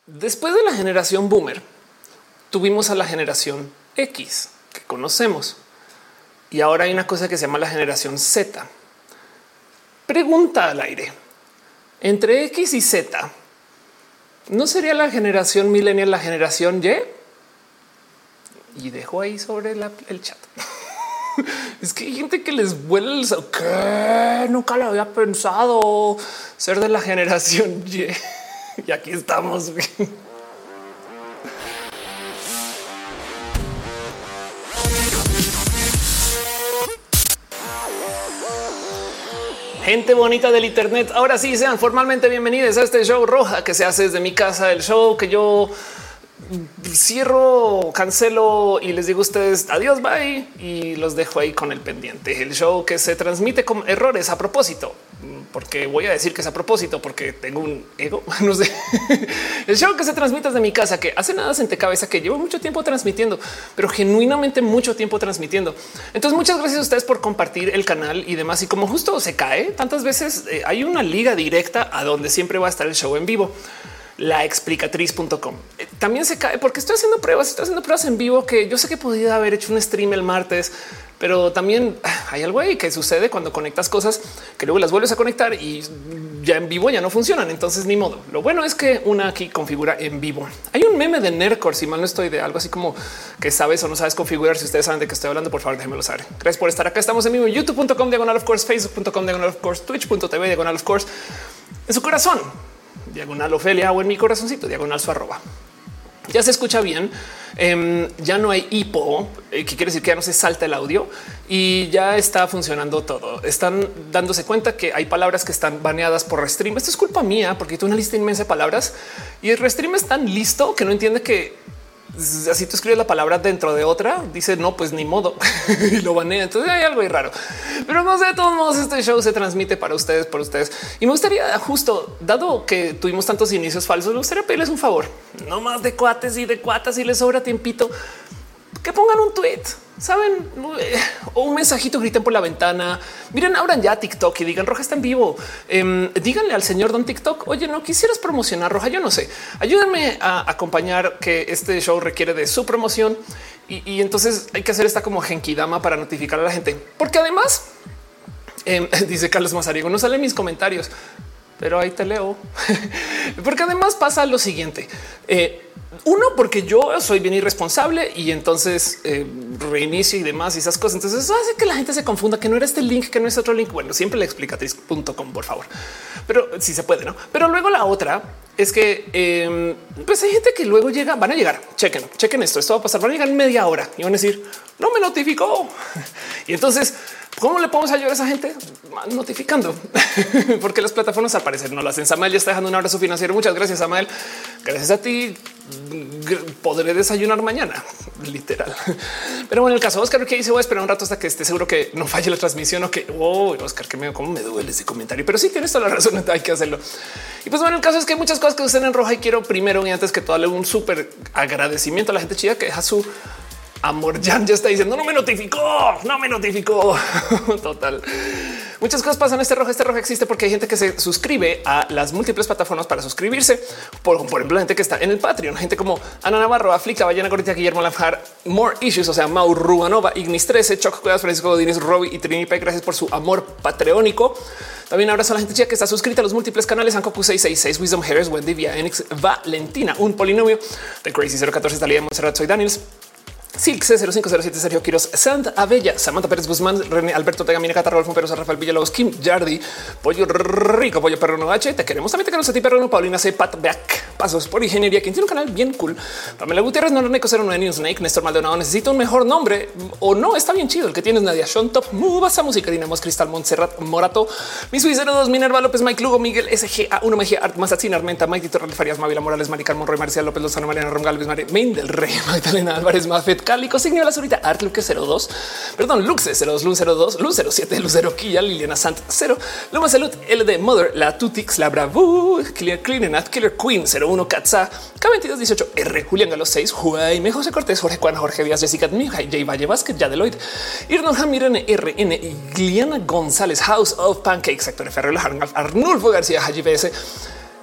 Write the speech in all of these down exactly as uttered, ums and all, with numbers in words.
Después de la generación boomer, tuvimos a la generación X que conocemos y ahora hay una cosa que se llama la generación Z. Pregunta al aire. Entre X y Z, ¿no sería la generación millennial la generación Y? Y dejo ahí sobre la, el chat. Es que hay gente que les vuela el... ¿Qué? Nunca lo había pensado ser de la generación Y. Y aquí estamos. Gente bonita del Internet. Ahora sí, sean formalmente bienvenidos a este show roja que se hace desde mi casa, el show que yo cierro, cancelo y les digo a ustedes adiós, bye, y los dejo ahí con el pendiente. El show que se transmite con errores a propósito, porque voy a decir que es a propósito porque tengo un ego. No sé. El show que se transmite desde mi casa, que hace nada senté cabeza, que llevo mucho tiempo transmitiendo, pero genuinamente mucho tiempo transmitiendo. Entonces, muchas gracias a ustedes por compartir el canal y demás. Y como justo se cae tantas veces, eh, hay una liga directa a donde siempre va a estar el show en vivo. La explicatriz punto com. También se cae porque estoy haciendo pruebas, estoy haciendo pruebas en vivo que yo sé que podía haber hecho un stream el martes, pero también hay algo ahí que sucede cuando conectas cosas que luego las vuelves a conectar y ya en vivo ya no funcionan. Entonces ni modo. Lo bueno es que una aquí configura en vivo. Hay un meme de Nerdcore, si mal no estoy, de algo así como que sabes o no sabes configurar. Si ustedes saben de qué estoy hablando, por favor, déjenmelo saber. Gracias por estar acá. Estamos en vivo en youtube punto com diagonal of course, facebook punto com diagonal of course, twitch punto tv diagonal of course, en su corazón diagonal Ofelia o en mi corazoncito diagonal su arroba. Ya se escucha bien. Eh, ya no hay hipo, eh, que quiere decir que ya no se salta el audio y ya está funcionando todo. Están dándose cuenta que hay palabras que están baneadas por Restream. Esto es culpa mía porque tengo una lista inmensa de palabras y el Restream es tan listo que no entiende que así tú escribes la palabra dentro de otra, dice no, pues ni modo y lo banea. Entonces hay algo ahí raro, pero no sé, de todos modos este show se transmite para ustedes, por ustedes. Y me gustaría justo, dado que tuvimos tantos inicios falsos, me gustaría pedirles un favor, no más de cuates y de cuatas y les sobra tiempito, que pongan un tweet, saben, o un mensajito, griten por la ventana, miren, abran ya TikTok y digan Roja está en vivo. Eh, díganle al señor don TikTok, oye, no quisieras promocionar Roja. Yo no sé, ayúdenme a acompañar que este show requiere de su promoción y, y entonces hay que hacer esta como genkidama para notificar a la gente, porque además eh, dice Carlos Mazariego, no salen mis comentarios, pero ahí te leo, porque además pasa lo siguiente. Eh, Uno, porque yo soy bien irresponsable y entonces eh, reinicio y demás y esas cosas. Entonces eso hace que la gente se confunda, que no era este link, que no es otro link. Bueno, siempre la explicatriz punto com, por favor. Pero si sí se puede, ¿no? Pero luego la otra es que eh, pues hay gente que luego llega, van a llegar, chequen, chequen esto, esto va a pasar, van a llegar en media hora y van a decir, no me notificó. Y entonces, ¿cómo le podemos ayudar a esa gente? Notificando, porque las plataformas al parecer no lo hacen. Samael ya está dejando un abrazo financiero. Muchas gracias, Samael. Gracias a ti podré desayunar mañana, literal. Pero bueno, el caso de Oscar que dice voy a esperar un rato hasta que esté seguro que no falle la transmisión o que oh, Oscar, que me cómo me duele ese comentario, pero sí tienes toda la razón, hay que hacerlo. Y pues bueno, el caso es que hay muchas cosas que suceden en Roja y quiero primero y antes que todo darle un súper agradecimiento a la gente chida que deja su amor. Jan ya está diciendo no me notificó, no me notificó. Total. Muchas cosas pasan. Este Roja, este Roja existe porque hay gente que se suscribe a las múltiples plataformas para suscribirse. Por, por ejemplo, gente que está en el Patreon, gente como Ana Navarro, Aflica, Ballena Gorita, Guillermo Lanjar, More Issues, o sea, Mau Rubanova, Ignis trece, Choc Cuevas, Francisco Godínez, Robbie y Trini P. Gracias por su amor patreónico. También abrazo a la gente chica que está suscrita a los múltiples canales: Ancocu seis seis seis, Wisdom Harris, Wendy, Via, Enix, Valentina, un polinomio, The Crazy cero catorce, Talía Monserrat, soy Daniels, Silk C cero cinco cero siete, Sergio Quiroz, Sant Abella, Samantha Pérez Guzmán, René Alberto Tegamina, Catarro, Perosa, Rafael Villalobos, Kim Yardi, Pollo Rico, Pollo Perro H. Te queremos también, te queremos a ti, Perro, Paulina C. Pat Back, Pasos por Ingeniería, quien tiene un canal bien cool. Pamela Gutiérrez, Norneco cero nueve, Snake, Néstor Maldonado, necesito un mejor nombre o no, está bien chido el que tienes, Nadia Sean Top, Mubasa Música, Dinamos Cristal, Montserrat Morato, Misui cero dos, Minerva López, Mike Lugo, Miguel S G A uno, Mejía Art, Mazatzin, Armenta, Mike Torres Farias, Mavila Morales, Maricar Monroy, Marcial López Lozano, Mariana Rom Galvez, Main del Rey, Magdalena Álvarez, Mafet, Cálico, Signo Las ahorita Art Luque cero dos, perdón, Luxe cero dos, Lun cero dos, Luz cero siete, Lucero Quilla, Liliana Sant cero, Luma Salud, L D Mother, La Tutix, La Bravo, Killer Cleanenat, Killer Queen cero uno, Katza, K veintidós dieciocho, R, Julián Galo seis, Jaime José Cortés, Jorge Juan, Jorge Díaz, Jessica Mija, J Valle Vázquez, Yadeloid, Irnon Hamir, R N, Gliana González, House of Pancakes, Sector Ferrer, Arnulfo García, Haji B S,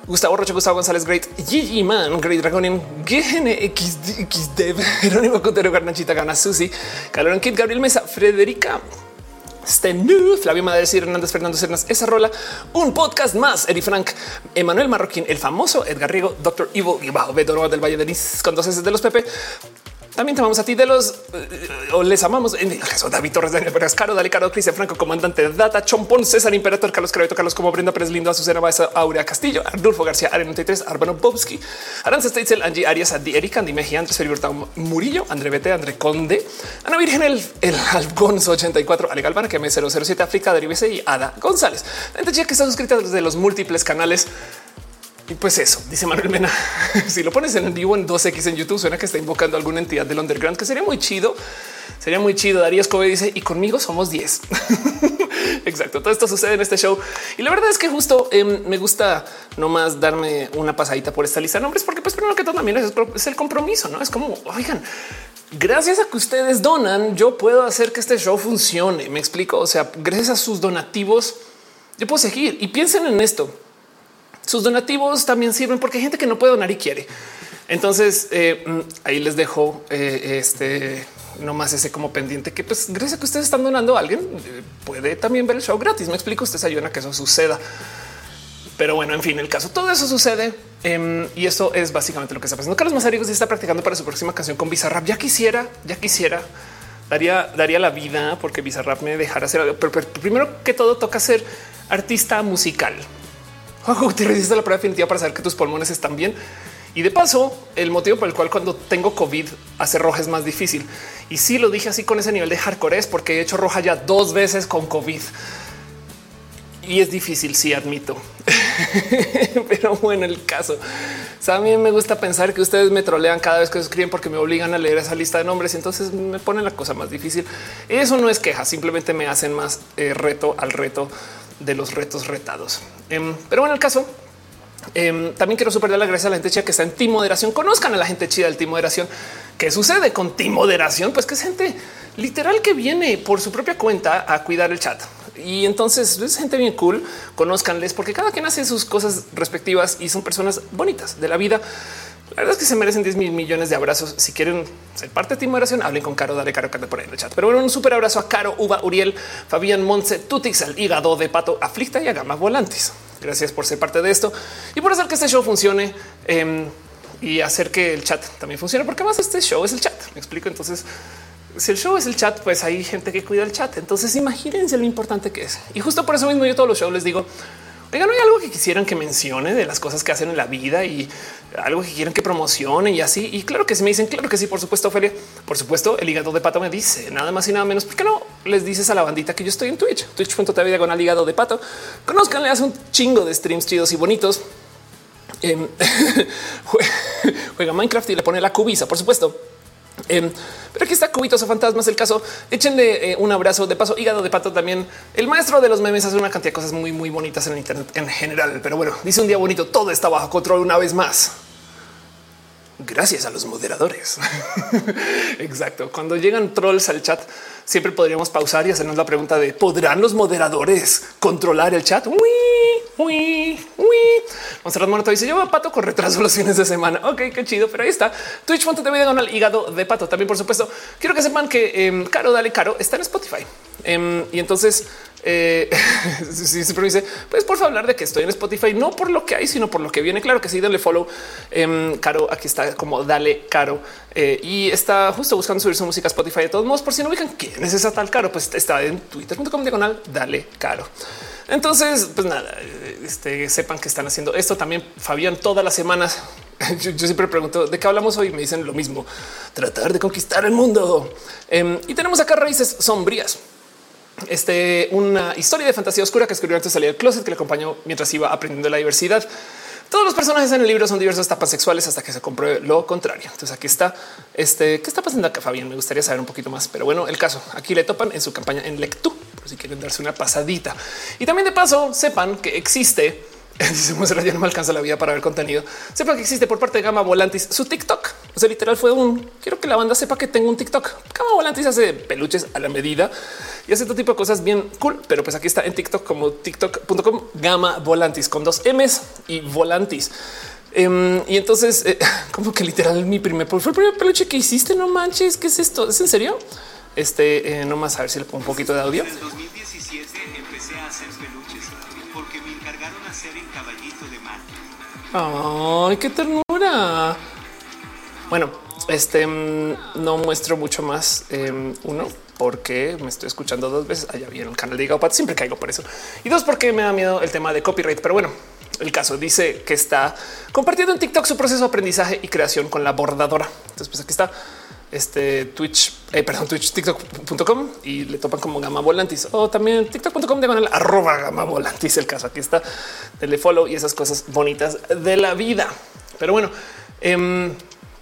Gustavo Rocha, Gustavo González, Great, Gigi Man, Great Dragonian, G N X D, Jerónimo Contero, Garnachita, Gana, Susi, Calorón Kid, Gabriel Mesa, Frederica, Stenu, Flavio Madres y Hernández, Fernando Cernas, esa rola, un podcast más, Eri Frank, Emanuel Marroquín, el famoso Edgar Riego, doctor Evil y bajo Beto del Valle de Nis con dos S de los Pepe. También te vamos a ti de los uh, o les amamos. En el caso David Torres, Daniel Pérez Caro, Dale Caro, Cristian Franco, Comandante Data, Chompón, César Imperator, Carlos Cravito, Carlos como Brenda Pérez Lindo, Azucena Baeza, Aurea Castillo, Arnulfo García, Are noventa y tres, Arbano Bobsky, Aranza Steitzel, Angie Arias, Adi Erika, Andy Mejía, Andrés Feliberto Murillo, André Bete, André Conde, Ana Virgen, el, el Algonzo ochenta y cuatro, Ale Galvana, que me cero cero siete, África, Derivese y Ada González. La gente chica que está suscrita desde los múltiples canales. Y pues eso, dice Manuel Mena, si lo pones en vivo en dos X en YouTube, suena que está invocando alguna entidad del underground, que sería muy chido. Sería muy chido. Darío Escobe dice, y conmigo somos diez. Exacto, todo esto sucede en este show. Y la verdad es que justo eh, me gusta nomás darme una pasadita por esta lista de nombres, porque pues primero que todo también es, es el compromiso, ¿no? Es como, oigan, gracias a que ustedes donan, yo puedo hacer que este show funcione. Me explico, o sea, gracias a sus donativos, yo puedo seguir. Y piensen en esto. Sus donativos también sirven porque hay gente que no puede donar y quiere. Entonces eh, ahí les dejo eh, este nomás ese como pendiente que pues gracias a que ustedes están donando a alguien eh, puede también ver el show gratis. Me explico, ustedes ayudan a que eso suceda. Pero bueno, en fin, el caso, todo eso sucede eh, y eso es básicamente lo que está pasando. Carlos Mazariegos está practicando para su próxima canción con Bizarrap. Ya quisiera, ya quisiera, daría, daría la vida porque Bizarrap me dejara hacer algo. Pero, pero primero que todo toca ser artista musical. Te resiste la prueba definitiva para saber que tus pulmones están bien. Y de paso, el motivo por el cual cuando tengo COVID hacer roja es más difícil. Y sí lo dije así con ese nivel de hardcore es porque he hecho roja ya dos veces con COVID. Y es difícil, sí admito. Pero bueno, el caso. También me gusta pensar que ustedes me trolean cada vez que escriben porque me obligan a leer esa lista de nombres y entonces me ponen la cosa más difícil. Eso no es queja, simplemente me hacen más eh, reto al reto de los retos retados. Um, pero bueno, el caso um, también quiero super dar las gracias a la gente chida que está en Team Moderación. Conozcan a la gente chida del Team Moderación. ¿Qué sucede con Team Moderación? Pues que es gente literal que viene por su propia cuenta a cuidar el chat. Y entonces es gente bien cool. Conózcanles porque cada quien hace sus cosas respectivas y son personas bonitas de la vida. La verdad es que se merecen diez mil millones de abrazos. Si quieren ser parte de Team Moderación, hablen con Caro, dale Caro, Caro por ahí en el chat. Pero bueno, un súper abrazo a Caro, Uva, Uriel, Fabián, Montse, Tutix, al Hígado de Pato, Aflicta y a Gama Volantes. Gracias por ser parte de esto y por hacer que este show funcione eh, y hacer que el chat también funcione, porque más este show es el chat. Me explico. Entonces, si el show es el chat, pues hay gente que cuida el chat. Entonces imagínense lo importante que es. Y justo por eso mismo yo todos los shows les digo, oigan, ¿no hay algo que quisieran que mencione de las cosas que hacen en la vida y algo que quieran que promocionen y así? Y claro que sí, me dicen, claro que sí, por supuesto, Ophelia. Por supuesto, el Hígado de Pato me dice nada más y nada menos. ¿Por qué no les dices a la bandita que yo estoy en Twitch? Twitch punto t v diagonal Hígado de Pato. Conozcanle, hace un chingo de streams chidos y bonitos. Eh, juega Minecraft y le pone la cubiza, por supuesto. Eh, pero aquí está Cubitos o Fantasmas. El caso, échenle eh, un abrazo. De paso, Hígado de Pato también. El maestro de los memes hace una cantidad de cosas muy, muy bonitas en el internet en general. Pero bueno, dice un día bonito. Todo está bajo control una vez más. Gracias a los moderadores. Exacto. Cuando llegan trolls al chat, siempre podríamos pausar y hacernos la pregunta de ¿podrán los moderadores controlar el chat? Uy, uy, uy. Monserrat Monato dice yo Pato con retraso los fines de semana. Ok, qué chido, pero ahí está. Twitch punto t v diagonal Hígado de Pato. También, por supuesto, quiero que sepan que eh, Caro, dale Caro está en Spotify. Eh, y entonces eh, si siempre me dice, pues por favor hablar de que estoy en Spotify, no por lo que hay, sino por lo que viene. Claro que sí, denle follow. Eh, Caro, aquí está como dale Caro eh, y está justo buscando subir su música a Spotify. De todos modos, por si no ubican quién es esa tal Caro, pues está en twitter punto com diagonal dale Caro. Entonces, pues nada, este, sepan que están haciendo esto también. Fabián, todas las semanas yo, yo siempre pregunto de qué hablamos hoy. Me dicen lo mismo, tratar de conquistar el mundo. Eh, y tenemos acá Raíces Sombrías. Este, una historia de fantasía oscura que escribió antes de salir del closet, que le acompañó mientras iba aprendiendo la diversidad. Todos los personajes en el libro son diversas etapas sexuales hasta que se compruebe lo contrario. Entonces aquí está este, ¿qué está pasando acá, Fabián? Me gustaría saber un poquito más, pero bueno, el caso aquí le topan en su campaña en Lectú, por si quieren darse una pasadita. Y también de paso sepan que existe, dice Monserrat, ya no me alcanza la vida para ver contenido. Sepan que existe por parte de Gama Volantis su TikTok. O sea, literal fue un, quiero que la banda sepa que tengo un TikTok. Gama Volantis hace peluches a la medida y hace todo tipo de cosas bien cool. Pero pues aquí está en TikTok como tiktok punto com Gama Volantis con dos M's y Volantis. Um, y entonces eh, como que literal mi primer fue el primer peluche que hiciste. No manches, ¿qué es esto? ¿Es en serio? Este eh, no más a ver si le pongo un poquito de audio. En el dos mil diecisiete empecé a hacer peluches porque me encargaron hacer el caballito de mar. Ay, qué ternura. Bueno, este no muestro mucho más. Eh, uno, porque me estoy escuchando dos veces. Allá vieron el canal de Gaopat, siempre caigo por eso. Y dos, porque me da miedo el tema de copyright. Pero bueno, el caso dice que está compartiendo en TikTok su proceso de aprendizaje y creación con la bordadora. Entonces, pues aquí está este Twitch, eh, perdón, Twitch, tiktok punto com y le topan como Gama Volantis o también tiktok punto com diagonal arroba Gama Volantis. El caso aquí está, denle follow y esas cosas bonitas de la vida. Pero bueno, eh,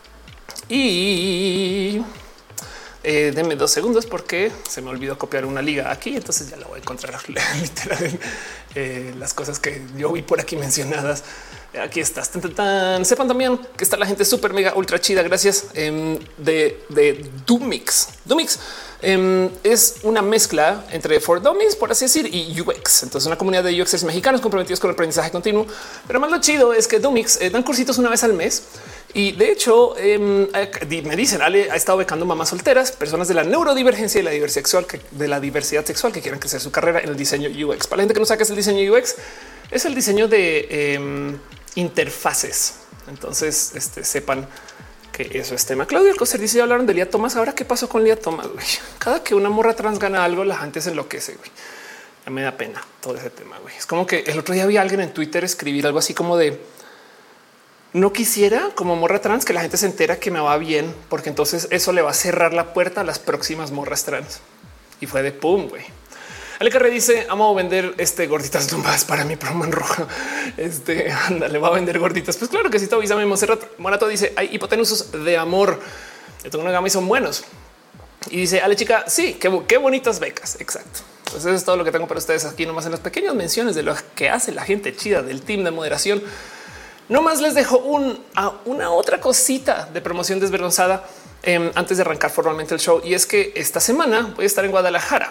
y eh, denme dos segundos porque se me olvidó copiar una liga aquí. Entonces ya la voy a encontrar literal eh, las cosas que yo vi por aquí mencionadas. Aquí estás. Tan, tan, tan. Sepan también que está la gente súper mega ultra chida. Gracias eh, de, de Dumix. Dumix eh, es una mezcla entre For Dummies, por así decir, y U X. Entonces, una comunidad de U Xers mexicanos comprometidos con el aprendizaje continuo. Pero más lo chido es que Dumix eh, dan cursitos una vez al mes. Y de hecho, eh, me dicen, Ale ha estado becando mamás solteras, personas de la neurodivergencia y la diversidad sexual, que, de la diversidad sexual que quieran crecer su carrera en el diseño U X. Para la gente que no sabe qué es el diseño U X, es el diseño de eh, interfaces. Entonces, este, sepan que eso es tema. Claudia Alcocer dice: hablaron de Lía Thomas. Ahora, ¿qué pasó con Lía Thomas? Güey? Cada que una morra trans gana algo, la gente se enloquece. Güey. Ya me da pena todo ese tema. Güey. Es como que el otro día vi a alguien en Twitter escribir algo así como de: no quisiera como morra trans que la gente se entera que me va bien, porque entonces eso le va a cerrar la puerta a las próximas morras trans. Y fue de pum, güey. Ale Carre dice: amo vender este gorditas tumbadas para mi promo en rojo. Este anda, le va a vender gorditas. Pues claro que sí, todo avísame. Monserrat Morato dice: hay hipotenusos de amor. Yo tengo una gama y son buenos. Y dice: Ale chica, sí, qué, qué bonitas becas. Exacto. Pues eso es todo lo que tengo para ustedes aquí, nomás en las pequeñas menciones de lo que hace la gente chida del team de moderación. No más les dejo un, a una otra cosita de promoción desvergonzada eh, antes de arrancar formalmente el show. Y es que esta semana voy a estar en Guadalajara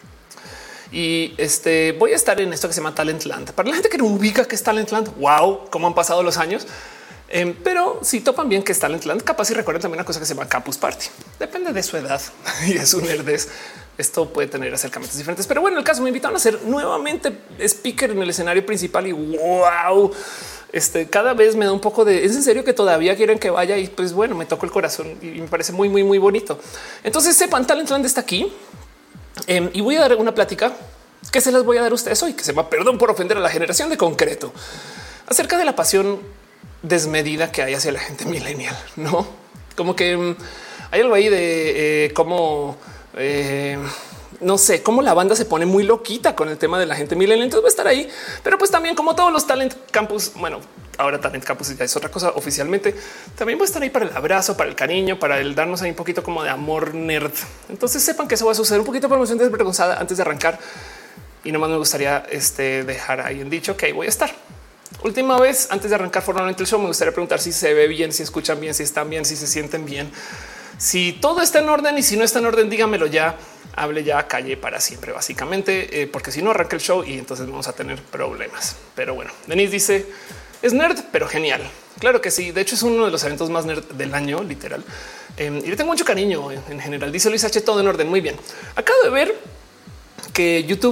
y este voy a estar en esto que se llama Talentland. Para la gente que no ubica que es Talentland, wow, cómo han pasado los años. Eh, pero si topan bien que es Talentland, capaz y recuerden también una cosa que se llama Campus Party. Depende de su edad y de su nerdez. Esto puede tener acercamientos diferentes. Pero bueno, en el caso me invitaron a ser nuevamente speaker en el escenario principal y wow. Este cada vez me da un poco de es en serio que todavía quieren que vaya y pues bueno, me tocó el corazón y me parece muy, muy, muy bonito. Entonces sepan, Talentland está aquí eh, y voy a dar una plática que se las voy a dar a ustedes hoy, que se llama Perdón por ofender a la generación de concreto, acerca de la pasión desmedida que hay hacia la gente millennial. No como que um, hay algo ahí de eh, cómo eh, no sé cómo la banda se pone muy loquita con el tema de la gente millennial. Entonces va a estar ahí, pero pues también como todos los Talent Campus, bueno, ahora Talent Campus ya es otra cosa oficialmente. También va a estar ahí para el abrazo, para el cariño, para el darnos ahí un poquito como de amor nerd. Entonces sepan que eso va a suceder. Un poquito de promoción desvergonzada antes de arrancar. Y nomás me gustaría este, dejar ahí en dicho que voy a estar. Última vez antes de arrancar formalmente el show, me gustaría preguntar si se ve bien, si escuchan bien, si están bien, si se sienten bien, si todo está en orden y si no está en orden, dígamelo ya. Hable ya, calle para siempre, básicamente, eh, porque si no arranca el show y entonces vamos a tener problemas. Pero bueno, Denise dice: es nerd, pero genial. Claro que sí. De hecho, es uno de los eventos más nerd del año, literal. Eh, y le tengo mucho cariño en, en general. Dice Luis H. Todo en orden. Muy bien. Acabo de ver que YouTube,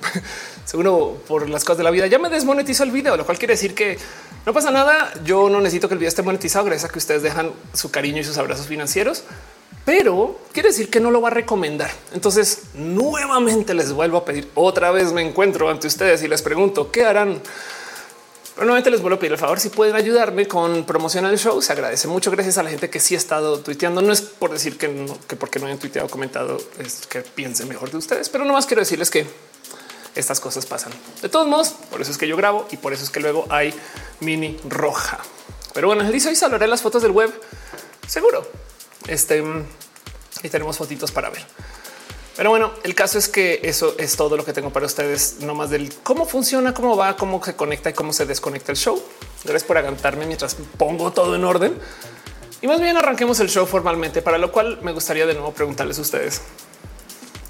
seguro por las cosas de la vida, ya me desmonetizó el video, lo cual quiere decir que no pasa nada. Yo no necesito que el video esté monetizado gracias a que ustedes dejan su cariño y sus abrazos financieros, pero quiere decir que no lo va a recomendar. Entonces nuevamente les vuelvo a pedir, otra vez me encuentro ante ustedes y les pregunto qué harán. Pero nuevamente les vuelvo a pedir el favor si pueden ayudarme con promoción al show. Se agradece mucho. Gracias a la gente que sí ha estado tuiteando. No es por decir que, no, que porque no hayan tuiteado o comentado es que piensen mejor de ustedes, pero nomás quiero decirles que estas cosas pasan. De todos modos, por eso es que yo grabo y por eso es que luego hay mini roja. Pero bueno, él dice: hoy salvaré las fotos del web. Seguro. Este y tenemos fotitos para ver. Pero bueno, el caso es que eso es todo lo que tengo para ustedes, no más del cómo funciona, cómo va, cómo se conecta y cómo se desconecta el show. Gracias por aguantarme mientras pongo todo en orden. Y más bien arranquemos el show formalmente, para lo cual me gustaría de nuevo preguntarles a ustedes: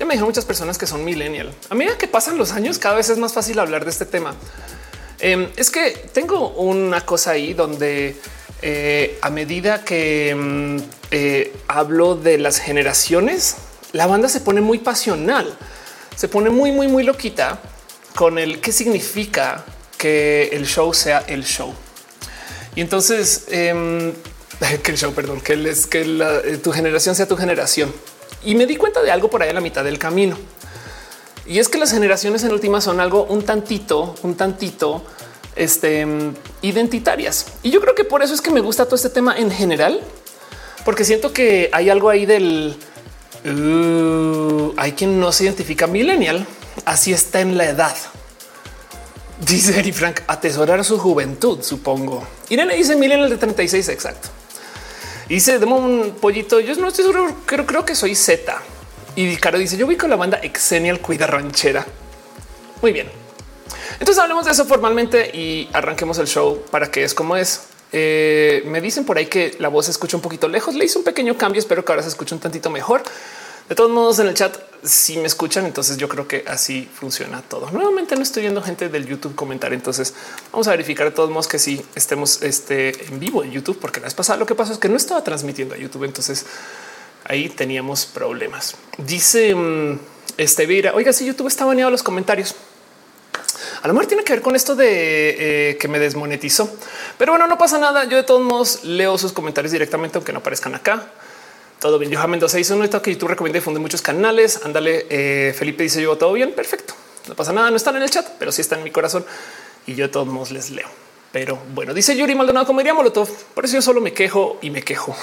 Ya me dijeron muchas personas que son millennial. A medida que pasan los años, cada vez es más fácil hablar de este tema. Eh, es que tengo una cosa ahí donde eh, a medida que eh, hablo de las generaciones, la banda se pone muy pasional, se pone muy, muy, muy loquita con el qué significa que el show sea el show. Y entonces eh, que el show, perdón, que, les, que la, tu generación sea tu generación. Y me di cuenta de algo por ahí a la mitad del camino. Y es que las generaciones en última son algo un tantito, un tantito este, identitarias. Y yo creo que por eso es que me gusta todo este tema en general, porque siento que hay algo ahí del uh, hay quien no se identifica millennial. Así está en la edad. Dice Eri Frank, atesorar su juventud, supongo. Irene dice millennial de treinta y seis. Exacto. Dice demo un pollito. Yo no estoy seguro, creo, creo que soy Z. Y Caro dice yo voy con la banda Exenial Cuida Ranchera. Muy bien. Entonces hablemos de eso formalmente y arranquemos el show para que es como es. Eh, me dicen por ahí que la voz se escucha un poquito lejos. Le hice un pequeño cambio. Espero que ahora se escuche un tantito mejor. De todos modos, en el chat, si me escuchan, entonces yo creo que así funciona todo. Nuevamente no estoy viendo gente del YouTube comentar. Entonces vamos a verificar de todos modos que sí estemos este, en vivo en YouTube, porque la vez pasada lo que pasó es que no estaba transmitiendo a YouTube. Entonces ahí teníamos problemas. Dice um, este Vira, oiga, si YouTube está baneado los comentarios. A lo mejor tiene que ver con esto de eh, que me desmonetizó, pero bueno, no pasa nada. Yo de todos modos leo sus comentarios directamente, aunque no aparezcan acá. Todo bien. Johan Mendoza dice un que YouTube recomienda y difunde muchos canales. Ándale. Eh, Felipe dice yo todo bien. Perfecto. No pasa nada. No están en el chat, pero sí están en mi corazón y yo de todos modos les leo. Pero bueno, dice Yuri Maldonado, como diría Molotov. Por eso yo solo me quejo y me quejo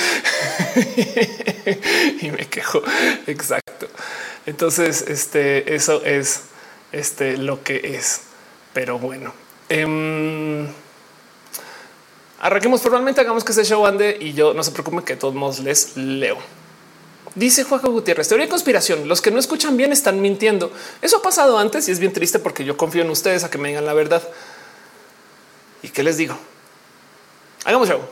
y me quejo. Exacto. Entonces, este, eso es este, lo que es. Pero bueno, eh, arranquemos formalmente, hagamos que ese show ande y yo no se preocupen que de todos modos les leo. Dice Juanjo Gutiérrez, teoría de conspiración. Los que no escuchan bien están mintiendo. Eso ha pasado antes y es bien triste porque yo confío en ustedes a que me digan la verdad. ¿Y qué les digo? Hagamos show.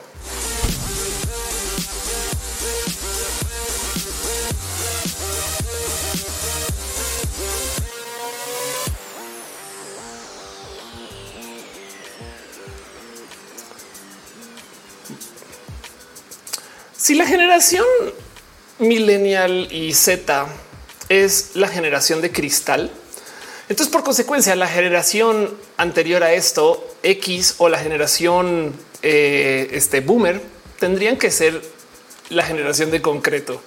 Si la generación millennial y Z es la generación de cristal, entonces por consecuencia la generación anterior a esto, X o la generación eh, este boomer, tendrían que ser la generación de concreto.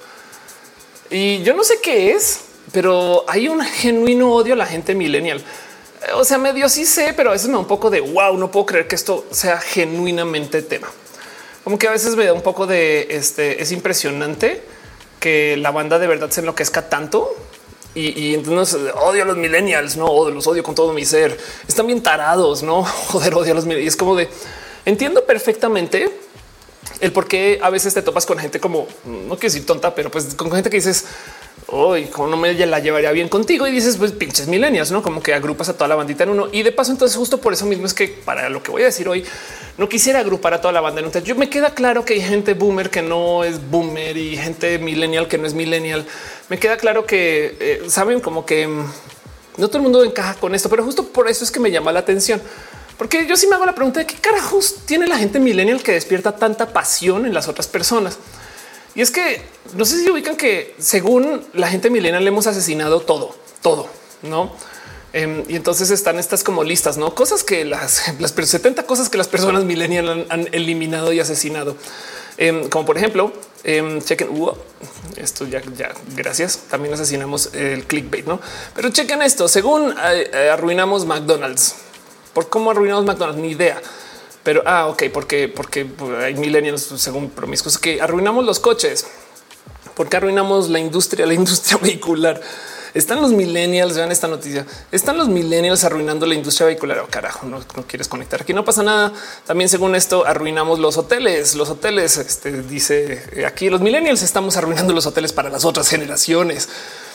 Y yo no sé qué es, pero hay un genuino odio a la gente millennial. O sea, medio sí sé, pero a veces me da un poco de wow, no puedo creer que esto sea genuinamente tema. Como que a veces me da un poco de este. Es impresionante que la banda de verdad se enloquezca tanto y, y entonces odio a los millennials, no odio, los odio con todo mi ser. Están bien tarados, no joder, odio a los millennials. Y es como de entiendo perfectamente el por qué a veces te topas con gente como no quiero decir tonta, pero pues con gente que dices hoy como no me la llevaría bien contigo y dices pues pinches millennials, no como que agrupas a toda la bandita en uno. Y de paso, entonces justo por eso mismo es que para lo que voy a decir hoy no quisiera agrupar a toda la banda en un. Yo me queda claro que hay gente boomer que no es boomer y gente millennial que no es millennial. Me queda claro que eh, saben como que no todo el mundo encaja con esto, pero justo por eso es que me llama la atención, porque yo sí me hago la pregunta de qué carajos tiene la gente millennial que despierta tanta pasión en las otras personas. Y es que no sé si ubican que según la gente millennial le hemos asesinado todo, todo, no? Um, y entonces están estas como listas, no cosas que las, las setenta cosas que las personas millennial han, han eliminado y asesinado, um, como por ejemplo, um, chequen uh, esto ya, ya, gracias. También asesinamos el clickbait, no? Pero chequen esto. Según uh, arruinamos McDonald's. ¿Por cómo arruinamos McDonald's? Ni idea. Pero ah, ok, porque, porque hay millennials, según promiscuos, que arruinamos los coches, porque arruinamos la industria, la industria vehicular. Están los millennials, vean esta noticia. Están los millennials arruinando la industria vehicular. Oh, carajo, no, no quieres conectar aquí, no pasa nada. También, según esto, arruinamos los hoteles. Los hoteles, este, dice aquí, los millennials estamos arruinando los hoteles para las otras generaciones.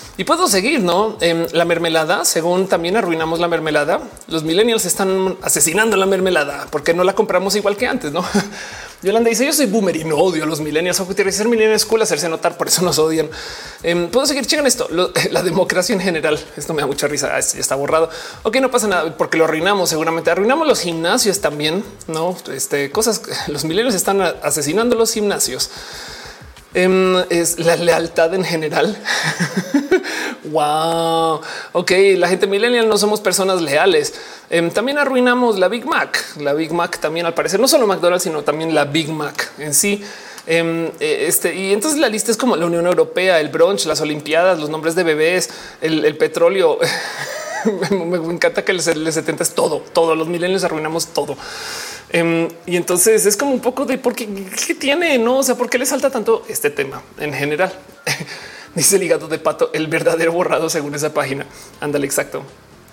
Y puedo seguir, ¿no? Eh, la mermelada, según también arruinamos la mermelada, los millennials están asesinando la mermelada porque no la compramos igual que antes, ¿no? Yolanda dice, yo soy boomer y no odio a los millennials, aunque ser millennial es cool, hacerse notar, por eso nos odian. Eh, puedo seguir, chequen esto, lo, la democracia en general, esto me da mucha risa, ya está borrado. Ok, no pasa nada, porque lo arruinamos, seguramente arruinamos los gimnasios también, ¿no? Este, cosas, los millennials están asesinando los gimnasios. Um, es la lealtad en general. Wow. Ok, la gente millennial no somos personas leales. Um, también arruinamos la Big Mac. La Big Mac también, al parecer, no solo McDonald's, sino también la Big Mac en sí. Um, este y entonces la lista es como la Unión Europea, el brunch, las Olimpiadas, los nombres de bebés, el, el petróleo. me, me encanta que el setenta es todo, todo. Los millennials arruinamos todo. Um, y entonces es como un poco de por qué, qué tiene, no? O sea, por qué le salta tanto este tema en general. Dice el hígado de pato, el verdadero borrado según esa página. Ándale, exacto.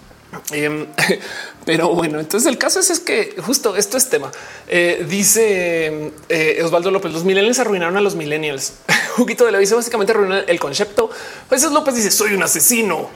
Um, pero bueno, entonces el caso es, es que justo esto es tema. Eh, dice eh, Osvaldo López, los millennials arruinaron a los millennials. Juguito de la dice básicamente arruinó el concepto. Pues López dice soy un asesino.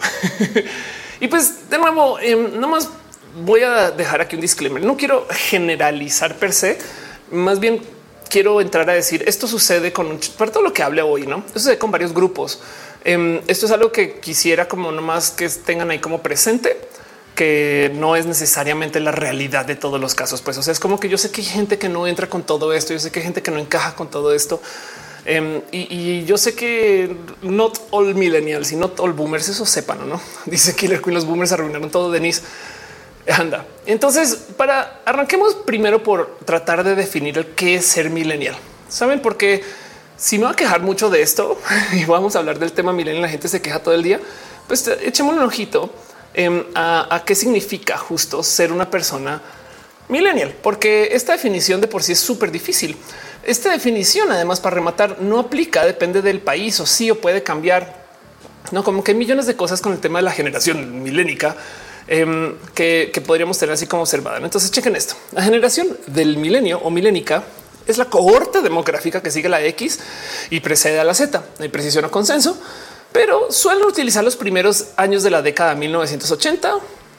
Y pues de nuevo, eh, nomás voy a dejar aquí un disclaimer. No quiero generalizar per se, más bien quiero entrar a decir esto sucede con para todo lo que hable hoy, no? Eso sucede con varios grupos. Um, esto es algo que quisiera como nomás que tengan ahí como presente, que no es necesariamente la realidad de todos los casos. Pues o sea, es como que yo sé que hay gente que no entra con todo esto. Yo sé que hay gente que no encaja con todo esto. Um, y, y yo sé que not all millennials y not all boomers, eso sepan o no. Dice Killer Queen, los boomers arruinaron todo. Denise. Anda. Entonces, para arranquemos primero por tratar de definir el qué es ser millennial. Saben, porque si me voy a quejar mucho de esto y vamos a hablar del tema millennial, la gente se queja todo el día. Pues echemos un ojito eh, a, a qué significa justo ser una persona millennial, porque esta definición de por sí es súper difícil. Esta definición, además, para rematar, no aplica, depende del país o sí o puede cambiar. No, como que hay millones de cosas con el tema de la generación milénica. Eh, que, que podríamos tener así como observada. Entonces chequen esto. La generación del milenio o milénica es la cohorte demográfica que sigue la X y precede a la Z. No hay precisión o consenso, pero suelen utilizar los primeros años de la década mil novecientos ochenta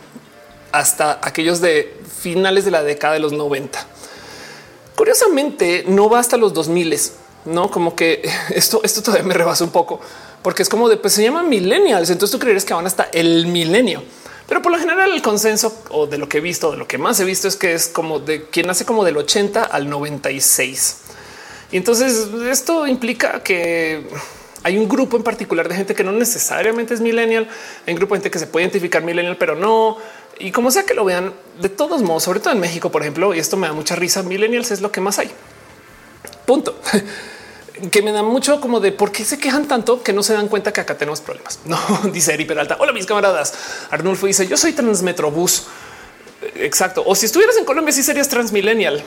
hasta aquellos de finales de la década de los noventa. Curiosamente, no va hasta los dos mil, no como que esto, esto todavía me rebasa un poco porque es como de pues se llaman millennials. Entonces tú creerías que van hasta el milenio. Pero por lo general el consenso o de lo que he visto, de lo que más he visto es que es como de quien nace como del ochenta al noventa y seis. Y entonces esto implica que hay un grupo en particular de gente que no necesariamente es millennial. Hay un grupo de gente que se puede identificar millennial, pero no. Y como sea que lo vean, de todos modos, sobre todo en México, por ejemplo, y esto me da mucha risa, millennials es lo que más hay. Punto. Que me da mucho como de por qué se quejan tanto que no se dan cuenta que acá tenemos problemas. No, dice Eri Peralta. Hola, mis camaradas. Arnulfo dice yo soy Transmetrobús. Exacto. O si estuvieras en Colombia, sí serías Transmillennial.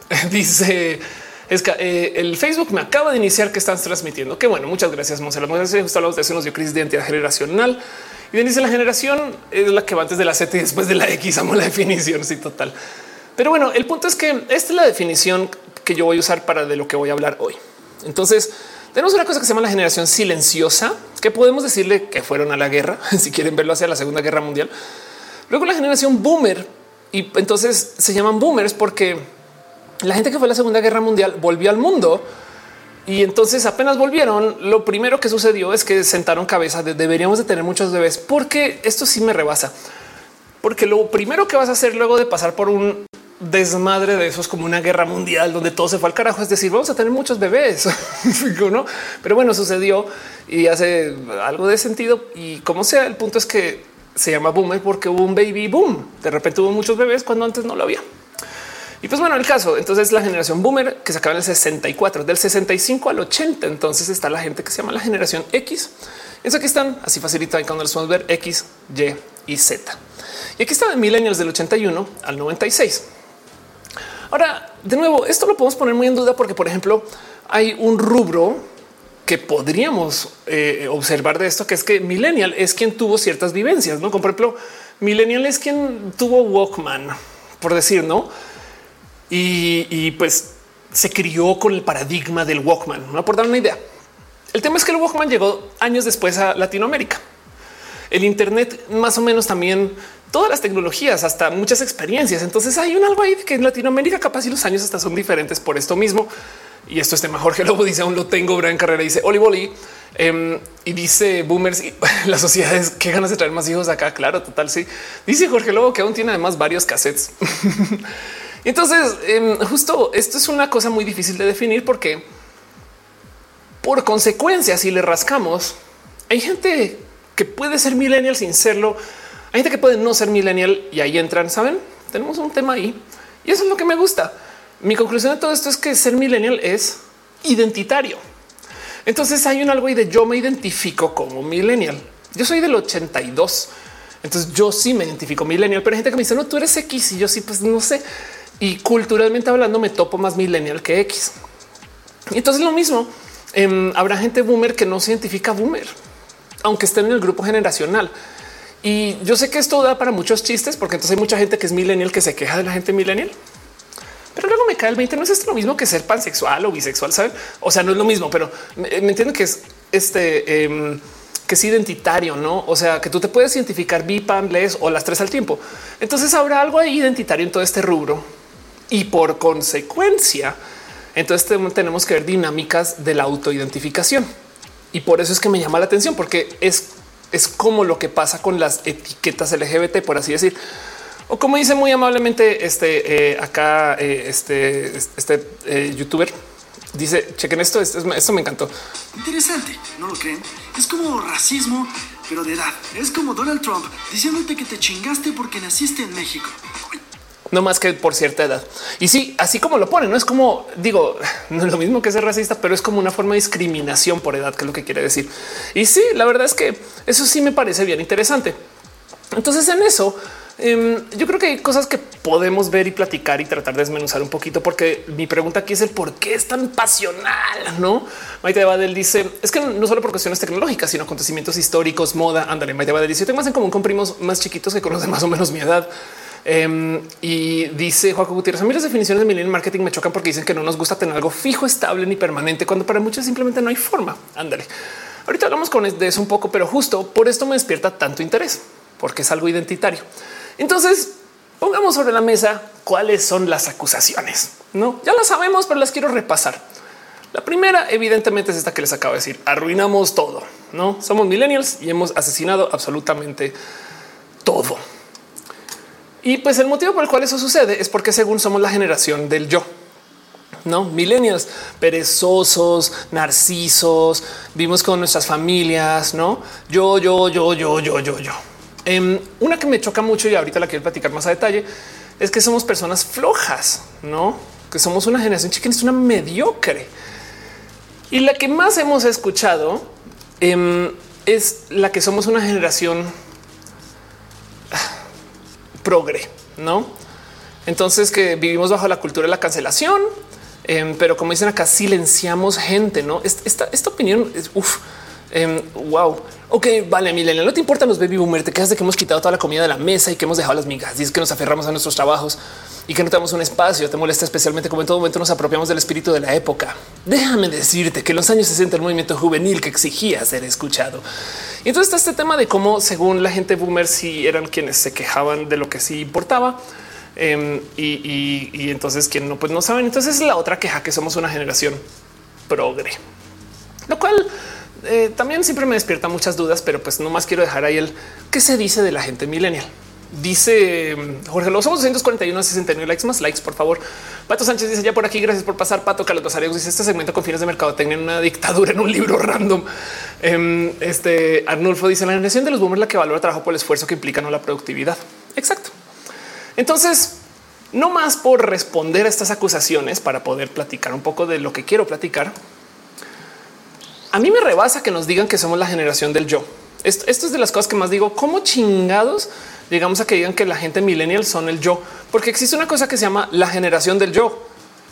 Dice es que eh, el Facebook me acaba de iniciar que estás transmitiendo. Qué bueno. Muchas gracias, Monserrat. Muchas gracias. Justo hablamos de eso, nos dio crisis de identidad generacional. Y bien dice la generación es la que va antes de la Z y después de la X. Amo la definición. Sí, total. Pero bueno, el punto es que esta es la definición que yo voy a usar para de lo que voy a hablar hoy. Entonces tenemos una cosa que se llama la generación silenciosa, que podemos decirle que fueron a la guerra, si quieren verlo hacia la Segunda Guerra Mundial. Luego la generación boomer, y entonces se llaman boomers porque la gente que fue a la Segunda Guerra Mundial volvió al mundo y entonces apenas volvieron. Lo primero que sucedió es que sentaron cabeza de deberíamos de tener muchos bebés, porque esto sí me rebasa, porque lo primero que vas a hacer luego de pasar por un desmadre de esos como una guerra mundial donde todo se fue al carajo, es decir, vamos a tener muchos bebés, ¿no? Pero bueno, sucedió y hace algo de sentido. Y como sea, el punto es que se llama boomer porque hubo un baby boom. De repente hubo muchos bebés cuando antes no lo había. Y pues bueno, el caso entonces la generación boomer que se acaba en el sesenta y cuatro, del sesenta y cinco al ochenta. Entonces está la gente que se llama la generación X. Eso aquí están así facilito ahí cuando les podemos ver X, Y y Z. Y aquí están millennials del ochenta y uno al noventa y seis. Ahora, de nuevo, esto lo podemos poner muy en duda porque, por ejemplo, hay un rubro que podríamos eh, observar de esto, que es que millennial es quien tuvo ciertas vivencias, ¿no? Como por ejemplo, millennial es quien tuvo Walkman, por decir, ¿no? Y, y pues se crió con el paradigma del Walkman, ¿no? Por dar una idea. El tema es que el Walkman llegó años después a Latinoamérica. El Internet más o menos también, todas las tecnologías, hasta muchas experiencias. Entonces hay un algo ahí de que en Latinoamérica capaz y los años hasta son diferentes por esto mismo. Y esto es tema. Jorge Lobo dice aún lo tengo. Brian Carrera dice Oli Boli um, y dice boomers y las sociedades qué ganas de traer más hijos acá. Claro, total. Sí, dice Jorge Lobo que aún tiene además varios cassettes. Entonces, um, justo esto es una cosa muy difícil de definir porque por consecuencia, si le rascamos, hay gente que puede ser millennial sin serlo. Hay gente que puede no ser millennial y ahí entran. Saben, tenemos un tema ahí y eso es lo que me gusta. Mi conclusión de todo esto es que ser millennial es identitario. Entonces hay un algo ahí de yo me identifico como millennial. Yo soy del ochenta y dos. Entonces yo sí me identifico millennial, pero hay gente que me dice no, tú eres X y yo sí, pues no sé. Y culturalmente hablando me topo más millennial que X. Y entonces lo mismo. Eh, habrá gente boomer que no se identifica boomer, aunque estén en el grupo generacional. Y yo sé que esto da para muchos chistes, porque entonces hay mucha gente que es millennial que se queja de la gente millennial. Pero luego me cae el veinte. No es esto lo mismo que ser pansexual o bisexual, ¿saben? O sea, no es lo mismo, pero me, me entienden que es este eh, que es identitario, no? O sea, que tú te puedes identificar bi, pan, les o las tres al tiempo. Entonces habrá algo ahí identitario en todo este rubro y por consecuencia, entonces tenemos que ver dinámicas de la autoidentificación y por eso es que me llama la atención, porque es, es como lo que pasa con las etiquetas L G B T, por así decir. O como dice muy amablemente este eh, acá eh, este este eh, youtuber dice chequen esto, esto, esto me encantó. Interesante, ¿no lo creen? Es como racismo, pero de edad. Es como Donald Trump diciéndote que te chingaste porque naciste en México. No más que por cierta edad. Y sí, así como lo ponen, no es como digo, no es lo mismo que ser racista, pero es como una forma de discriminación por edad, que es lo que quiere decir. Y sí, la verdad es que eso sí me parece bien interesante. Entonces en eso Um, yo creo que hay cosas que podemos ver y platicar y tratar de desmenuzar un poquito, porque mi pregunta aquí es el por qué es tan pasional, ¿no? Maite Badel dice, es que no solo por cuestiones tecnológicas, sino acontecimientos históricos, moda, ándale. Maite Badel dice, yo tengo más en común con primos más chiquitos que conocen más o menos mi edad. Um, y dice Joaquín Gutiérrez, a mí las definiciones de millennial marketing me chocan porque dicen que no nos gusta tener algo fijo, estable ni permanente, cuando para muchos simplemente no hay forma. Ándale. Ahorita hablamos con de eso un poco, pero justo por esto me despierta tanto interés, porque es algo identitario. Entonces, pongamos sobre la mesa cuáles son las acusaciones. No, ya las sabemos, pero las quiero repasar. La primera, evidentemente, es esta que les acabo de decir. Arruinamos todo. No somos millennials y hemos asesinado absolutamente todo. Y pues el motivo por el cual eso sucede es porque según somos la generación del yo. No millennials perezosos, narcisos, vivimos con nuestras familias. No yo, yo, yo, yo, yo, yo, yo. Um, una que me choca mucho y ahorita la quiero platicar más a detalle es que somos personas flojas, no que somos una generación chica, es una mediocre. Y la que más hemos escuchado um, es la que somos una generación progre, no? Entonces que vivimos bajo la cultura de la cancelación, um, pero como dicen acá, silenciamos gente, no? Esta, esta opinión es uf, um, wow. Ok, vale, millennial, no te importan los baby boomers, te quejas de que hemos quitado toda la comida de la mesa y que hemos dejado las migas, dices que nos aferramos a nuestros trabajos y que no tenemos un espacio, te molesta especialmente como en todo momento nos apropiamos del espíritu de la época. Déjame decirte que en los años sesenta el movimiento juvenil que exigía ser escuchado. Y entonces está este tema de cómo según la gente boomer sí eran quienes se quejaban de lo que sí importaba. Um, y, y, y entonces quien no, pues no saben. Entonces es la otra queja, que somos una generación progre, lo cual Eh, también siempre me despierta muchas dudas, pero pues no más quiero dejar ahí el qué se dice de la gente millennial. Dice Jorge, los somos doscientos cuarenta y uno a sesenta y nueve likes, más likes, por favor. Pato Sánchez dice ya por aquí, gracias por pasar. Pato Carlos Basarios dice este segmento con fines de mercadotecnia en una dictadura en un libro random. Um, este Arnulfo dice la generación de los boomers la que valora trabajo por el esfuerzo que implica, no la productividad. Exacto. Entonces, no más por responder a estas acusaciones para poder platicar un poco de lo que quiero platicar. A mí me rebasa que nos digan que somos la generación del yo. Esto, esto es de las cosas que más digo. ¿Cómo chingados llegamos a que digan que la gente millennial son el yo? Porque existe una cosa que se llama la generación del yo,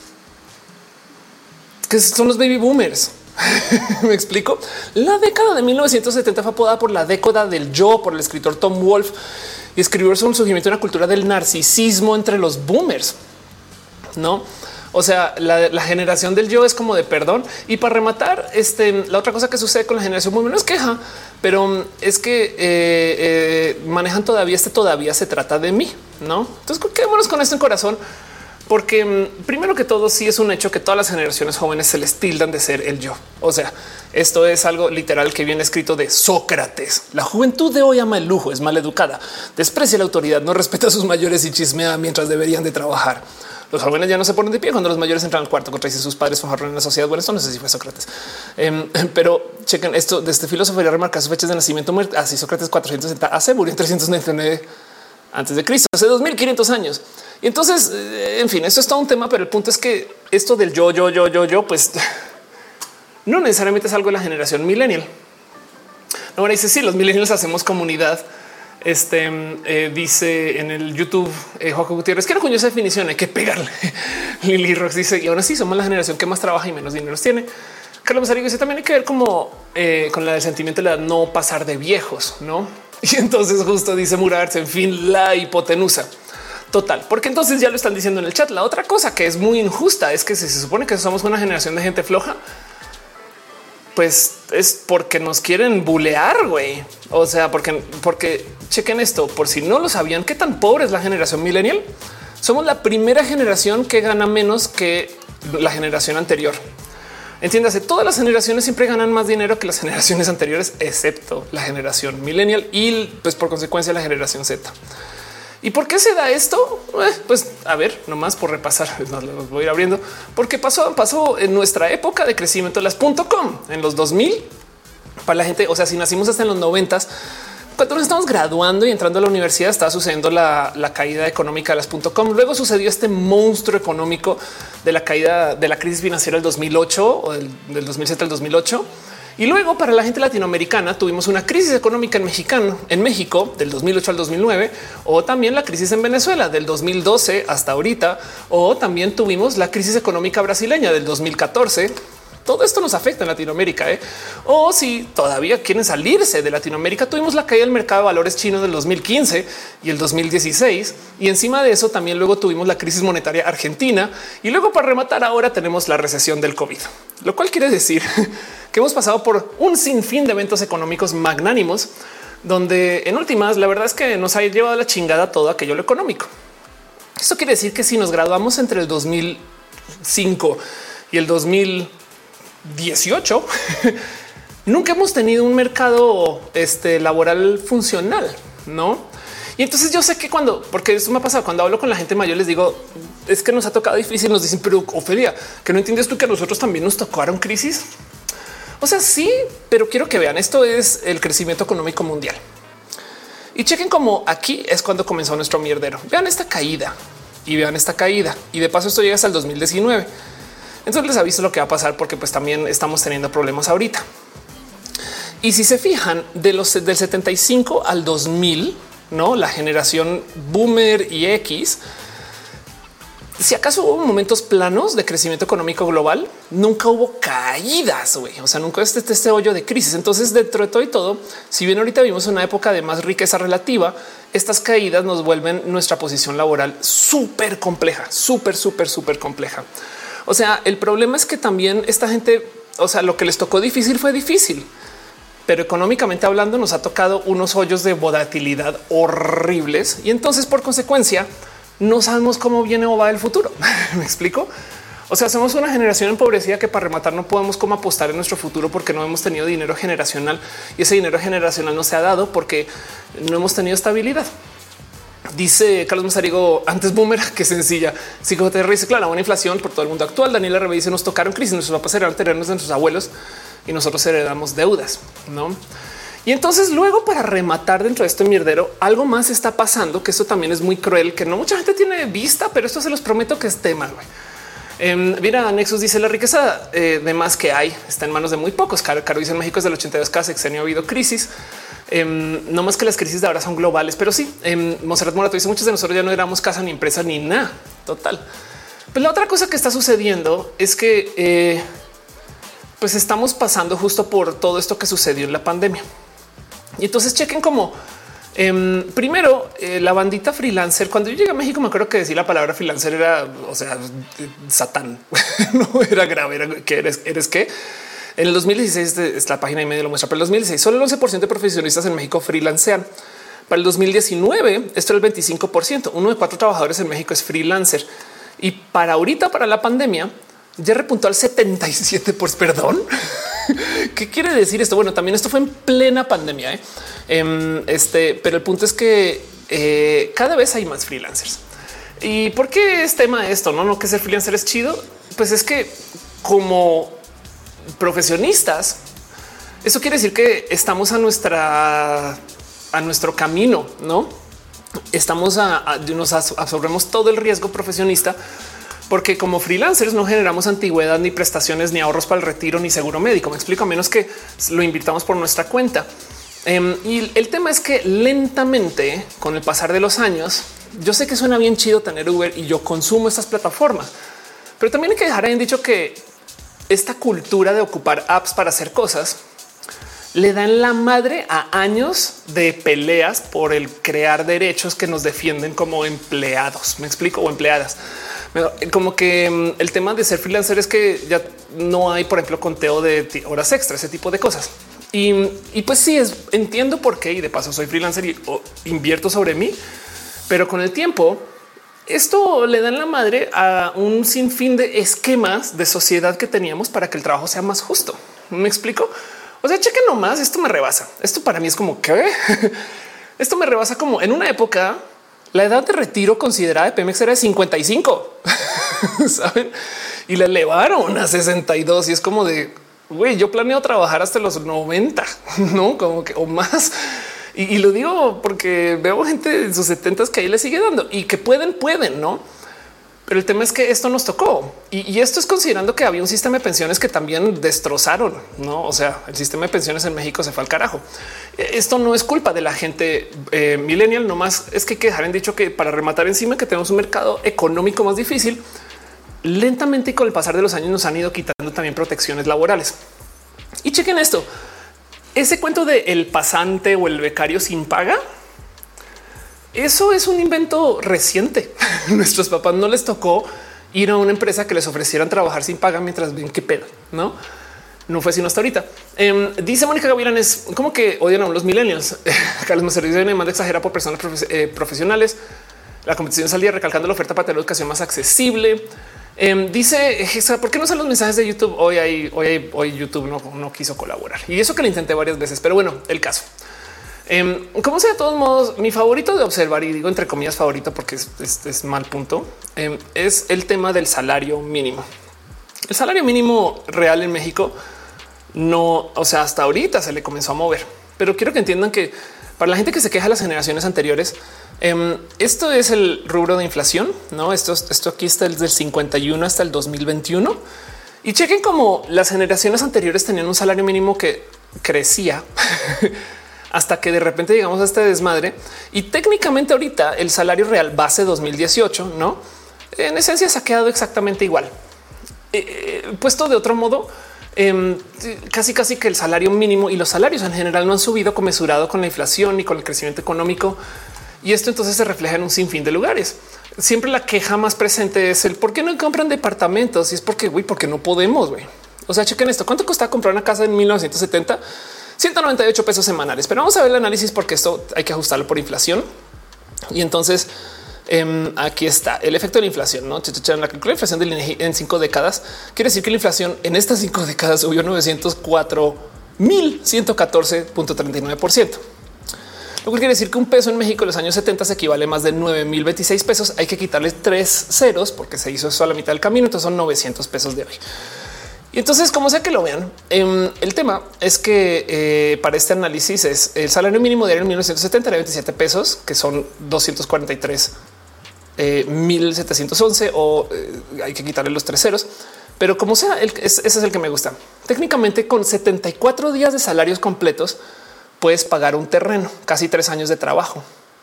que son los baby boomers. Me explico. La década de mil novecientos setenta fue apodada por la década del yo por el escritor Tom Wolfe y escribió sobre un surgimiento de una cultura del narcisismo entre los boomers. No? O sea, la, la generación del yo es como de perdón. Y para rematar, este, la otra cosa que sucede con la generación muy menos queja, pero es que eh, eh, manejan todavía este todavía se trata de mí, ¿no? Entonces quedémonos con esto en corazón, porque primero que todo sí es un hecho que todas las generaciones jóvenes se les tildan de ser el yo. O sea, esto es algo literal que viene escrito de Sócrates. La juventud de hoy ama el lujo, es maleducada, desprecia la autoridad, no respeta a sus mayores y chismea mientras deberían de trabajar. Los jóvenes ya no se ponen de pie cuando los mayores entran al cuarto, contradicen sus padres, forjaron en la sociedad. Bueno, esto no sé si fue Sócrates, eh, pero chequen esto de este filósofo. Ya remarca sus fechas de nacimiento, muerte. Así Sócrates cuatrocientos sesenta A C, murió en trescientos noventa y nueve antes de Cristo, hace dos mil quinientos años. Y entonces, en fin, esto es todo un tema, pero el punto es que esto del yo, yo, yo, yo, yo, pues no necesariamente es algo de la generación millennial. Ahora dice, sí, los millennials hacemos comunidad. Este eh, dice en el YouTube eh, Joaquín Gutiérrez, quiero con esa definición, hay que pegarle. Lili Rox dice, y ahora sí somos la generación que más trabaja y menos dinero tiene. Carlos Mazarillo dice, también hay que ver como eh, con la del sentimiento de la no pasar de viejos, ¿no? Y entonces justo dice Murarts, en fin, la hipotenusa. Total, porque entonces ya lo están diciendo en el chat. La otra cosa que es muy injusta es que si se supone que somos una generación de gente floja, pues es porque nos quieren bulear, güey. O sea, porque, porque chequen esto, por si no lo sabían, qué tan pobre es la generación millennial. Somos la primera generación que gana menos que la generación anterior. Entiéndase, todas las generaciones siempre ganan más dinero que las generaciones anteriores, excepto la generación millennial y pues por consecuencia la generación Z. ¿Y por qué se da esto? Eh, pues a ver, nomás por repasar, nos los voy a ir abriendo, porque pasó, pasó en nuestra época de crecimiento de las .com en los dos mil para la gente. O sea, si nacimos hasta en los noventas, cuando nos estamos graduando y entrando a la universidad, estaba sucediendo la, la caída económica de las .com. Luego sucedió este monstruo económico de la caída de la crisis financiera del dos mil ocho o del, del dos mil siete al dos mil ocho. Y luego para la gente latinoamericana tuvimos una crisis económica en mexicano en México del dos mil ocho al dos mil nueve, o también la crisis en Venezuela del dos mil doce hasta ahorita, o también tuvimos la crisis económica brasileña del dos mil catorce. Todo esto nos afecta en Latinoamérica. ¿eh? O si todavía quieren salirse de Latinoamérica, tuvimos la caída del mercado de valores chino del dos mil quince y el dos mil dieciséis. Y encima de eso también luego tuvimos la crisis monetaria argentina. Y luego para rematar ahora tenemos la recesión del COVID, lo cual quiere decir que hemos pasado por un sinfín de eventos económicos magnánimos, donde en últimas la verdad es que nos ha llevado a la chingada todo aquello lo económico. Esto quiere decir que si nos graduamos entre el dos mil cinco y el dos mil dieciocho, nunca hemos tenido un mercado este, laboral funcional, ¿no? Y entonces yo sé que cuando, porque eso me ha pasado, cuando hablo con la gente mayor les digo, es que nos ha tocado difícil, nos dicen, pero Ofelia, que no entiendes tú que a nosotros también nos tocaron crisis. O sea, sí, pero quiero que vean, esto es el crecimiento económico mundial. Y chequen cómo aquí es cuando comenzó nuestro mierdero. Vean esta caída y vean esta caída. Y de paso esto llega hasta el dos mil diecinueve. Entonces les aviso lo que va a pasar, porque pues también estamos teniendo problemas ahorita. Y si se fijan, de los del setenta y cinco al dos mil, no la generación boomer y X, si acaso hubo momentos planos de crecimiento económico global, nunca hubo caídas, güey. O sea, nunca este, este hoyo de crisis. Entonces, dentro de todo y todo, si bien ahorita vivimos una época de más riqueza relativa, estas caídas nos vuelven nuestra posición laboral súper compleja, súper, súper, súper compleja. O sea, el problema es que también esta gente, o sea, lo que les tocó difícil fue difícil, pero económicamente hablando nos ha tocado unos hoyos de volatilidad horribles y entonces por consecuencia no sabemos cómo viene o va el futuro. ¿Me explico? O sea, somos una generación empobrecida que para rematar no podemos cómo apostar en nuestro futuro porque no hemos tenido dinero generacional y ese dinero generacional no se ha dado porque no hemos tenido estabilidad. Dice Carlos Mazarigo, antes boomer, qué sencilla. Sigo te dice, claro, la buena inflación por todo el mundo actual. Daniela Rebe dice, nos tocaron crisis, nuestros papás heredaron terrenos de nuestros abuelos y nosotros heredamos deudas, ¿no? Y entonces luego para rematar dentro de este mierdero, algo más está pasando, que esto también es muy cruel, que no mucha gente tiene vista, pero esto se los prometo que es tema. Güey. Eh, mira, Nexus dice la riqueza eh, de más que hay está en manos de muy pocos. Caro, Caro dice en México es del ochenta y dos, cada sexenio ha habido crisis. Eh, no más que las crisis de ahora son globales, pero sí. Eh, Monserrat Morato dice muchos de nosotros ya no éramos casa ni empresa ni nada. Total. Pero la otra cosa que está sucediendo es que eh, pues estamos pasando justo por todo esto que sucedió en la pandemia. Y entonces chequen cómo Eh, primero, eh, la bandita freelancer. Cuando yo llegué a México, me acuerdo que decir la palabra freelancer era, o sea, satán. No era grave, era que eres, eres qué. En el dos mil dieciséis, es la página y medio lo muestra, pero el dos mil dieciséis solo el once por ciento de profesionistas en México freelancean. Para el dos mil diecinueve, esto era el veinticinco por ciento. Uno de cuatro trabajadores en México es freelancer. Y para ahorita, para la pandemia, ya repuntó al setenta y siete por ciento. Perdón. ¿Qué quiere decir esto? Bueno, también esto fue en plena pandemia. ¿eh? Eh, este, pero el punto es que eh, cada vez hay más freelancers. ¿Y por qué es tema esto? No, no que ser freelancer es chido. Pues es que como profesionistas, eso quiere decir que estamos a nuestra, a nuestro camino, no estamos a, a nos absorbemos todo el riesgo profesionista. Porque como freelancers no generamos antigüedad, ni prestaciones, ni ahorros para el retiro, ni seguro médico. Me explico, a menos que lo invirtamos por nuestra cuenta. Um, y el tema es que lentamente, con el pasar de los años, yo sé que suena bien chido tener Uber y yo consumo estas plataformas, pero también hay que dejar en dicho que esta cultura de ocupar apps para hacer cosas le dan la madre a años de peleas por el crear derechos que nos defienden como empleados. Me explico, o empleadas. Como que el tema de ser freelancer es que ya no hay, por ejemplo, conteo de horas extra, ese tipo de cosas. Y, y pues sí, es, entiendo por qué. Y de paso soy freelancer y o, invierto sobre mí, pero con el tiempo esto le dan la madre a un sinfín de esquemas de sociedad que teníamos para que el trabajo sea más justo. ¿Me explico? O sea, chequen nomás, esto me rebasa. Esto para mí es como que esto me rebasa como en una época. La edad de retiro considerada de Pemex era de cincuenta y cinco, ¿saben? Y la elevaron a sesenta y dos y es como de, güey, yo planeo trabajar hasta los noventa, ¿no? Como que o más. Y, y lo digo porque veo gente en sus setentas que ahí le sigue dando y que pueden, pueden, ¿no? Pero el tema es que esto nos tocó y, y esto es considerando que había un sistema de pensiones que también destrozaron, ¿no? O sea, el sistema de pensiones en México se fue al carajo. Esto no es culpa de la gente eh, millennial, nomás es que hay que dejar en dicho que para rematar encima que tenemos un mercado económico más difícil, lentamente y con el pasar de los años nos han ido quitando también protecciones laborales. Y chequen esto, ese cuento de el pasante o el becario sin paga, eso es un invento reciente. Nuestros papás no les tocó ir a una empresa que les ofrecieran trabajar sin paga mientras ven qué pedo, ¿no? No fue sino hasta ahorita. Eh, dice Mónica Gavilán, es como que odian a los millennials. Carlos Macerriz de demanda exagera por personas profe eh, profesionales. La competición salía recalcando la oferta para tener la educación más accesible. Eh, dice, ¿por qué no salen los mensajes de YouTube? Hoy hay, hoy hay, hoy YouTube no, no quiso colaborar. Y eso que lo intenté varias veces, pero bueno, el caso. Eh, como sea, de todos modos, mi favorito de observar, y digo entre comillas favorito porque es, es, es mal punto, eh, es el tema del salario mínimo. El salario mínimo real en México no, o sea, hasta ahorita se le comenzó a mover, pero quiero que entiendan que para la gente que se queja de las generaciones anteriores, eh, esto es el rubro de inflación, no? Esto, esto aquí está desde el cincuenta y uno hasta el dos mil veintiuno y chequen cómo las generaciones anteriores tenían un salario mínimo que crecía hasta que de repente llegamos a este desmadre y técnicamente ahorita el salario real base dos mil dieciocho, no? En esencia se ha quedado exactamente igual. Eh, puesto de otro modo, eh, casi casi que el salario mínimo y los salarios en general no han subido comensurado con la inflación y con el crecimiento económico. Y esto entonces se refleja en un sinfín de lugares. Siempre la queja más presente es el por qué no compran departamentos. Y es porque, güey, porque no podemos, güey. O sea, chequen esto. ¿Cuánto costaba comprar una casa en mil novecientos setenta? ciento noventa y ocho pesos semanales. Pero vamos a ver el análisis porque esto hay que ajustarlo por inflación. Y entonces eh, aquí está el efecto de la inflación. No la inflación del INEGI en cinco décadas quiere decir que la inflación en estas cinco décadas subió novecientos cuatro mil ciento catorce punto treinta y nueve por ciento. Lo que quiere decir que un peso en México en los años setenta se equivale a más de nueve mil veintiséis pesos. Hay que quitarle tres ceros porque se hizo eso a la mitad del camino. Entonces son novecientos pesos de hoy. Y entonces, como sea que lo vean, eh, el tema es que eh, para este análisis es el salario mínimo diario en mil novecientos setenta era veintisiete pesos, que son doscientos cuarenta y tres mil setecientos once o eh, hay que quitarle los tres ceros. Pero como sea, el, ese es el que me gusta. Técnicamente, con setenta y cuatro días de salarios completos, puedes pagar un terreno, casi tres años de trabajo.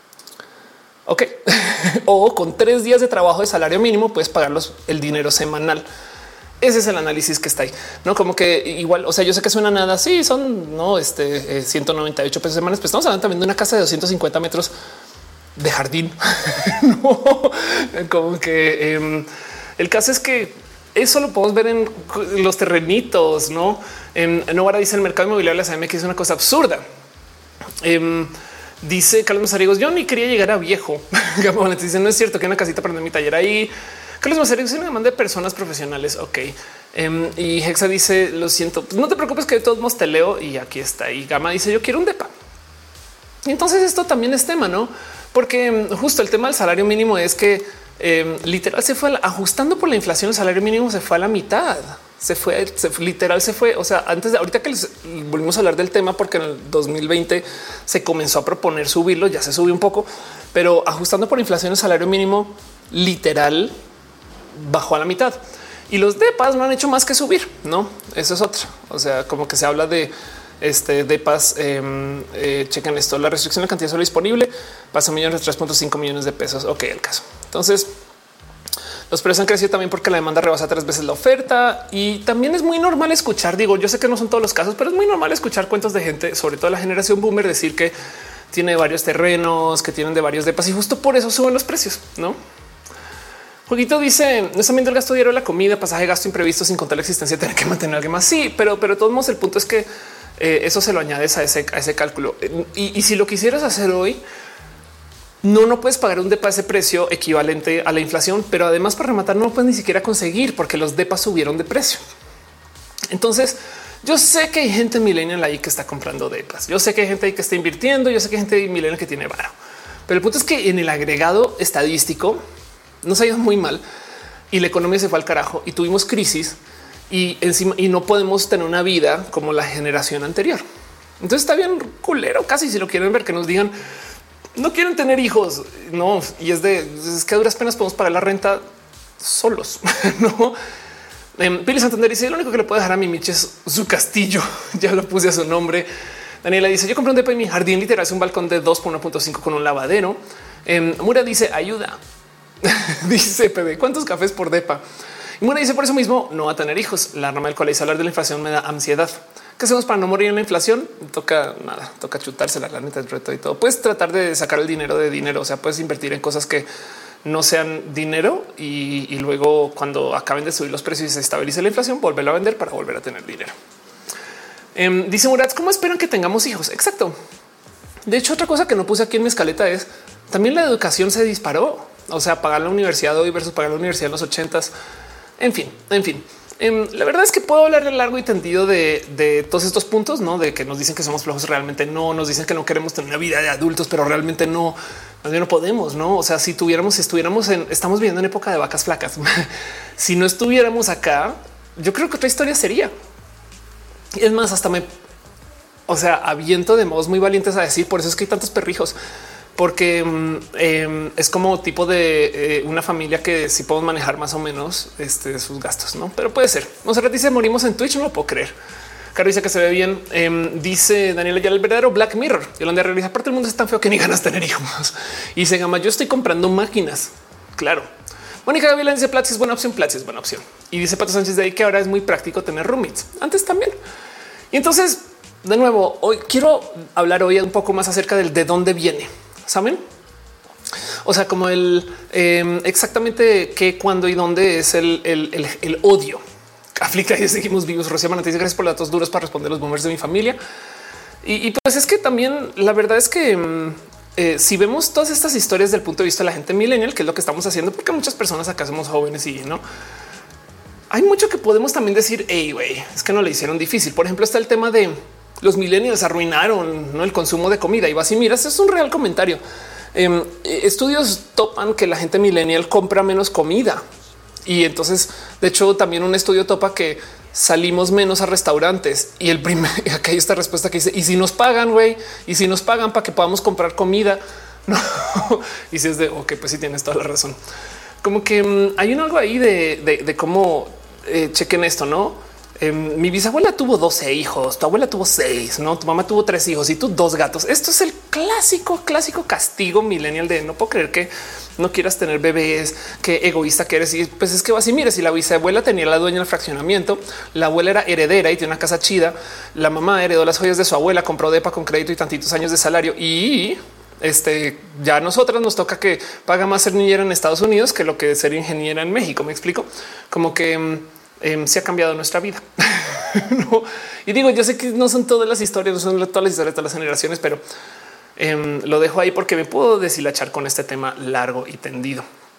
Ok. O con tres días de trabajo de salario mínimo, puedes pagarlos el dinero semanal. Ese es el análisis que está ahí, no como que igual. O sea, yo sé que suena nada. Sí, son no este eh, ciento noventa y ocho pesos semanas, pero estamos hablando también de una casa de doscientos cincuenta metros de jardín. No, como que eh, el caso es que eso lo podemos ver en los terrenitos, no en Novara. Dice el mercado inmobiliario de la C M que es una cosa absurda. Eh, dice Carlos Mazarigos, yo ni quería llegar a viejo. Dice, no es cierto que hay una casita para mi taller ahí. Carlos Mazarigos es una demanda de personas profesionales. Ok. Um, y Hexa dice, lo siento, pues no te preocupes que de todos modos te leo y aquí está. Y Gama dice, yo quiero un depa. Y entonces esto también es tema, ¿no? Porque um, justo el tema del salario mínimo es que um, literal se fue ajustando por la inflación. El salario mínimo se fue a la mitad. Se fue, se fue, literal se fue. O sea, antes de ahorita que les volvimos a hablar del tema, porque en el dos mil veinte se comenzó a proponer subirlo, ya se subió un poco, pero ajustando por inflación el salario mínimo literal bajó a la mitad y los depas no han hecho más que subir. No, eso es otra. O sea, como que se habla de este depas. Eh, eh, chequen esto. La restricción de cantidad solo disponible pasa millones, tres punto cinco millones de pesos. Ok, el caso. Entonces, los precios han crecido también porque la demanda rebasa tres veces la oferta y también es muy normal escuchar. Digo, yo sé que no son todos los casos, pero es muy normal escuchar cuentos de gente, sobre todo la generación boomer, decir que tiene varios terrenos, que tienen de varios depas y justo por eso suben los precios, ¿no? Jueguito dice, no están viendo el gasto diario de la comida, pasaje, gasto imprevisto, sin contar la existencia de tener que mantener a alguien más. Sí, pero, pero de todos modos el punto es que eh, eso se lo añades a ese, a ese cálculo. Y, y si lo quisieras hacer hoy, no, no puedes pagar un depa a ese precio equivalente a la inflación, pero además para rematar no puedes ni siquiera conseguir porque los depas subieron de precio. Entonces yo sé que hay gente millennial ahí que está comprando depas. Yo sé que hay gente ahí que está invirtiendo. Yo sé que hay gente millennial que tiene varo, pero el punto es que en el agregado estadístico nos ha ido muy mal y la economía se fue al carajo y tuvimos crisis y encima y no podemos tener una vida como la generación anterior. Entonces está bien culero casi si lo quieren ver, que nos digan no quieren tener hijos. No, y es de es que a duras penas podemos pagar la renta solos. No, eh, Pili Santander dice lo único que le puedo dejar a mi Michi es su castillo. Ya lo puse a su nombre. Daniela dice yo compré un depa en mi jardín literal, es un balcón de dos por uno punto cinco con un lavadero. Eh, Mura dice ayuda. Dice P D cuántos cafés por depa. Y Mura dice por eso mismo no va a tener hijos. La rama del cual dice hablar de la inflación me da ansiedad. ¿Qué hacemos para no morir en la inflación? Toca nada, toca chutársela, la neta, el reto y todo. Puedes tratar de sacar el dinero de dinero. O sea, puedes invertir en cosas que no sean dinero y, y luego cuando acaben de subir los precios y se estabilice la inflación, volverlo a vender para volver a tener dinero. Eh, dice Murat, ¿cómo esperan que tengamos hijos? Exacto. De hecho, otra cosa que no puse aquí en mi escaleta es también la educación se disparó. O sea, pagar la universidad hoy versus pagar la universidad en los ochentas. En fin, en fin. Um, la verdad es que puedo hablar de largo y tendido de, de todos estos puntos, no de que nos dicen que somos flojos, realmente no nos dicen que no queremos tener una vida de adultos, pero realmente no, no podemos. No, o sea, si tuviéramos, si estuviéramos en, estamos viviendo en época de vacas flacas. Si no estuviéramos acá, yo creo que otra historia sería. Y es más, hasta me, o sea, aviento de modos muy valientes a decir por eso es que hay tantos perrijos. Porque eh, es como tipo de eh, una familia que sí podemos manejar más o menos este, sus gastos, no? Pero puede ser. Monserrat dice morimos en Twitch. No lo puedo creer. Caro dice que se ve bien. Eh, dice Daniela ya el verdadero Black Mirror. Yolanda realiza aparte el mundo es tan feo que ni ganas de tener hijos. Y se llama yo estoy comprando máquinas. Claro. Mónica Gabriela dice Platzi es buena opción. Platzi es buena opción. Y dice Pato Sánchez de ahí que ahora es muy práctico tener roommates. Antes también. Y entonces, de nuevo, hoy quiero hablar hoy un poco más acerca del de dónde viene. ¿Saben? O sea, como el eh, exactamente qué, cuándo y dónde es el, el, el, el odio. Aflicta y seguimos vivos. Rocío Manatí dice gracias por los datos duros para responder los boomers de mi familia. Y, y pues es que también la verdad es que eh, si vemos todas estas historias del punto de vista de la gente millennial, que es lo que estamos haciendo, porque muchas personas acá somos jóvenes y no hay mucho que podemos también decir. Hey, güey, es que no le hicieron difícil. Por ejemplo, está el tema de los millennials arruinaron, ¿no?, el consumo de comida. Y vas y miras, es un real comentario. Eh, estudios topan que la gente millennial compra menos comida. Y entonces, de hecho, también un estudio topa que salimos menos a restaurantes. Y el primer, acá hay esta respuesta que dice, y si nos pagan, güey, y si nos pagan para que podamos comprar comida. No, y si es de, ok, pues sí tienes toda la razón. Como que um, hay un algo ahí de, de, de cómo eh, chequen esto, ¿no? Eh, mi bisabuela tuvo doce hijos, tu abuela tuvo seis, no, tu mamá tuvo tres hijos y tú dos gatos. Esto es el clásico, clásico castigo millennial de no puedo creer que no quieras tener bebés, qué egoísta que eres. Y pues es que va así. Mire, si la bisabuela tenía la dueña del fraccionamiento, la abuela era heredera y tiene una casa chida, la mamá heredó las joyas de su abuela, compró depa con crédito y tantitos años de salario y este ya a nosotras nos toca que paga más ser niñera en Estados Unidos que lo que ser ingeniera en México. Me explico como que Eh, se ha cambiado nuestra vida. No. Y digo, yo sé que no son todas las historias, no son todas las historias de todas las generaciones, pero eh, lo dejo ahí porque me puedo deshilachar con este tema largo y tendido.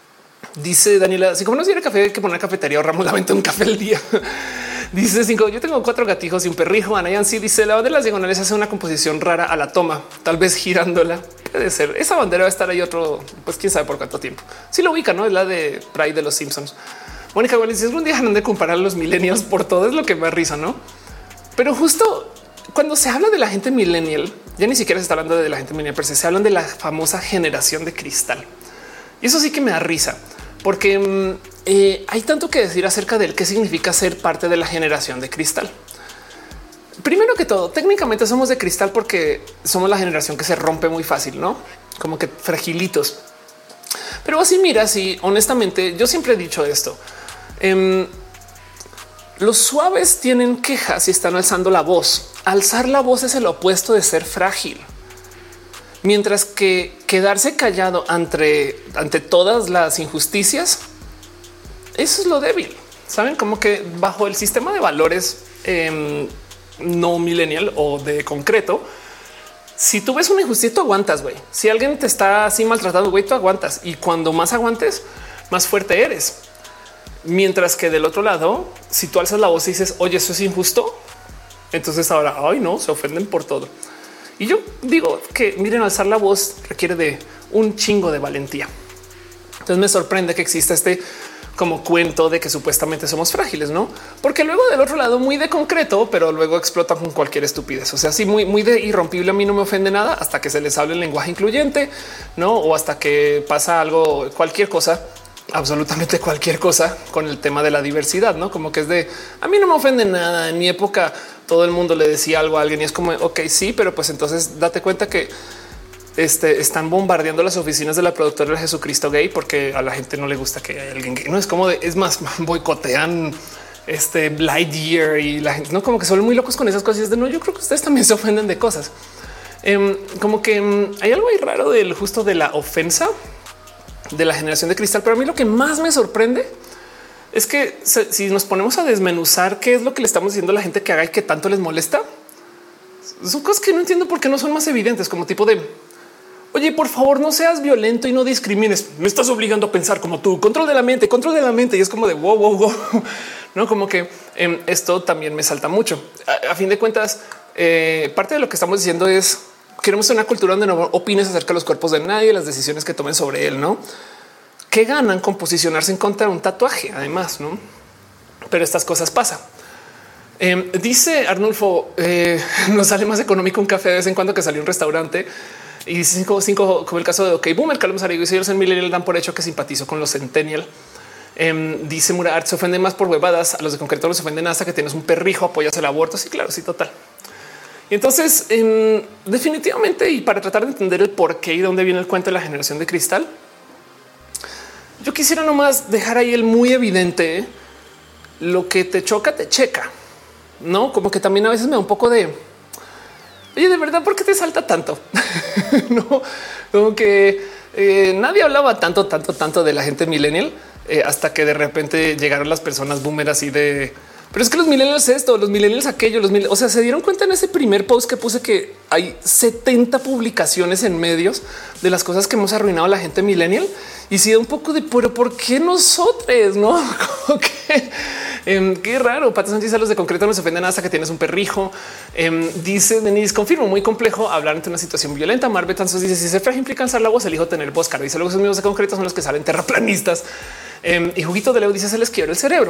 Dice Daniela, si como no tiene café hay que poner cafetería, ahorramos la venta de un café al día. Dice cinco, yo tengo cuatro gatijos y un perrijo. Anayan sí dice la bandera de las diagonales hace una composición rara a la toma, tal vez girándola. Puede ser. Esa bandera va a estar ahí otro, pues quién sabe por cuánto tiempo. Si lo ubica, no es la de Pride de los Simpsons. Mónica Gómez dice: algún día dejan de comparar a los millennials por todo, es lo que me da risa, ¿no? Pero justo cuando se habla de la gente millennial, ya ni siquiera se está hablando de la gente millennial, pero se, se hablan de la famosa generación de cristal. Y eso sí que me da risa, porque eh, hay tanto que decir acerca de qué significa ser parte de la generación de cristal. Primero que todo, técnicamente somos de cristal porque somos la generación que se rompe muy fácil, ¿no? Como que fragilitos. Pero así mira, sí, honestamente, yo siempre he dicho esto. Um, los suaves tienen quejas y están alzando la voz. Alzar la voz es el opuesto de ser frágil, mientras que quedarse callado ante, ante todas las injusticias, eso es lo débil. Saben, como que bajo el sistema de valores eh, no millennial o de concreto, si tú ves una injusticia, tú aguantas, güey. Si alguien te está así maltratando, güey, tú aguantas. Y cuando más aguantes, más fuerte eres. Mientras que del otro lado, si tú alzas la voz y dices, oye, eso es injusto, entonces ahora, ay, no, se ofenden por todo. Y yo digo que miren, alzar la voz requiere de un chingo de valentía. Entonces me sorprende que exista este como cuento de que supuestamente somos frágiles, no? Porque luego del otro lado, muy de concreto, pero luego explotan con cualquier estupidez. O sea, sí, muy, muy de irrompible. A mí no me ofende nada hasta que se les hable el lenguaje incluyente, no? O hasta que pasa algo, cualquier cosa, absolutamente cualquier cosa con el tema de la diversidad, no? Como que es de a mí no me ofende nada. En mi época todo el mundo le decía algo a alguien y es como ok, sí, pero pues entonces date cuenta que Este, están bombardeando las oficinas de la productora de Jesucristo gay porque a la gente no le gusta que haya alguien gay. No es como de, es más, boicotean este Lightyear y la gente no como que son muy locos con esas cosas de no. Yo creo que ustedes también se ofenden de cosas eh, como que eh, hay algo ahí raro del justo de la ofensa de la generación de cristal. Pero a mí lo que más me sorprende es que se, si nos ponemos a desmenuzar qué es lo que le estamos diciendo a la gente que haga y que tanto les molesta, son cosas que no entiendo por qué no son más evidentes, como tipo de oye, por favor, no seas violento y no discrimines. Me estás obligando a pensar como tú. Control de la mente, control de la mente. Y es como de wow, wow, wow. No, como que eh, esto también me salta mucho. A, a fin de cuentas, eh, parte de lo que estamos diciendo es queremos una cultura donde no opines acerca de los cuerpos de nadie, las decisiones que tomen sobre él, no? ¿Qué ganan con posicionarse en contra de un tatuaje? Además, no, pero estas cosas pasan. Eh, dice Arnulfo, eh, nos sale más económico un café de vez en cuando que salir a un restaurante. Y cinco, cinco, como el caso de OK Boomer, Carlos Arigo y señores en Millennial dan por hecho que simpatizo con los Centennial. Eh, dice Murat, se ofende más por huevadas. A los de concreto los ofenden hasta que tienes un perrijo, apoyas el aborto. Sí, claro, sí, total. Y entonces, eh, definitivamente, y para tratar de entender el por qué y dónde viene el cuento de la generación de cristal, yo quisiera nomás dejar ahí el muy evidente: lo que te choca, te checa, no? Como que también a veces me da un poco de oye, de verdad, ¿por qué te salta tanto? No, como que eh, nadie hablaba tanto, tanto, tanto de la gente millennial eh, hasta que de repente llegaron las personas boomer así de pero es que los millennials esto, los millennials aquello, los millennials, o sea, se dieron cuenta en ese primer post que puse que hay setenta publicaciones en medios de las cosas que hemos arruinado a la gente millennial y si da un poco de pero ¿por qué nosotros? No, como que Eh, qué raro. Pato Sánchez, a los de concreto no se ofenden hasta que tienes un perrijo. Eh, dice Denise, confirmo, muy complejo hablar ante una situación violenta. Marve Tanzos dice si se frágil implica alzar la voz, elijo tener voz. Caro dice luego esos mismos de concreto son los que salen terraplanistas. Eh, y Juguito de Leo dice se les quiebra el cerebro.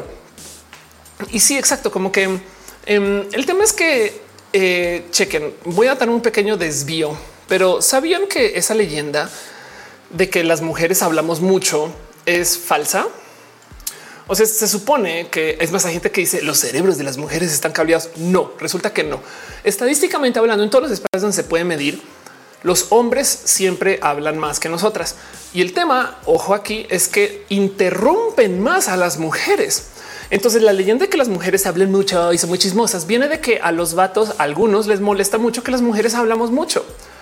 Y sí, exacto. Como que eh, el tema es que eh, chequen, voy a dar un pequeño desvío, pero sabían que esa leyenda de que las mujeres hablamos mucho es falsa. O sea, se supone que es más, hay gente que dice los cerebros de las mujeres están cableados. No, resulta que no. Estadísticamente hablando, en todos los espacios donde se puede medir, los hombres siempre hablan más que nosotras. Y el tema, ojo aquí, es que interrumpen más a las mujeres. Entonces la leyenda de que las mujeres hablen mucho y son muy chismosas viene de que a los vatos, a algunos les molesta mucho que las mujeres hablamos mucho.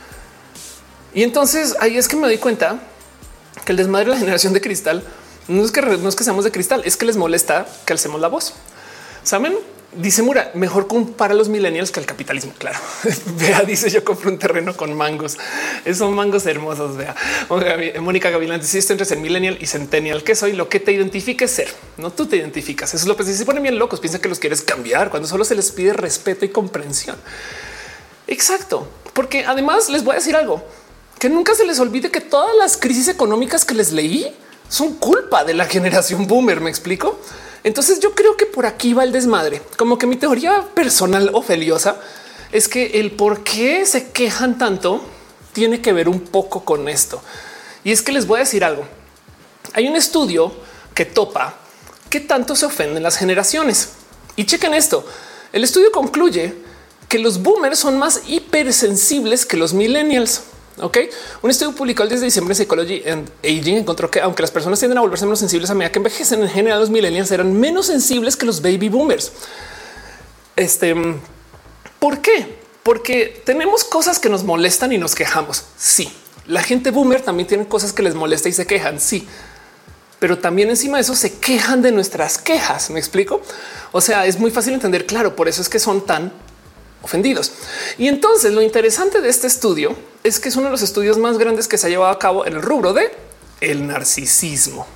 Y entonces ahí es que me doy cuenta que el desmadre de la generación de cristal no es que no es que seamos de cristal, es que les molesta que alcemos la voz. ¿Saben? Dice Mura, mejor compara a los millennials que el capitalismo. Claro. Vea, dice yo compro un terreno con mangos. Son mangos hermosos. Vea, Mónica Gavilán dice esto entre ser millennial y centennial. ¿Qué soy? Lo que te identifique ser. No tú te identificas. Eso es lo que se ponen bien locos. Piensan que los quieres cambiar cuando solo se les pide respeto y comprensión. Exacto. Porque además les voy a decir algo, que nunca se les olvide que todas las crisis económicas que les leí son culpa de la generación boomer. ¿Me explico? Entonces yo creo que por aquí va el desmadre. Como que mi teoría personal ofeliosa es que el por qué se quejan tanto tiene que ver un poco con esto. Y es que les voy a decir algo. Hay un estudio que topa qué tanto se ofenden las generaciones. Y chequen esto. El estudio concluye que los boomers son más hipersensibles que los millennials. Ok, un estudio publicado el diez de diciembre en Psychology and Aging encontró que aunque las personas tienden a volverse menos sensibles a medida que envejecen, en general los millennials eran menos sensibles que los baby boomers. Este, ¿por qué? Porque tenemos cosas que nos molestan y nos quejamos. Sí, la gente boomer también tiene cosas que les molesta y se quejan. Sí, pero también encima de eso se quejan de nuestras quejas. ¿Me explico? O sea, es muy fácil entender. Claro, por eso es que son tan ofendidos. Y entonces lo interesante de este estudio es que es uno de los estudios más grandes que se ha llevado a cabo en el rubro de el narcisismo.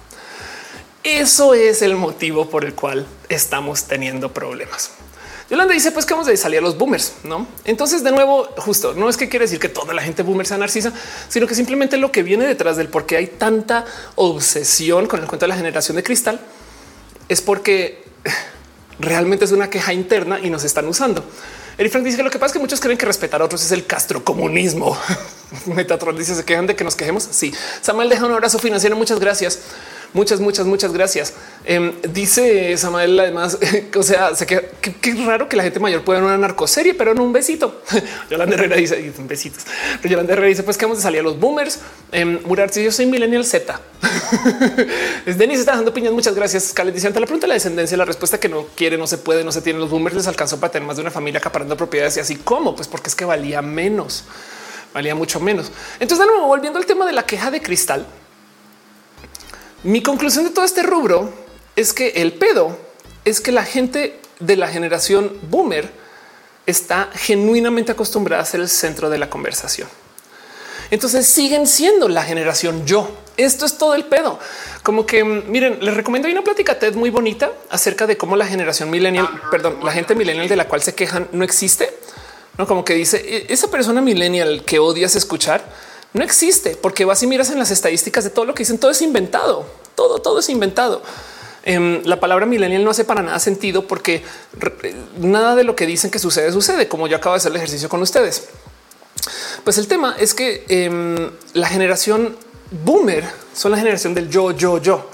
Eso es el motivo por el cual estamos teniendo problemas. Yolanda dice pues que vamos a salir a los boomers, ¿no? Entonces de nuevo, justo no es que quiere decir que toda la gente boomer sea narcisa, sino que simplemente lo que viene detrás del por qué hay tanta obsesión con el cuento de la generación de cristal es porque realmente es una queja interna y nos están usando. Eric Frank dice que lo que pasa es que muchos creen que respetar a otros es el castrocomunismo. Metatron dice se quejan de que nos quejemos. Sí. Samuel deja un abrazo financiero. Muchas gracias. Muchas, muchas, muchas gracias. Eh, dice Samuel además, o sea, se queda, qué, qué raro que la gente mayor pueda ver una narcoserie, pero no un besito. Yolanda Herrera dice besitos. Pero Yolanda Herrera dice pues que vamos a salir a los boomers. Eh, Murar, si yo soy millennial Z. Es Denis está dando piñas. Muchas gracias. Scarlett dice ante la pregunta de la descendencia, la respuesta que no quiere, no se puede, no se tiene. Los boomers les alcanzó para tener más de una familia acaparando propiedades y así como, pues porque es que valía menos, valía mucho menos. Entonces, de nuevo, volviendo al tema de la queja de cristal, mi conclusión de todo este rubro es que el pedo es que la gente de la generación boomer está genuinamente acostumbrada a ser el centro de la conversación. Entonces siguen siendo la generación yo. Esto es todo el pedo. Como que miren, les recomiendo hay una plática TED muy bonita acerca de cómo la generación millennial, perdón, la gente millennial de la cual se quejan no existe. No, como que dice esa persona millennial que odias escuchar no existe, porque vas y miras en las estadísticas de todo lo que dicen. Todo es inventado, todo, todo es inventado. Eh, la palabra millennial no hace para nada sentido porque nada de lo que dicen que sucede sucede, como yo acabo de hacer el ejercicio con ustedes. Pues el tema es que eh, la generación boomer son la generación del yo, yo, yo.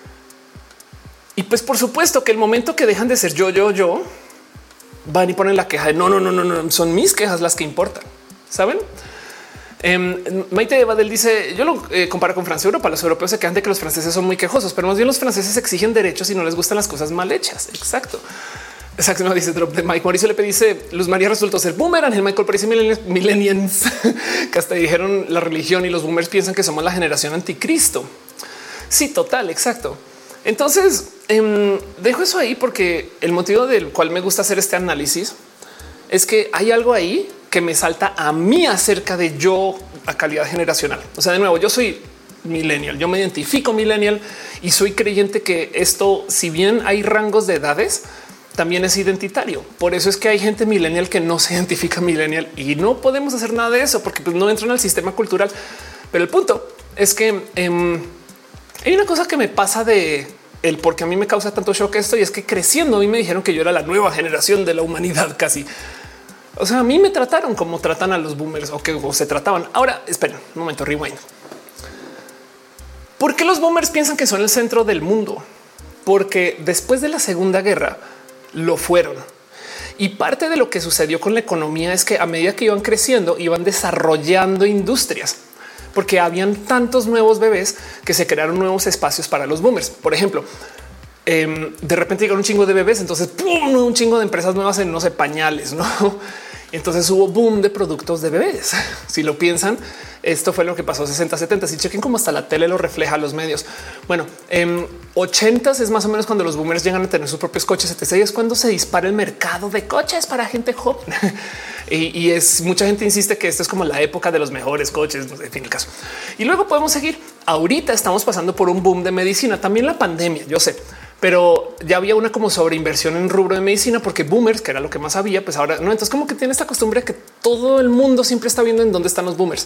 Y pues por supuesto que el momento que dejan de ser yo, yo, yo, van y ponen la queja de no, no, no, no, no, son mis quejas las que importan. ¿Saben? Eh, Maite Badel dice yo lo eh, comparo con Francia. Europa. Los europeos se quejan de que los franceses son muy quejosos, pero más bien los franceses exigen derechos y no les gustan las cosas mal hechas. Exacto. Exacto. No dice drop de Mike. Mauricio Lepe dice Luz María resultó ser boomer. Ángel Michael parece millennials que hasta dijeron la religión y los boomers piensan que somos la generación anticristo. Sí, total. Exacto. Entonces eh, dejo eso ahí porque el motivo del cual me gusta hacer este análisis es que hay algo ahí que me salta a mí acerca de yo a calidad generacional. O sea, de nuevo, yo soy millennial, yo me identifico millennial y soy creyente que esto, si bien hay rangos de edades, también es identitario. Por eso es que hay gente millennial que no se identifica millennial y no podemos hacer nada de eso porque pues, no entran al sistema cultural. Pero el punto es que eh, hay una cosa que me pasa de el por qué a mí me causa tanto shock esto y es que creciendo a mí me dijeron que yo era la nueva generación de la humanidad casi. O sea, a mí me trataron como tratan a los boomers o que o se trataban. Ahora, esperen un momento, rewind. ¿Por qué los boomers piensan que son el centro del mundo? porque después de la Segunda Guerra lo fueron. Y parte de lo que sucedió con la economía es que a medida que iban creciendo, iban desarrollando industrias, porque habían tantos nuevos bebés que se crearon nuevos espacios para los boomers. Por ejemplo, eh, de repente llegaron un chingo de bebés, entonces ¡pum! Un chingo de empresas nuevas en, no sé, pañales, ¿no? Entonces hubo boom de productos de bebés. Si lo piensan, esto fue lo que pasó sesenta, setenta. Si chequen cómo hasta la tele lo refleja a los medios. Bueno, en ochentas es más o menos cuando los boomers llegan a tener sus propios coches, etcétera. Y es cuando se dispara el mercado de coches para gente joven. y, y es mucha gente insiste que esta es como la época de los mejores coches, en fin, el caso. Y luego podemos seguir. Ahorita estamos pasando por un boom de medicina, también la pandemia, yo sé. Pero ya había una como sobreinversión en rubro de medicina porque boomers, que era lo que más había, pues ahora no. Entonces como que tiene esta costumbre que todo el mundo siempre está viendo en dónde están los boomers.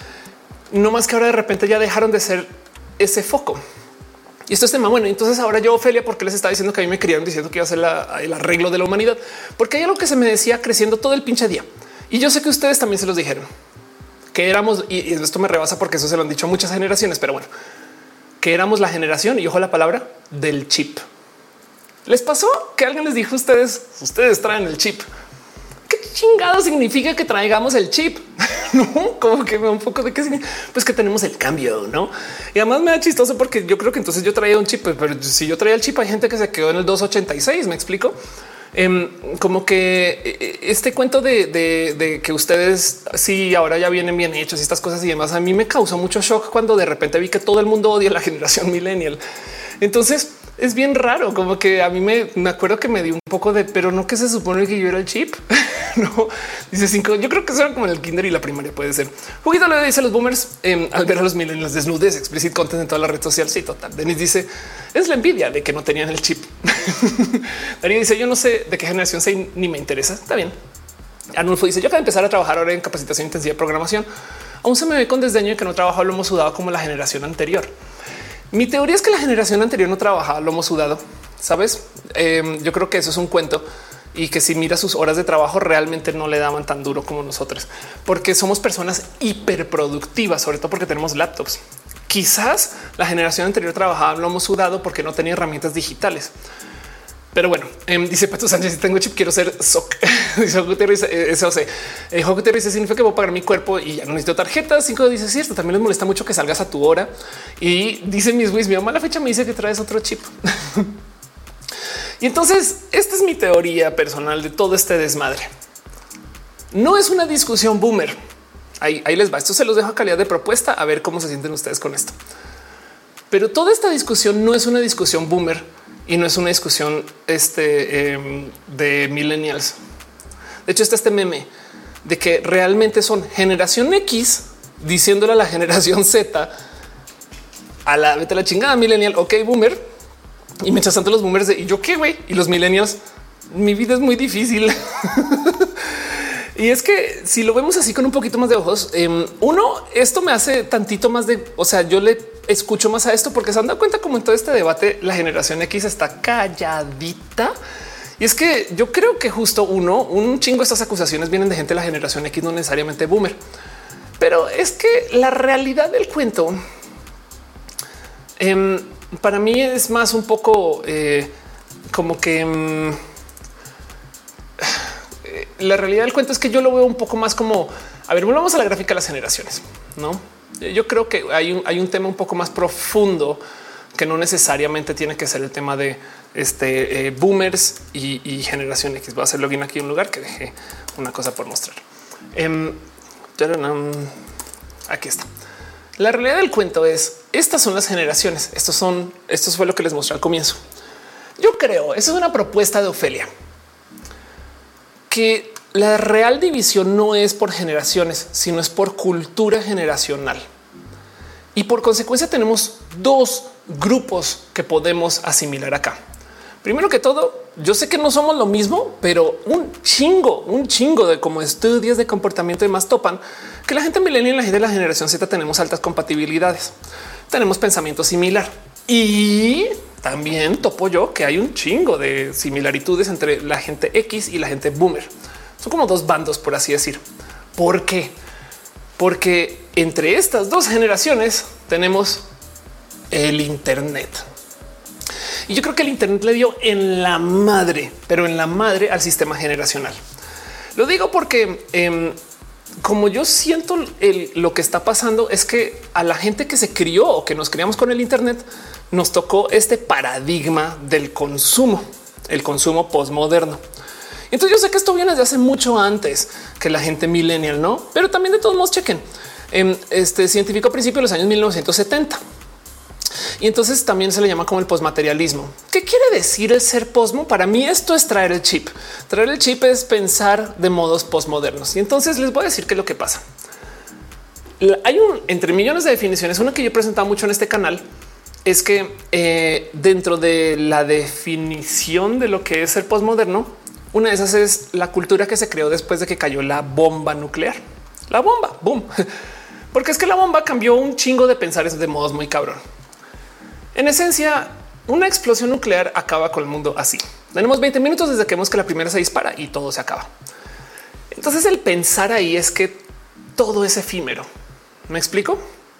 No más que ahora de repente ya dejaron de ser ese foco. Y esto es tema. Bueno, entonces ahora yo, Ofelia, ¿por qué les estaba diciendo que a mí me criaron diciendo que iba a ser la, el arreglo de la humanidad? Porque hay algo que se me decía creciendo todo el pinche día. Y yo sé que ustedes también se los dijeron, que éramos, y esto me rebasa porque eso se lo han dicho muchas generaciones, pero bueno, que éramos la generación, y ojo la palabra, del chip. ¿Les pasó que alguien les dijo a ustedes, ustedes traen el chip? ¿Qué chingado significa que traigamos el chip? No, como que me da un poco de qué significa. Pues que tenemos el cambio, ¿no? Y además me da chistoso porque yo creo que entonces yo traía un chip, pero si yo traía el chip hay gente que se quedó en el doscientos ochenta y seis, ¿me explico? Eh, como que este cuento de, de, de que ustedes sí ahora ya vienen bien hechos y estas cosas y demás, a mí me causó mucho shock cuando de repente vi que todo el mundo odia la generación millennial. Entonces es bien raro, como que a mí me, me acuerdo que me dio un poco de, pero no que se supone que yo era el chip. No, dice cinco. Yo creo que eso era como en el kinder y la primaria puede ser. Juguito le dice a los boomers eh, al ver a los millennials desnudes, explicit content en toda la red social. Sí, total. Denis dice es la envidia de que no tenían el chip. Darío dice yo no sé de qué generación soy ni me interesa. Está bien. Arnulfo dice yo acabo de empezar a trabajar ahora en capacitación intensiva de programación. Aún se me ve con desdeño de que no trabajo lo hemos sudado como la generación anterior. Mi teoría es que la generación anterior no trabajaba lo hemos sudado. Sabes, eh, yo creo que eso es un cuento y que si mira sus horas de trabajo realmente no le daban tan duro como nosotros, porque somos personas hiperproductivas, sobre todo porque tenemos laptops. Quizás la generación anterior trabajaba lo hemos sudado porque no tenía herramientas digitales. Pero bueno, eh, dice Pato Sánchez, si tengo chip, quiero ser S O C. Dice Gutiérrez, eso sé. Gutiérrez dice, significa que voy a pagar mi cuerpo y ya no necesito tarjetas. Cinco dice, cierto, también les molesta mucho que salgas a tu hora. Y dice mis Wiz, mi mamá la fecha me dice que traes otro chip. Y entonces, esta es mi teoría personal de todo este desmadre. No es una discusión boomer. Ahí, ahí les va. Esto se los dejo a calidad de propuesta, a ver cómo se sienten ustedes con esto. Pero toda esta discusión no es una discusión boomer y no es una discusión este, eh, de millennials. De hecho, está este meme de que realmente son generación X diciéndole a la generación Z, a la vete a la chingada millennial. Ok, boomer. Y mientras tanto los boomers de y yo qué güey y los millennials, mi vida es muy difícil. Y es que si lo vemos así con un poquito más de ojos, eh, uno, esto me hace tantito más de, o sea, yo le escucho más a esto porque se han dado cuenta como en todo este debate la generación X está calladita. Y es que yo creo que justo uno, un chingo de estas acusaciones vienen de gente de la generación X, no necesariamente boomer. Pero es que la realidad del cuento eh, para mí es más un poco eh, como que um, la realidad del cuento es que yo lo veo un poco más como, a ver, volvamos a la gráfica de las generaciones, ¿no? Yo creo que hay un, hay un tema un poco más profundo que no necesariamente tiene que ser el tema de este eh, boomers y, y generación X. Voy a hacer login aquí en un lugar que dejé una cosa por mostrar. Um, aquí está. La realidad del cuento es estas son las generaciones. Estos son, esto fue lo que les mostré al comienzo. Yo creo, esa es una propuesta de Ofelia, que la real división no es por generaciones, sino es por cultura generacional. Y por consecuencia tenemos dos grupos que podemos asimilar acá. Primero que todo, yo sé que no somos lo mismo, pero un chingo, un chingo de como estudios de comportamiento y más topan que la gente millennial y la gente de la generación Z tenemos altas compatibilidades. Tenemos pensamiento similar y también topo yo que hay un chingo de similaritudes entre la gente X y la gente boomer. Son como dos bandos, por así decir. ¿Por qué? Porque entre estas dos generaciones tenemos el Internet. Y yo creo que el Internet le dio en la madre, pero en la madre al sistema generacional. Lo digo porque eh, como yo siento el, lo que está pasando es que a la gente que se crió o que nos criamos con el Internet nos tocó este paradigma del consumo, el consumo postmoderno. Entonces yo sé que esto viene desde hace mucho antes que la gente millennial, no? Pero también de todos modos chequen. Este científico a principios de los años mil novecientos setenta. Y entonces también se le llama como el posmaterialismo. ¿Qué quiere decir el ser posmo? Para mí esto es traer el chip. Traer el chip es pensar de modos postmodernos. Y entonces les voy a decir qué es lo que pasa. Hay un entre millones de definiciones. Una que yo he presentado mucho en este canal es que eh, dentro de la definición de lo que es ser postmoderno, una de esas es la cultura que se creó después de que cayó la bomba nuclear. La bomba, boom. Porque es que la bomba cambió un chingo de pensares de modos muy cabrón. En esencia, una explosión nuclear acaba con el mundo así. Tenemos veinte minutos desde que vemos que la primera se dispara y todo se acaba. Entonces el pensar ahí es que todo es efímero. ¿Me explico?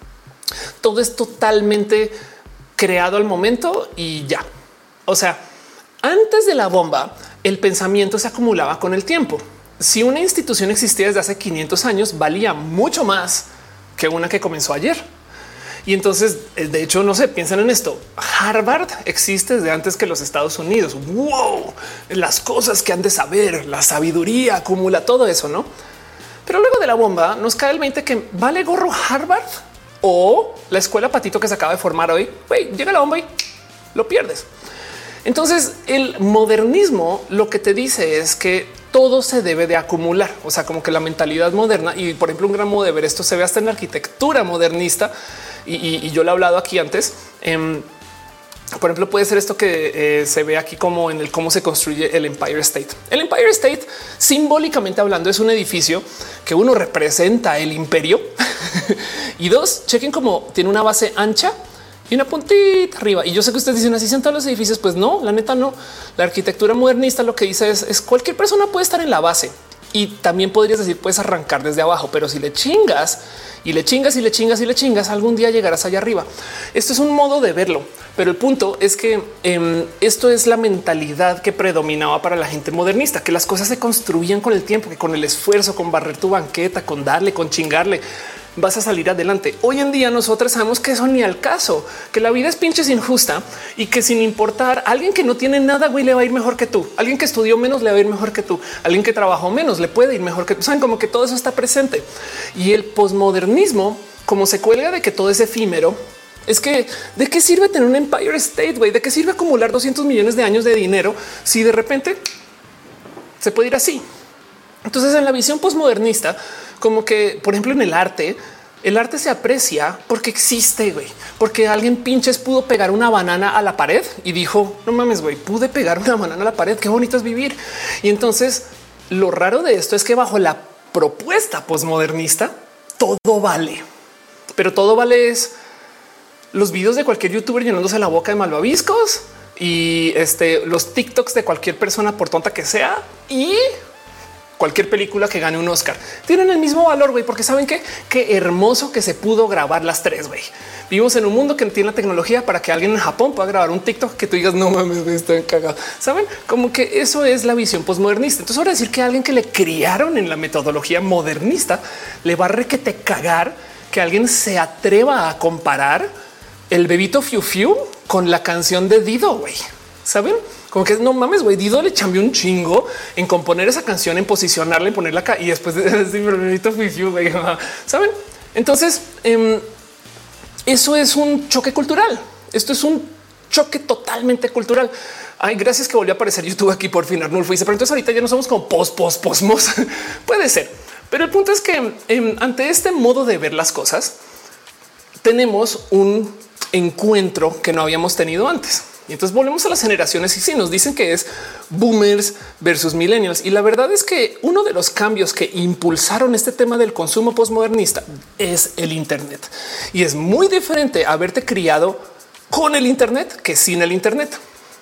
Todo es totalmente creado al momento y ya. O sea, antes de la bomba, el pensamiento se acumulaba con el tiempo. Si una institución existía desde hace quinientos años, valía mucho más que una que comenzó ayer. Y entonces, de hecho, no sé, piensan en esto. Harvard existe desde antes que los Estados Unidos. Wow, las cosas que han de saber, la sabiduría acumula todo eso, no? Pero luego de la bomba nos cae el veinte que vale gorro Harvard o la escuela patito que se acaba de formar hoy. Wey, llega la bomba y lo pierdes. Entonces, el modernismo lo que te dice es que todo se debe de acumular. O sea, como que la mentalidad moderna y, por ejemplo, un gran modo de ver esto se ve hasta en la arquitectura modernista. Y, y, y yo lo he hablado aquí antes. Eh, por ejemplo, puede ser esto que eh, se ve aquí como en el cómo se construye el Empire State. El Empire State, simbólicamente hablando, es un edificio que uno representa el imperio y dos, chequen cómo tiene una base ancha y una puntita arriba. Y yo sé que ustedes dicen así son todos los edificios. Pues no, la neta no. La arquitectura modernista lo que dice es, es cualquier persona puede estar en la base y también podrías decir puedes arrancar desde abajo, pero si le chingas y le chingas y le chingas y le chingas, algún día llegarás allá arriba. Esto es un modo de verlo, pero el punto es que eh, esto es la mentalidad que predominaba para la gente modernista, que las cosas se construían con el tiempo, que con el esfuerzo, con barrer tu banqueta, con darle, con chingarle, vas a salir adelante. Hoy en día nosotros sabemos que eso ni al caso, que la vida es pinches injusta y que sin importar alguien que no tiene nada, güey, le va a ir mejor que tú. Alguien que estudió menos le va a ir mejor que tú. Alguien que trabajó menos le puede ir mejor que tú. Saben como que todo eso está presente y el posmodernismo, como se cuelga de que todo es efímero, es que de qué sirve tener un Empire State, güey, de qué sirve acumular doscientos millones de años de dinero si de repente se puede ir así. Entonces, en la visión posmodernista, como que, por ejemplo, en el arte, el arte se aprecia porque existe, güey, porque alguien pinches pudo pegar una banana a la pared y dijo, no mames, güey, pude pegar una banana a la pared. Qué bonito es vivir. Y entonces lo raro de esto es que bajo la propuesta posmodernista, todo vale, pero todo vale es los videos de cualquier youtuber llenándose la boca de malvaviscos y este, los TikToks de cualquier persona, por tonta que sea, y cualquier película que gane un Oscar tienen el mismo valor, güey, porque saben que qué hermoso que se pudo grabar las tres, güey. Vivimos en un mundo que tiene la tecnología para que alguien en Japón pueda grabar un TikTok que tú digas, no mames, güey, estoy cagado. Saben como que eso es la visión posmodernista. Entonces, ahora decir que alguien que le criaron en la metodología modernista le va a requete cagar que alguien se atreva a comparar el bebito Fiu Fiu con la canción de Dido, güey. Saben como que no mames, güey. Dido le chambeó un chingo en componer esa canción, en posicionarla, en ponerla acá y después de bebito Fiu Fiu, güey. Saben? Entonces, eh, eso es un choque cultural. Esto es un choque totalmente cultural. Ay, gracias que volvió a aparecer YouTube aquí por fin. Arnulfo dice, pero entonces ahorita ya no somos como post, post, posmos. Puede ser, pero el punto es que eh, ante este modo de ver las cosas, tenemos un encuentro que no habíamos tenido antes. Y entonces volvemos a las generaciones y sí nos dicen que es boomers versus millennials. Y la verdad es que uno de los cambios que impulsaron este tema del consumo postmodernista es el Internet. Y es muy diferente haberte criado con el Internet que sin el Internet.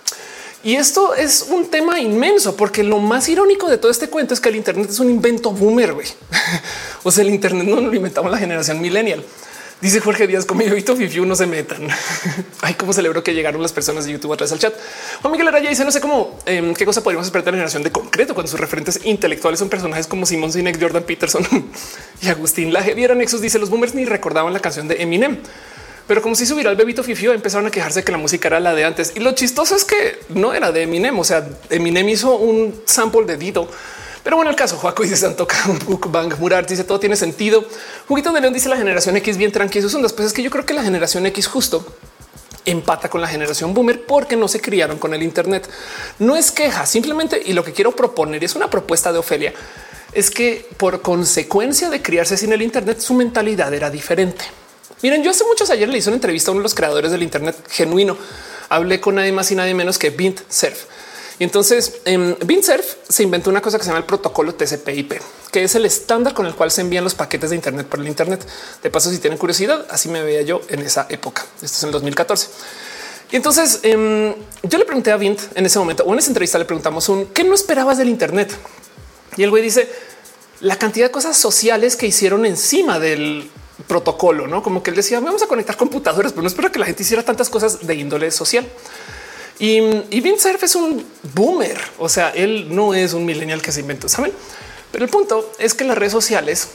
Y esto es un tema inmenso, porque lo más irónico de todo este cuento es que el Internet es un invento boomer, güey. O sea, el Internet no lo inventamos la generación millennial. Dice Jorge Díaz, con mi bebito Fifiu no se metan. Ay, cómo celebro que llegaron las personas de YouTube atrás al chat. Juan Miguel Araya dice, no sé cómo, eh, qué cosa podríamos esperar de la generación de concreto cuando sus referentes intelectuales son personajes como Simon Sinek, Jordan Peterson y Agustín Laje. Viera Nexus dice, los boomers ni recordaban la canción de Eminem, pero como si subiera el bebito Fifiu, empezaron a quejarse de que la música era la de antes. Y lo chistoso es que no era de Eminem. O sea, Eminem hizo un sample de Dido. Pero bueno, el caso, Joaco dice Santo Bang Murar dice todo tiene sentido. Juguito de León dice la generación X bien tranquila. Son las cosas que yo creo que la generación X justo empata con la generación boomer porque no se criaron con el Internet. No es queja, simplemente, y lo que quiero proponer es una propuesta de Ofelia, es que por consecuencia de criarse sin el Internet, su mentalidad era diferente. Miren, yo hace muchos ayer le hice una entrevista a uno de los creadores del Internet genuino. Hablé con nadie más y nadie menos que Vint Cerf. Y entonces en Vint Cerf se inventó una cosa que se llama el protocolo T C P I P, que es el estándar con el cual se envían los paquetes de Internet por el Internet. De paso, si tienen curiosidad, así me veía yo en esa época. Esto es en el dos mil catorce. Y entonces eh, yo le pregunté a Vint en ese momento, o en esa entrevista le preguntamos un ¿qué no esperabas del Internet? Y el güey dice la cantidad de cosas sociales que hicieron encima del protocolo, no como que él decía vamos a conectar computadoras, pero no espero que la gente hiciera tantas cosas de índole social. Y, y Vint Cerf es un boomer. O sea, él no es un millennial que se inventó, saben? Pero el punto es que las redes sociales,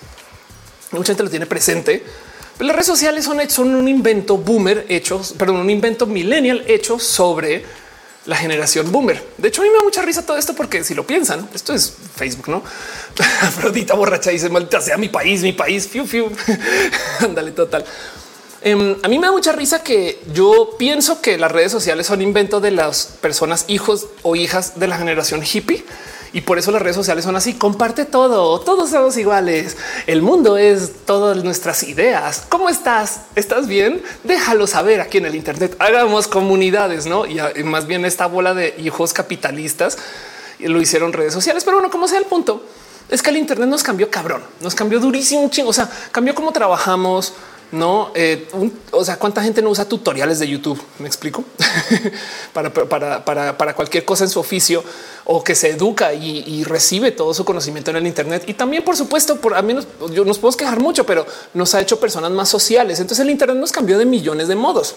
mucha gente lo tiene presente, pero las redes sociales son, son un invento boomer hecho, perdón, un invento millennial hecho sobre la generación boomer. De hecho, a mí me da mucha risa todo esto porque si lo piensan, esto es Facebook, no? Afrodita borracha dice maldita sea mi país, mi país. Fiu, fiu. Ándale, total. Um, a mí me da mucha risa que yo pienso que las redes sociales son invento de las personas hijos o hijas de la generación hippie y por eso las redes sociales son así. Comparte todo, todos somos iguales. El mundo es todas nuestras ideas. ¿Cómo estás? ¿Estás bien? Déjalo saber aquí en el Internet. Hagamos comunidades, no? Y más bien esta bola de hijos capitalistas lo hicieron redes sociales. Pero bueno, como sea, el punto es que el Internet nos cambió cabrón, nos cambió durísimo, un chingo. O sea, cambió cómo trabajamos. No, eh, un, o sea, cuánta gente no usa tutoriales de YouTube. Me explico para, para, para, para cualquier cosa en su oficio o que se educa y, y recibe todo su conocimiento en el Internet. Y también, por supuesto, por a mí nos, yo nos podemos quejar mucho, pero nos ha hecho personas más sociales. Entonces, el Internet nos cambió de millones de modos.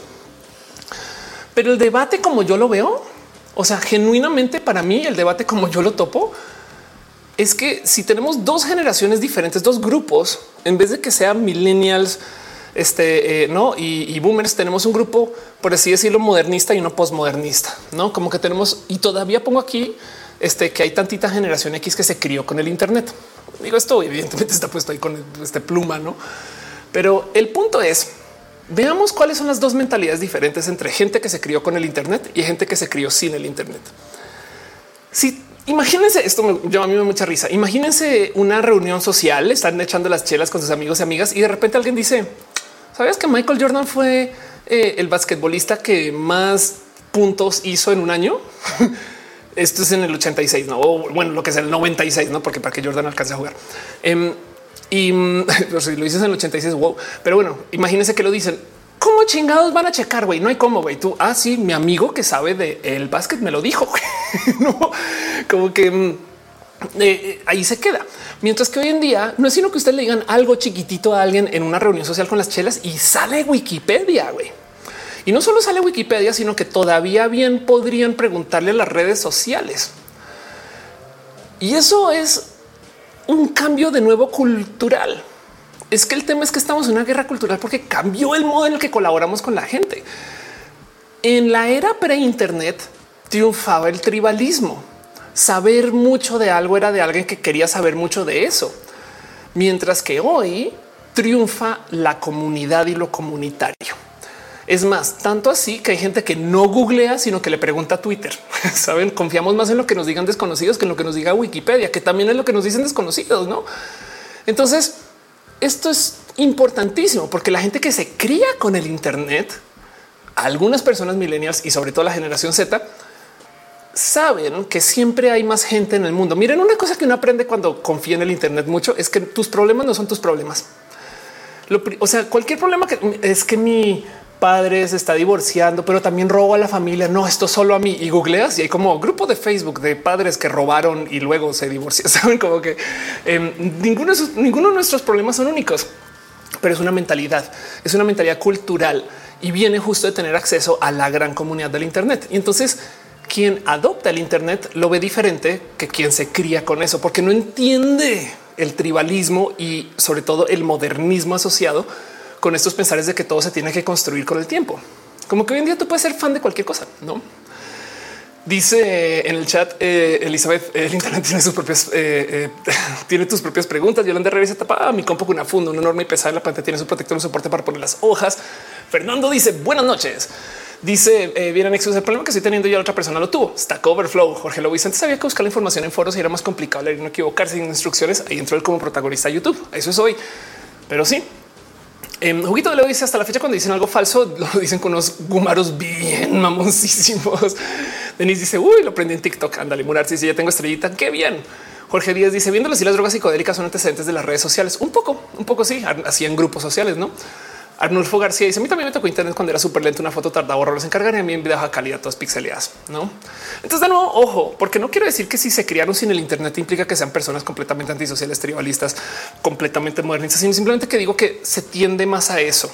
Pero el debate, como yo lo veo, o sea, genuinamente para mí, el debate, como yo lo topo, es que si tenemos dos generaciones diferentes, dos grupos, en vez de que sean millennials, este eh, no y, y boomers, tenemos un grupo, por así decirlo, modernista y uno postmodernista, no como que tenemos. Y todavía pongo aquí este que hay tantita generación X que se crió con el Internet. Digo, esto evidentemente está puesto ahí con este pluma, no? Pero el punto es veamos cuáles son las dos mentalidades diferentes entre gente que se crió con el Internet y gente que se crió sin el Internet. Si imagínense esto, me, yo a mí me da mucha risa. Imagínense una reunión social, están echando las chelas con sus amigos y amigas y de repente alguien dice, ¿sabías que Michael Jordan fue eh, el basquetbolista que más puntos hizo en un año? Esto es en el ochenta y seis, no? O bueno, lo que es el noventa y seis, no? Porque para que Jordan alcance a jugar. Um, y pues, si lo dices en el ochenta y seis, wow. Pero bueno, imagínense que lo dicen. ¿Cómo chingados van a checar? Güey, no hay cómo, güey. Tú, ah, sí, mi amigo que sabe de el básquet me lo dijo. No, como que eh, ahí se queda. Mientras que hoy en día no es sino que ustedes le digan algo chiquitito a alguien en una reunión social con las chelas y sale Wikipedia, güey. Y no solo sale Wikipedia, sino que todavía bien podrían preguntarle a las redes sociales. Y eso es un cambio de nuevo cultural. Es que el tema es que estamos en una guerra cultural porque cambió el modo en el que colaboramos con la gente. En la era pre-internet triunfaba el tribalismo. Saber mucho de algo era de alguien que quería saber mucho de eso. Mientras que hoy triunfa la comunidad y lo comunitario. Es más, tanto así que hay gente que no googlea, sino que le pregunta a Twitter. Saben, confiamos más en lo que nos digan desconocidos que en lo que nos diga Wikipedia, que también es lo que nos dicen desconocidos, ¿no? Entonces, esto es importantísimo porque la gente que se cría con el Internet, algunas personas millennials y sobre todo la generación Z, saben que siempre hay más gente en el mundo. Miren, una cosa que uno aprende cuando confía en el Internet mucho es que tus problemas no son tus problemas. Lo, o sea, cualquier problema que es que mi padre se está divorciando, pero también robó a la familia. No, esto solo a mí. Y googleas y hay como grupo de Facebook de padres que robaron y luego se divorciaron. Saben como que eh, ninguno, de esos, ninguno de nuestros problemas son únicos. pero es una mentalidad, es una mentalidad cultural y viene justo de tener acceso a la gran comunidad del Internet. Y entonces quien adopta el Internet lo ve diferente que quien se cría con eso, porque no entiende el tribalismo y sobre todo el modernismo asociado con estos pensares de que todo se tiene que construir con el tiempo. Como que hoy en día tú puedes ser fan de cualquier cosa, ¿no? Dice en el chat eh, Elizabeth, el Internet tiene sus propias, eh, eh, tiene tus propias preguntas. Yolanda revisa tapa ah, mi compu con una funda, una enorme y pesada en la pantalla, tiene su protector, un soporte para poner las hojas. Fernando dice buenas noches. Dice eh, bien anexos. El problema que estoy teniendo ya la otra persona lo tuvo. Stack Overflow. Jorge Lovis antes había que buscar la información en foros y era más complicado leer y no equivocarse sin instrucciones. Ahí entró él como protagonista de YouTube. Eso es hoy, pero sí. Eh, Juguito de Leo dice hasta la fecha cuando dicen algo falso lo dicen con unos gumaros bien mamoncísimos. Denise dice uy, lo aprendí en TikTok. Ándale, Murar dice ya tengo estrellita. Qué bien. Jorge Díaz dice viéndolo si las drogas psicodélicas son antecedentes de las redes sociales. Un poco, un poco sí, así en grupos sociales, no? Arnulfo García dice a mí también me tocó internet cuando era súper lento, una foto tardaba horrores en cargar y a mí en baja calidad, todas pixeleadas, no? Entonces de nuevo, ojo, porque no quiero decir que si se criaron sin el internet implica que sean personas completamente antisociales, tribalistas, completamente modernistas, sino simplemente que digo que se tiende más a eso,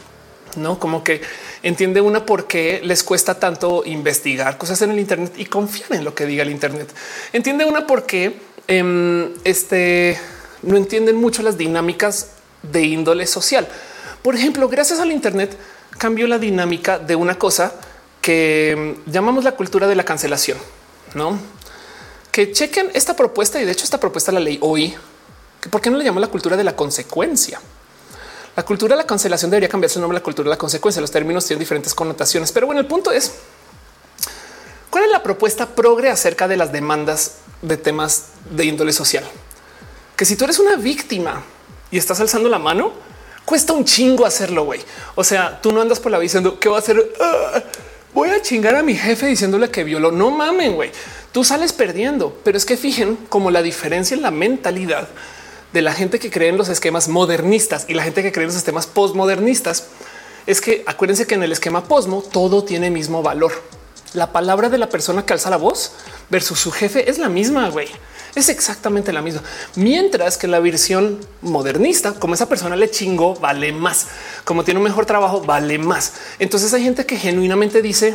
no como que entiende una por qué les cuesta tanto investigar cosas en el internet y confiar en lo que diga el internet. Entiende una por qué eh, este no entienden mucho las dinámicas de índole social. Por ejemplo, gracias al Internet cambió la dinámica de una cosa que llamamos la cultura de la cancelación, no? Que chequen esta propuesta y de hecho esta propuesta la leí hoy. ¿Por qué no le llamo la cultura de la consecuencia? La cultura de la cancelación debería cambiarse el nombre a la cultura de la consecuencia. Los términos tienen diferentes connotaciones, pero bueno, el punto es ¿cuál es la propuesta progre acerca de las demandas de temas de índole social? Que si tú eres una víctima y estás alzando la mano, cuesta un chingo hacerlo, güey. O sea, tú no andas por la vida diciendo qué va a hacer. Uh, voy a chingar a mi jefe diciéndole que violó. No mamen, güey. Tú sales perdiendo, pero es que fijen como la diferencia en la mentalidad de la gente que cree en los esquemas modernistas y la gente que cree en los sistemas postmodernistas es que acuérdense que en el esquema posmo todo tiene mismo valor. La palabra de la persona que alza la voz versus su jefe es la misma, güey. Es exactamente la misma. Mientras que la versión modernista, como esa persona le chingó, vale más. Como tiene un mejor trabajo, vale más. Entonces hay gente que genuinamente dice,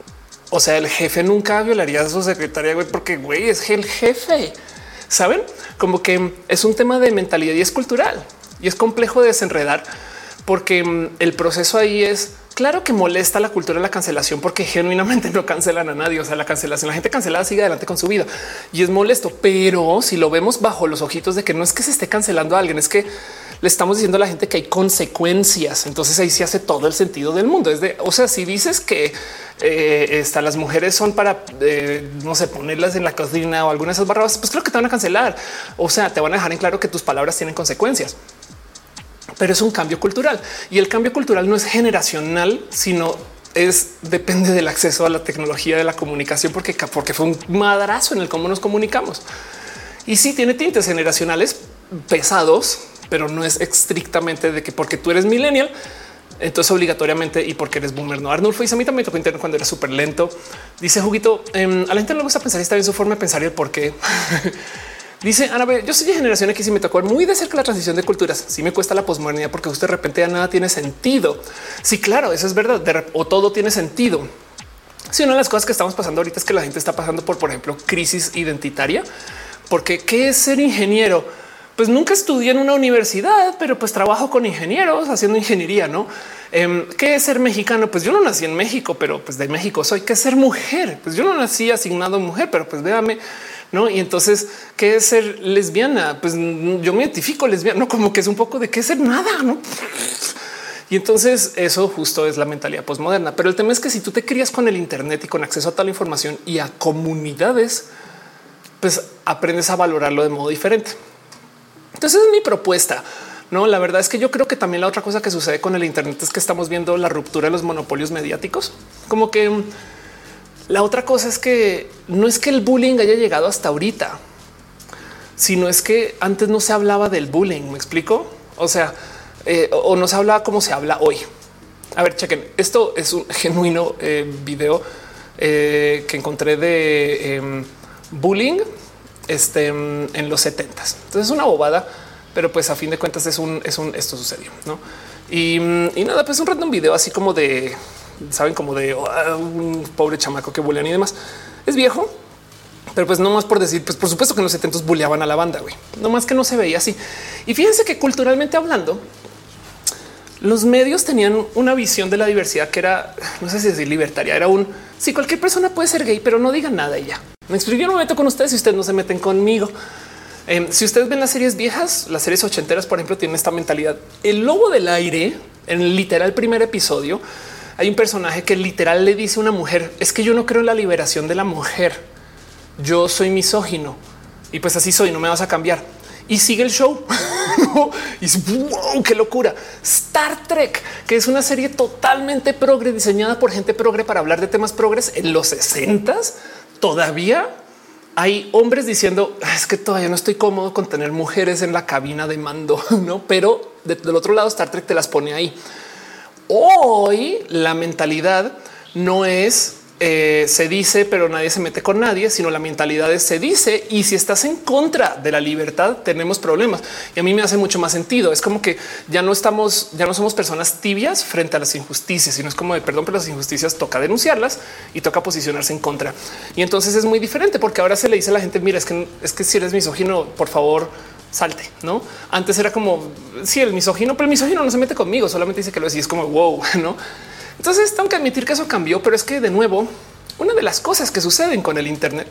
o sea, el jefe nunca violaría a su secretaria, güey, porque güey es el jefe. Saben como que es un tema de mentalidad y es cultural y es complejo de desenredar porque el proceso ahí es claro que molesta la cultura de la cancelación porque genuinamente no cancelan a nadie. O sea, la cancelación, la gente cancelada sigue adelante con su vida y es molesto. Pero si lo vemos bajo los ojitos de que no es que se esté cancelando a alguien, es que le estamos diciendo a la gente que hay consecuencias. Entonces ahí se hace todo el sentido del mundo. Es de, o sea, si dices que eh, está, las mujeres son para, eh, no sé, ponerlas en la cocina o alguna de esas barras, pues creo que te van a cancelar. O sea, te van a dejar en claro que tus palabras tienen consecuencias. Pero es un cambio cultural y el cambio cultural no es generacional, sino es depende del acceso a la tecnología de la comunicación, porque, porque fue un madrazo en el cómo nos comunicamos. Y sí tiene tintes generacionales pesados, pero no es estrictamente de que porque tú eres millennial, entonces obligatoriamente y porque eres boomer. No, Arnulfo dice a mí también me tocó internet cuando era súper lento. Dice Juguito, eh, a la gente no le gusta pensar si está bien su forma de pensar y el por qué. Dice Ana, yo soy de generación X y me tocó muy de cerca la transición de culturas. Sí me cuesta la posmodernidad porque justo de repente ya nada tiene sentido. Sí, claro, eso es verdad. De o todo tiene sentido. Sí, una de las cosas que estamos pasando ahorita es que la gente está pasando por, por ejemplo, crisis identitaria. Porque ¿qué es ser ingeniero? Pues nunca estudié en una universidad, pero pues trabajo con ingenieros haciendo ingeniería, ¿no? Eh, ¿Qué es ser mexicano? Pues yo no nací en México, pero pues de México soy. ¿Qué es ser mujer? Pues yo no nací asignado mujer, pero pues véame. No, y entonces, ¿qué es ser lesbiana? Pues yo me identifico lesbiana, no como que es un poco de qué es ser nada, no? Y entonces eso justo es la mentalidad postmoderna. Pero el tema es que si tú te crías con el Internet y con acceso a tal información y a comunidades, pues aprendes a valorarlo de modo diferente. Entonces es mi propuesta. No, la verdad es que yo creo que también la otra cosa que sucede con el Internet es que estamos viendo la ruptura de los monopolios mediáticos, como que la otra cosa es que no es que el bullying haya llegado hasta ahorita, sino es que antes no se hablaba del bullying. ¿Me explico? O sea, eh, o no se hablaba como se habla hoy. A ver, chequen. Esto es un genuino eh, video eh, que encontré de eh, bullying este, en los setentas. Entonces es una bobada, pero pues a fin de cuentas es un, es un, esto sucedió, ¿no? Y, y nada, pues un random video así como de, saben, como de oh, un pobre chamaco que bulean y demás. Es viejo, pero pues no más por decir, pues por supuesto que en los setentas buleaban a la banda, güey. No más que no se veía así. Y fíjense que culturalmente hablando, los medios tenían una visión de la diversidad que era, no sé si decir libertaria, era un, si cualquier persona puede ser gay, pero no digan nada y ya. Me explico, yo no me meto con ustedes si ustedes no se meten conmigo. Eh, si ustedes ven las series viejas, las series ochenteras, por ejemplo, tienen esta mentalidad. El lobo del aire, en el literal primer episodio, hay un personaje que literal le dice a una mujer, es que yo no creo en la liberación de la mujer. Yo soy misógino y pues así soy, no me vas a cambiar. Y sigue el show. Y es, wow, qué locura. Star Trek, que es una serie totalmente progre, diseñada por gente progre para hablar de temas progres en los sesentas. Todavía hay hombres diciendo es que todavía no estoy cómodo con tener mujeres en la cabina de mando, no? Pero de, del otro lado, Star Trek te las pone ahí. Hoy la mentalidad no es eh, se dice, pero nadie se mete con nadie, sino la mentalidad es se dice. Y si estás en contra de la libertad, tenemos problemas. Y a mí me hace mucho más sentido. Es como que ya no estamos, ya no somos personas tibias frente a las injusticias, sino es como de perdón, pero las injusticias toca denunciarlas y toca posicionarse en contra. Y entonces es muy diferente porque ahora se le dice a la gente, mira, es que es que si eres misógino, por favor, salte, ¿no? Antes era como, sí, el misógino, pero el misógino no se mete conmigo, solamente dice que lo decís es como wow, ¿no? Entonces tengo que admitir que eso cambió, pero es que de nuevo, una de las cosas que suceden con el Internet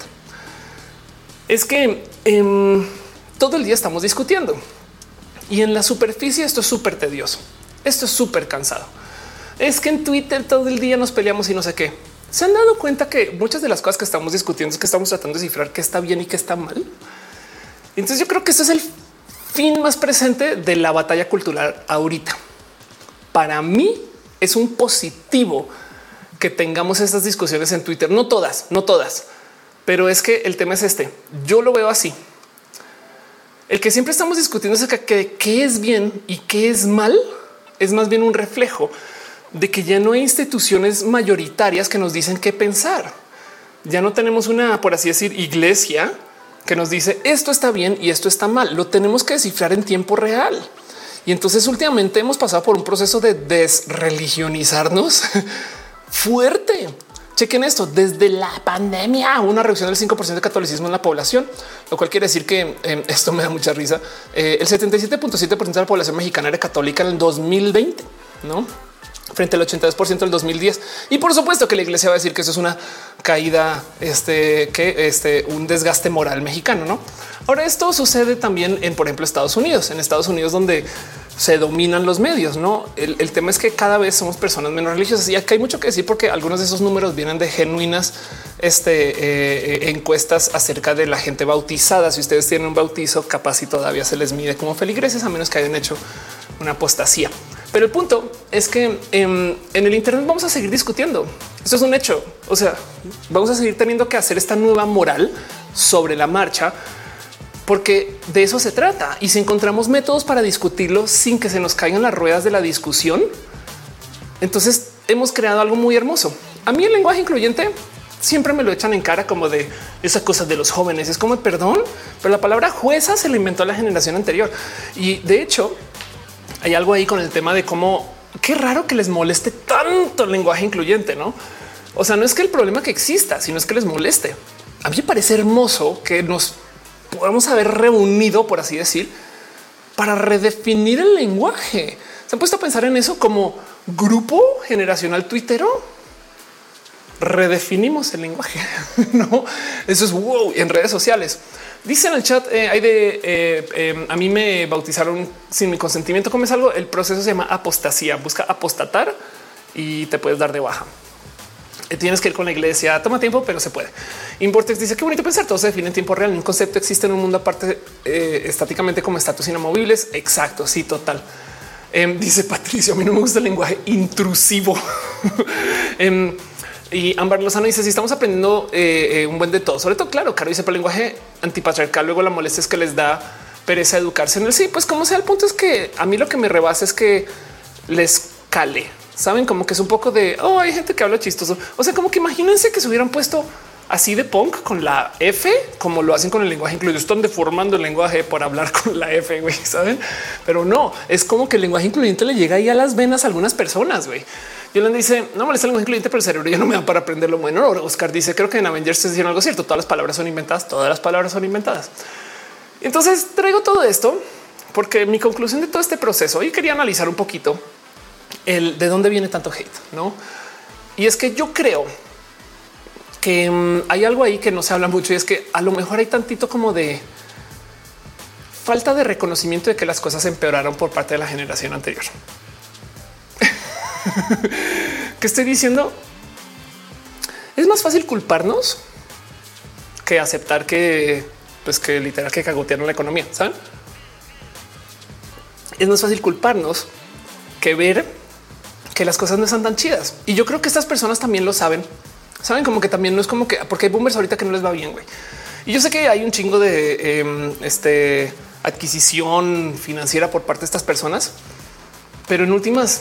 es que eh, todo el día estamos discutiendo y en la superficie esto es súper tedioso. Esto es súper cansado. Es que en Twitter todo el día nos peleamos y no sé qué. ¿Se han dado cuenta que muchas de las cosas que estamos discutiendo es que estamos tratando de descifrar qué está bien y qué está mal? Entonces yo creo que este es el fin más presente de la batalla cultural ahorita. Para mí es un positivo que tengamos estas discusiones en Twitter. No todas, no todas, pero es que el tema es este. Yo lo veo así. El que siempre estamos discutiendo acerca de qué es bien y qué es mal es más bien un reflejo de que ya no hay instituciones mayoritarias que nos dicen qué pensar. Ya no tenemos una, por así decir, iglesia que nos dice esto está bien y esto está mal. Lo tenemos que descifrar en tiempo real. Y entonces últimamente hemos pasado por un proceso de desreligionizarnos fuerte. Chequen esto, desde la pandemia, una reducción del cinco por ciento de catolicismo en la población, lo cual quiere decir que eh, esto me da mucha risa. Eh, el setenta y siete punto siete por ciento de la población mexicana era católica en el dos mil veinte, ¿no? Frente al ochenta y dos por ciento del dos mil diez. Y por supuesto que la iglesia va a decir que eso es una caída, este, que este, un desgaste moral mexicano, ¿no? Ahora esto sucede también en, por ejemplo, Estados Unidos, en Estados Unidos donde se dominan los medios, ¿no? El, el tema es que cada vez somos personas menos religiosas y acá hay mucho que decir porque algunos de esos números vienen de genuinas este, eh, encuestas acerca de la gente bautizada. Si ustedes tienen un bautizo, capaz y todavía se les mide como feligreses a menos que hayan hecho una apostasía. Pero el punto es que en, en el Internet vamos a seguir discutiendo. Esto es un hecho. O sea, vamos a seguir teniendo que hacer esta nueva moral sobre la marcha, porque de eso se trata. Y si encontramos métodos para discutirlo sin que se nos caigan las ruedas de la discusión, entonces hemos creado algo muy hermoso. A mí el lenguaje incluyente siempre me lo echan en cara como de esa cosa de los jóvenes. Es como perdón, pero la palabra jueza se la inventó la generación anterior. Y de hecho, hay algo ahí con el tema de cómo qué raro que les moleste tanto el lenguaje incluyente, ¿no? O sea, no es que el problema que exista, sino es que les moleste. A mí me parece hermoso que nos podamos haber reunido, por así decir, para redefinir el lenguaje. ¿Se han puesto a pensar en eso como grupo generacional tuitero? Redefinimos el lenguaje. No, eso es wow. En redes sociales dice en el chat, eh, hay de eh, eh, a mí me bautizaron sin mi consentimiento. ¿Cómo es algo? El proceso se llama apostasía. Busca apostatar y te puedes dar de baja. Eh, tienes que ir con la iglesia. Toma tiempo, pero se puede. Importex dice qué bonito pensar. Todo se define en tiempo real. Un concepto existe en un mundo aparte eh, estáticamente como estatus inamovibles. Exacto. Sí, total. Eh, dice Patricio, a mí no me gusta el lenguaje intrusivo. eh, Y Ámbar Lozano dice si estamos aprendiendo eh, eh, un buen de todo, sobre todo, claro, Caro dice por el lenguaje antipatriarcal. Luego la molestia es que les da pereza educarse en el sí. Pues como sea, el punto es que a mí lo que me rebasa es que les cale. Saben como que es un poco de oh, hay gente que habla chistoso. O sea, como que imagínense que se hubieran puesto así de punk con la F, como lo hacen con el lenguaje incluido. Están deformando el lenguaje por hablar con la F, güey, ¿saben? Pero no, es como que el lenguaje incluyente le llega ahí a las venas a algunas personas, güey. Yolanda dice, no molesta el lenguaje incluyente, pero el cerebro ya no me da para aprenderlo. Bueno, Oscar dice, creo que en Avengers se hicieron algo cierto. Todas las palabras son inventadas, todas las palabras son inventadas. Entonces traigo todo esto porque mi conclusión de todo este proceso, y quería analizar un poquito el de dónde viene tanto hate, ¿no? Y es que yo creo que um, hay algo ahí que no se habla mucho, y es que a lo mejor hay tantito como de falta de reconocimiento de que las cosas empeoraron por parte de la generación anterior. ¿Qué estoy diciendo? Es más fácil culparnos que aceptar que, pues que literal que cagotearon la economía, ¿saben? Es más fácil culparnos que ver que las cosas no están tan chidas. Y yo creo que estas personas también lo saben. Saben como que también no es como que porque hay boomers ahorita que no les va bien, güey. Y yo sé que hay un chingo de eh, este, adquisición financiera por parte de estas personas, pero en últimas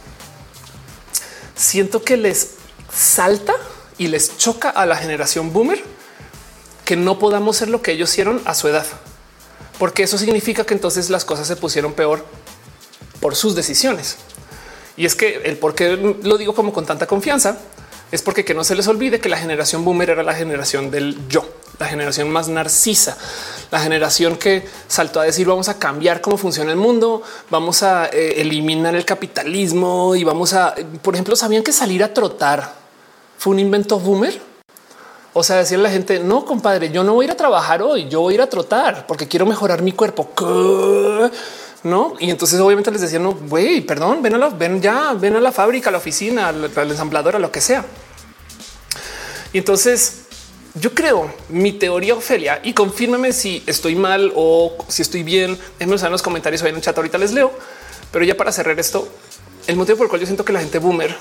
siento que les salta y les choca a la generación boomer que no podamos ser lo que ellos hicieron a su edad, porque eso significa que entonces las cosas se pusieron peor por sus decisiones. Y es que el por qué lo digo como con tanta confianza es porque que no se les olvide que la generación boomer era la generación del yo, la generación más narcisa, la generación que saltó a decir vamos a cambiar cómo funciona el mundo, vamos a eh, eliminar el capitalismo y vamos a, por ejemplo, ¿sabían que salir a trotar fue un invento boomer? O sea, decirle a la gente, no, compadre, yo no voy a ir a trabajar hoy, yo voy a ir a trotar porque quiero mejorar mi cuerpo. ¿Qué? No. Y entonces obviamente les decían, no, güey, perdón, ven a la, ven ya, ven a la fábrica, a la oficina, a la, a la ensambladora, lo que sea. Y entonces yo creo mi teoría, Ofelia, y confírmeme si estoy mal o si estoy bien. Déjenme en los comentarios o en el chat, ahorita les leo. Pero ya para cerrar esto, el motivo por el cual yo siento que la gente boomer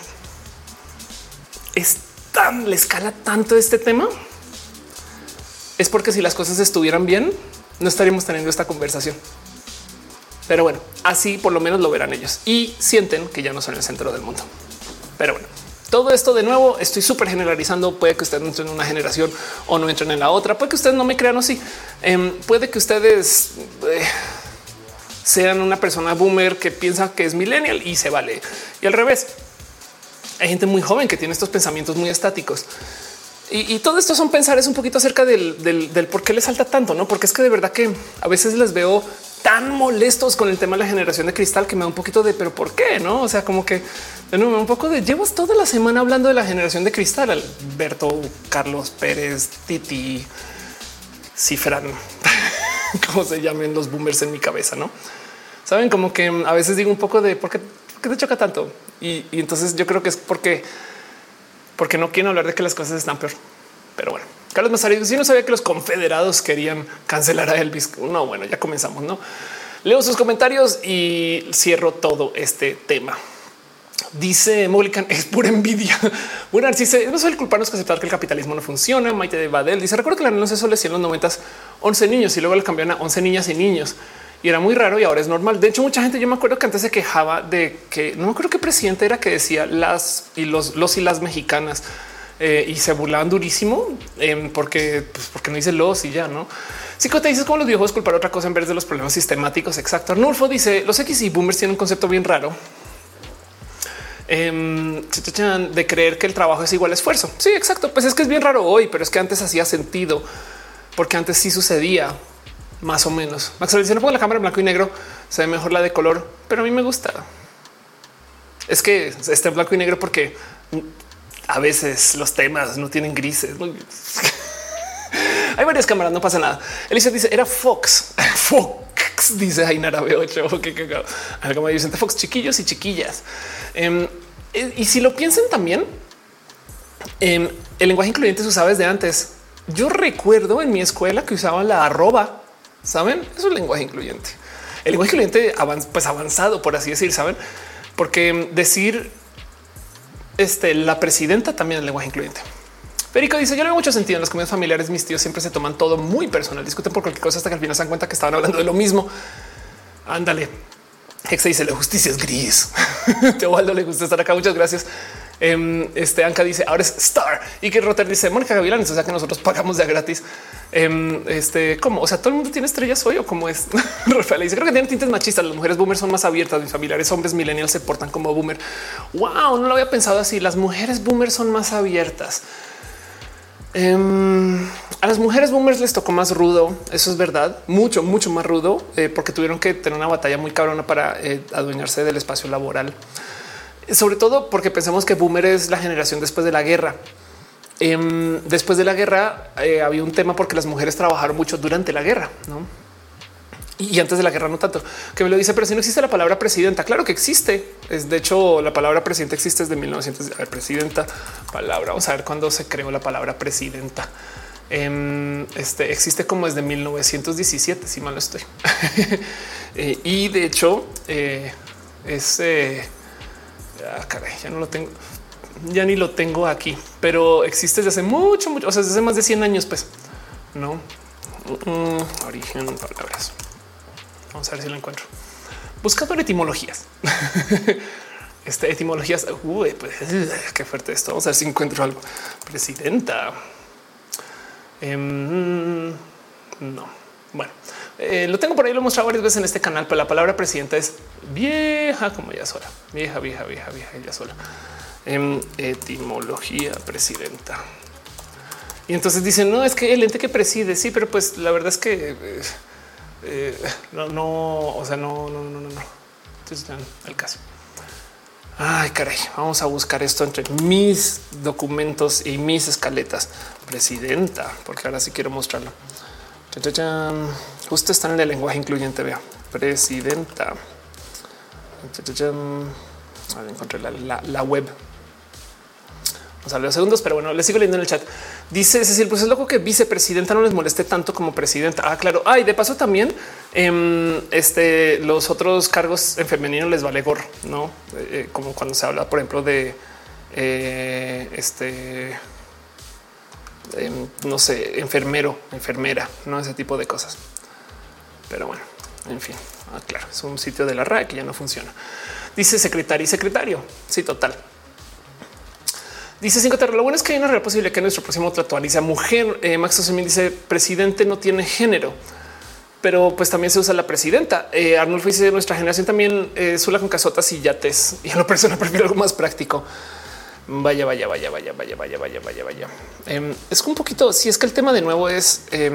es tan, le escala tanto este tema es porque si las cosas estuvieran bien, no estaríamos teniendo esta conversación. Pero bueno, así por lo menos lo verán ellos y sienten que ya no son el centro del mundo. Pero bueno, todo esto de nuevo estoy súper generalizando. Puede que ustedes no entren en una generación o no entren en la otra. Puede que ustedes no me crean o sí. Eh, puede que ustedes eh, sean una persona boomer que piensa que es millennial y se vale. Y al revés, hay gente muy joven que tiene estos pensamientos muy estáticos. Y, y todo esto son pensares un poquito acerca del, del, del por qué les salta tanto, no? Porque es que de verdad que a veces les veo tan molestos con el tema de la generación de cristal que me da un poquito de pero por qué no? O sea, como que de nuevo un poco de llevas toda la semana hablando de la generación de cristal. Alberto, Carlos Pérez, Titi, Cifran, como se llamen los boomers en mi cabeza, no saben, como que a veces digo un poco de por qué, por qué te choca tanto. Y, y entonces yo creo que es porque, porque no quieren hablar de que las cosas están peor. Pero bueno, Carlos Mazario, si no sabía que los confederados querían cancelar a Elvis. No, bueno, ya comenzamos, no leo sus comentarios y cierro todo este tema. Dice Molican, es pura envidia. Bueno, dice, no soy el culpable, es que aceptar que el capitalismo no funciona. Maite de Badel dice, recuerdo que la no se solo decía en los noventas once niños y luego le cambiaron a once niñas y niños. Y era muy raro y ahora es normal. De hecho, mucha gente, yo me acuerdo que antes se quejaba de que no me acuerdo qué presidente era que decía las y los, los y las mexicanas eh, y se burlaban durísimo eh, porque, pues, porque no dice los y ya no. Sí, que te dices como los viejos culpar otra cosa en vez de los problemas sistemáticos. Exacto. Arnulfo dice los X y boomers tienen un concepto bien raro eh, de creer que el trabajo es igual a esfuerzo. Sí, exacto. Pues es que es bien raro hoy, pero es que antes hacía sentido porque antes sí sucedía. Más o menos. Max dice, no pongo la cámara en blanco y negro, se ve mejor la de color, pero a mí me gusta. Es que está en blanco y negro porque a veces los temas no tienen grises. Hay varias cámaras, no pasa nada. Elisa dice, era Fox. Fox, dice Ainara B ocho. Algo más Vicente Fox, chiquillos y chiquillas. Um, y si lo piensan también, um, el lenguaje incluyente se usaba desde antes. Yo recuerdo en mi escuela que usaban la arroba. Saben, es un lenguaje incluyente, el lenguaje incluyente avanz, pues avanzado, por así decir, saben, porque decir este, la presidenta también es lenguaje incluyente. Perico dice: yo le veo mucho sentido en las comidas familiares. Mis tíos siempre se toman todo muy personal, discuten por cualquier cosa hasta que al final se dan cuenta que estaban hablando de lo mismo. Ándale. Hexa dice: la justicia es gris. Teobaldo le gusta estar acá. Muchas gracias. Eh, este Anka dice ahora es Star y que Rotter dice Mónica Gavilanes, o sea que nosotros pagamos ya gratis. Eh, este, ¿cómo? O sea, todo el mundo tiene estrellas hoy o cómo es. Rafael dice creo que tienen tintes machistas. Las mujeres boomers son más abiertas. Mis familiares hombres millennials se portan como boomer. Wow, no lo había pensado así. Las mujeres boomers son más abiertas. Um, a las mujeres boomers les tocó más rudo. Eso es verdad, mucho, mucho más rudo, eh, porque tuvieron que tener una batalla muy cabrona para eh, adueñarse del espacio laboral, sobre todo porque pensamos que boomer es la generación después de la guerra. Um, después de la guerra eh, había un tema porque las mujeres trabajaron mucho durante la guerra, ¿no? Y antes de la guerra no tanto, que me lo dice, pero si no existe la palabra presidenta, claro que existe. Es de hecho la palabra presidenta existe desde mil novecientos. A ver, presidenta, palabra. Vamos a ver cuándo se creó la palabra presidenta. Eh, este existe como desde mil novecientos diecisiete, si mal no estoy. eh, y de hecho eh, es eh, ah, caray, ya no lo tengo, ya ni lo tengo aquí, pero existe desde hace mucho, mucho, o sea, desde hace más de cien años, pues no. Mm, origen palabras. Vamos a ver si lo encuentro. Buscando etimologías. Este etimologías. Uy, pues qué fuerte esto. Vamos a ver si encuentro algo. Presidenta. Eh, no. Bueno, eh, lo tengo por ahí. Lo he mostrado varias veces en este canal, pero la palabra presidenta es vieja como ella sola. Vieja, vieja, vieja, vieja, ella sola. Eh, etimología presidenta. Y entonces dicen, no, es que el ente que preside. Sí, pero pues la verdad es que eh, Eh, no, no, o sea, no, no, no, no, no. Entonces, el caso. Ay, caray, vamos a buscar esto entre mis documentos y mis escaletas. Presidenta, porque ahora sí quiero mostrarlo. Justo está en el lenguaje incluyente. Vea, presidenta. A ver, encontré la, la, la web. Vamos a ver los segundos, pero bueno, les sigo leyendo en el chat. Dice Cecil, pues es loco que vicepresidenta no les moleste tanto como presidenta. Ah, claro. Ah, y de paso también eh, este, los otros cargos en femenino les vale gorro, no? Eh, como cuando se habla, por ejemplo, de eh, este, eh, no sé, enfermero, enfermera, no ese tipo de cosas. Pero bueno, en fin, ah, claro, es un sitio de la R A E que ya no funciona. Dice secretaria y secretario. Sí, total. Dice cinco Terra. Lo bueno es que hay una real posible que nuestro próximo tatuaje sea mujer. Eh, Max Osemín dice presidente no tiene género, pero pues también se usa la presidenta. Eh, Arnulfo dice nuestra generación también eh, sula con casotas y yates. Y a lo personal prefiero algo más práctico. Vaya, vaya, vaya, vaya, vaya, vaya, vaya, vaya, vaya. Eh, es un poquito. Si es que el tema de nuevo es eh,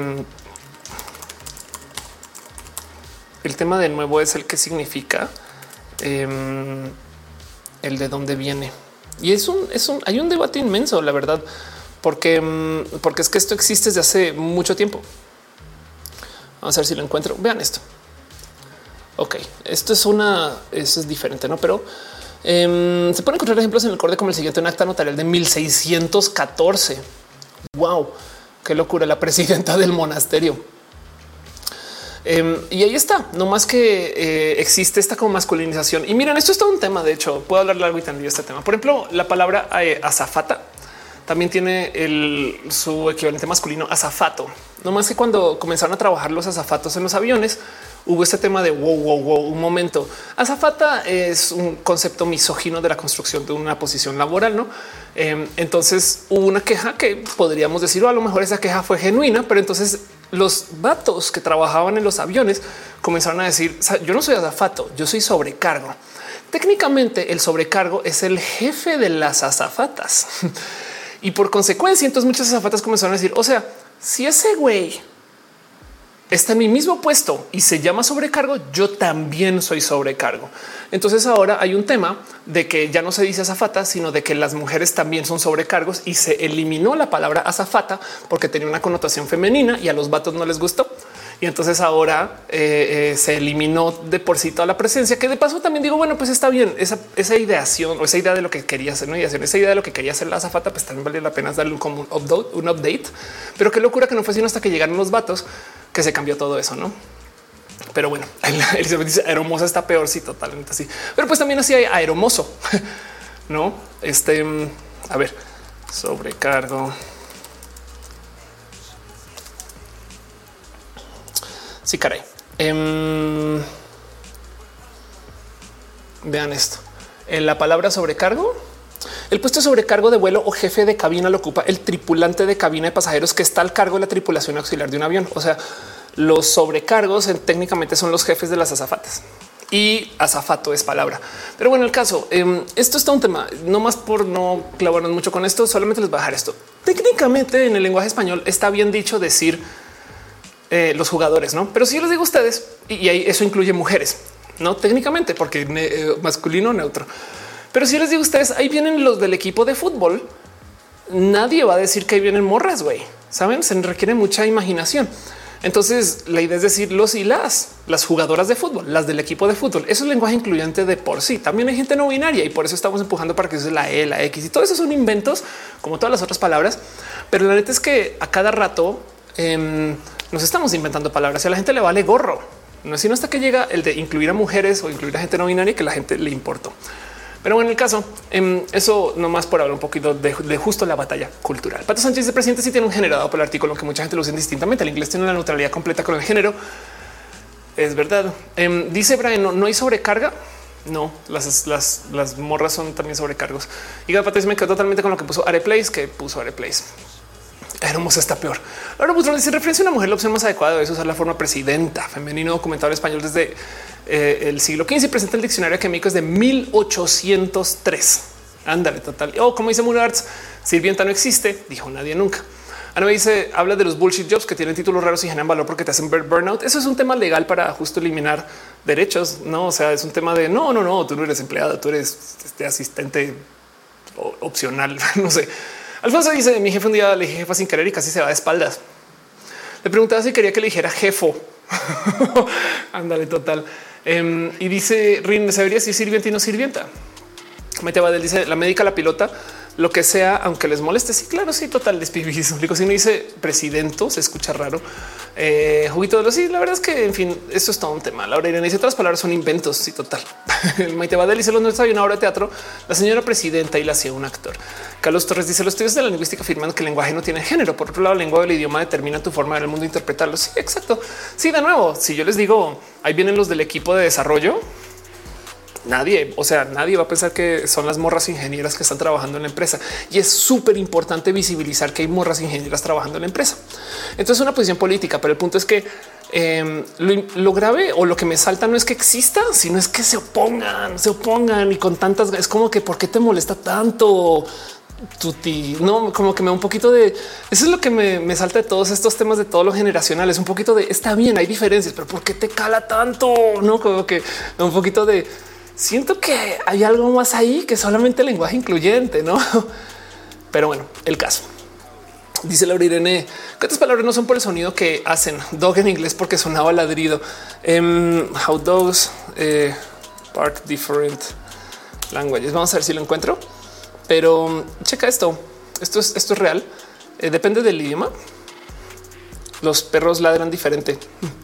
el tema de nuevo es el que significa eh, el de dónde viene. Y es un, es un, hay un debate inmenso, la verdad, porque, porque es que esto existe desde hace mucho tiempo. Vamos a ver si lo encuentro. Vean esto. Ok, esto es una, eso es diferente, no? Pero eh, se pueden encontrar ejemplos en el corde como el siguiente, un acta notarial de mil seiscientos catorce. Wow, qué locura, la presidenta del monasterio. Eh, y ahí está, no más que eh, existe esta como masculinización. Y miren, esto es todo un tema. De hecho, puedo hablar largo y tendido de este tema. Por ejemplo, la palabra eh, azafata también tiene el, su equivalente masculino azafato. No más que cuando comenzaron a trabajar los azafatos en los aviones, hubo este tema de wow, wow, wow, un momento. Azafata es un concepto misógino de la construcción de una posición laboral, ¿no? Eh, entonces hubo una queja que podríamos decir, o a lo mejor esa queja fue genuina, pero entonces los vatos que trabajaban en los aviones comenzaron a decir, yo no soy azafato, yo soy sobrecargo. Técnicamente el sobrecargo es el jefe de las azafatas. Y por consecuencia, entonces muchas azafatas comenzaron a decir, o sea, si ese güey está en mi mismo puesto y se llama sobrecargo, yo también soy sobrecargo. Entonces ahora hay un tema de que ya no se dice azafata, sino de que las mujeres también son sobrecargos y se eliminó la palabra azafata porque tenía una connotación femenina y a los vatos no les gustó. Y entonces ahora eh, eh, se eliminó de por sí toda la presencia, que de paso también digo, bueno, pues está bien esa, esa ideación o esa idea de lo que quería hacer, ¿no? Y hacer esa idea de lo que quería hacer la azafata, pues también vale la pena darle un, como un update, un update. Pero qué locura que no fue sino hasta que llegaron los vatos que se cambió todo eso, ¿no? Pero bueno, Elizabeth dice aeromosa está peor, sí, totalmente así. Pero pues también así hay aeromoso, ¿no? Este, a ver, sobrecargo. Sí, caray. Um, vean esto. En la palabra sobrecargo El puesto de sobrecargo de vuelo o jefe de cabina lo ocupa el tripulante de cabina de pasajeros que está al cargo de la tripulación auxiliar de un avión. O sea, los sobrecargos en, técnicamente son los jefes de las azafatas. Y azafato es palabra. Pero bueno, el caso, eh, esto está un tema, no más por no clavarnos mucho con esto, solamente les voy a dejar esto. Técnicamente en el lenguaje español está bien dicho decir eh, los jugadores, ¿no? Pero si yo les digo a ustedes, y, y ahí eso incluye mujeres, no técnicamente, porque eh, masculino neutro. Pero si yo les digo a ustedes, ahí vienen los del equipo de fútbol, nadie va a decir que ahí vienen morras, güey. Saben, se requiere mucha imaginación. Entonces la idea es decir los y las, las jugadoras de fútbol, las del equipo de fútbol. Eso es lenguaje incluyente de por sí. También hay gente no binaria y por eso estamos empujando para que use la E, la X y todo eso son inventos como todas las otras palabras. Pero la neta es que a cada rato eh, nos estamos inventando palabras y a la gente le vale gorro. No es sino hasta que llega el de incluir a mujeres o incluir a gente no binaria que la gente le importó. Pero bueno, en el caso, eh, eso nomás por hablar un poquito de, de justo la batalla cultural. Pato Sánchez de presidente sí tiene un generado por el artículo que mucha gente lo usa indistintamente. El inglés tiene una neutralidad completa con el género. Es verdad. Eh, dice Brian, no, no hay sobrecarga. No, las, las, las morras son también sobrecargos. Y Pato me quedó totalmente con lo que puso Areplace, que puso Areplace. Hermosa está peor. Ahora Butrón dice referencia a una mujer. La opción más adecuada es usar la forma presidenta femenino documentado en español desde eh, el siglo quince y presenta el diccionario académico es de mil ochocientos tres. Ándale, total. O oh, como dice Murarts, sirvienta no existe, dijo nadie nunca. Ana me dice habla de los bullshit jobs que tienen títulos raros y generan valor porque te hacen ver burnout. Eso es un tema legal para justo eliminar derechos. No, o sea, es un tema de no, no, no, tú no eres empleada, tú eres este asistente opcional. No sé. Alfonso dice mi jefe un día le dije jefa sin querer y casi se va de espaldas. Le preguntaba si quería que le dijera jefo. Ándale, total. Um, y dice Rin, ¿sabría si es sirvienta y no sirvienta? Maite Badel dice la médica, la pilota, lo que sea, aunque les moleste. Sí, claro, sí, total. Despibismo. Si no dice presidente, se escucha raro. Eh, juguito de los sí, la verdad es que, en fin, eso es todo un tema. Laura Irene dice otras palabras son inventos. Sí, total. El Maite Badel dice los no hay una obra de teatro. La señora presidenta y la hacía un actor. Carlos Torres dice los estudios de la lingüística afirman que el lenguaje no tiene género. Por otro lado, la lengua del idioma determina tu forma de ver el mundo e interpretarlo. Sí, exacto. Sí, de nuevo, si yo les digo ahí vienen los del equipo de desarrollo, nadie, o sea, nadie va a pensar que son las morras ingenieras que están trabajando en la empresa. Y es súper importante visibilizar que hay morras ingenieras trabajando en la empresa. Entonces es una posición política, pero el punto es que eh, lo, lo grave o lo que me salta no es que exista, sino es que se opongan, se opongan y con tantas, es como que ¿por qué te molesta tanto? Tuti, no, como que me da un poquito de eso es lo que me, me salta de todos estos temas de todo lo generacional. Es un poquito de está bien, hay diferencias, pero ¿por qué te cala tanto? No, como que un poquito de siento que hay algo más ahí que solamente el lenguaje incluyente, no? Pero bueno, el caso dice Laura Irene que estas palabras no son por el sonido que hacen. Dog en inglés porque sonaba ladrido. Um, how dogs eh, part different languages. Vamos a ver si lo encuentro. Pero checa esto. Esto es, esto es real. Eh, depende del idioma. Los perros ladran diferente.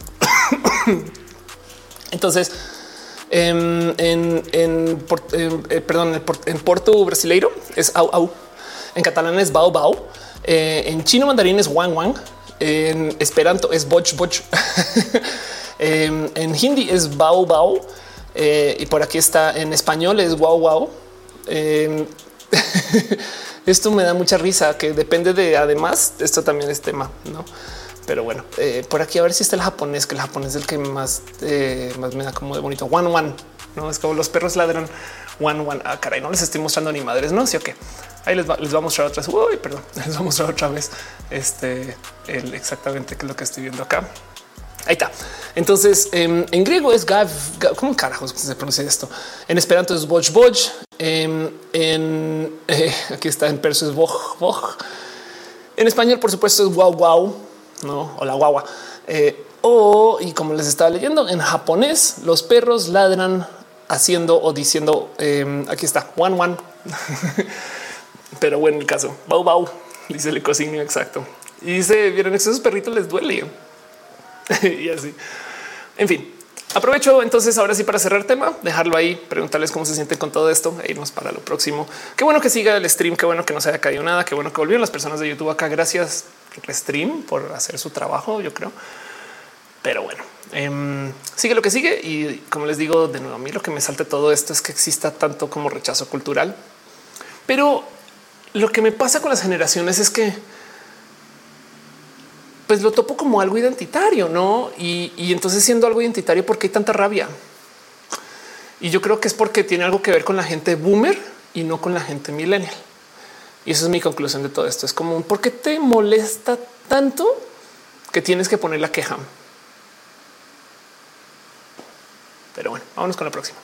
Entonces, en, en, en, en eh, perdón, en, en portu brasileiro es au au. En catalán es bao bao. Eh, en chino mandarín es wang wang. En esperanto es boch boch. en, en hindi es bao bao. Eh, y por aquí está en español es wow wow. Eh, esto me da mucha risa que depende de además esto también es tema, no? Pero bueno, eh, por aquí a ver si está el japonés, que el japonés es el que más, eh, más me da como de bonito. One one, no es como los perros ladran one one. Ah, caray, no les estoy mostrando ni madres, no? Sí, o qué. Ahí les va, les va a mostrar otra vez. Uy, perdón, les voy a mostrar otra vez este el exactamente qué es lo que estoy viendo acá. Ahí está. Entonces en, en griego es gav, gav, ¿cómo carajos se pronuncia esto? En esperanto es boch boch. En, en eh, aquí está en perso es boj boj. En español, por supuesto, es wow wow, no? O la guagua. Eh, o y como les estaba leyendo en japonés, los perros ladran haciendo o diciendo eh, aquí está one one. Pero bueno, el caso bau bau dice el ecosignio exacto y dice vieron esos perritos les duele. Y así. En fin, aprovecho entonces ahora sí para cerrar el tema, dejarlo ahí, preguntarles cómo se sienten con todo esto e irnos para lo próximo. Qué bueno que siga el stream, qué bueno que no se haya caído nada, qué bueno que volvieron las personas de YouTube acá. Gracias Stream por hacer su trabajo, yo creo. Pero bueno, eh, sigue lo que sigue y como les digo de nuevo, a mí lo que me salta todo esto es que exista tanto como rechazo cultural. Pero lo que me pasa con las generaciones es que pues lo topo como algo identitario, ¿no? Y, y entonces siendo algo identitario, ¿por qué hay tanta rabia? Y yo creo que es porque tiene algo que ver con la gente boomer y no con la gente millennial. Y esa es mi conclusión de todo esto. Es como un ¿por qué te molesta tanto que tienes que poner la queja? Pero bueno, vámonos con la próxima.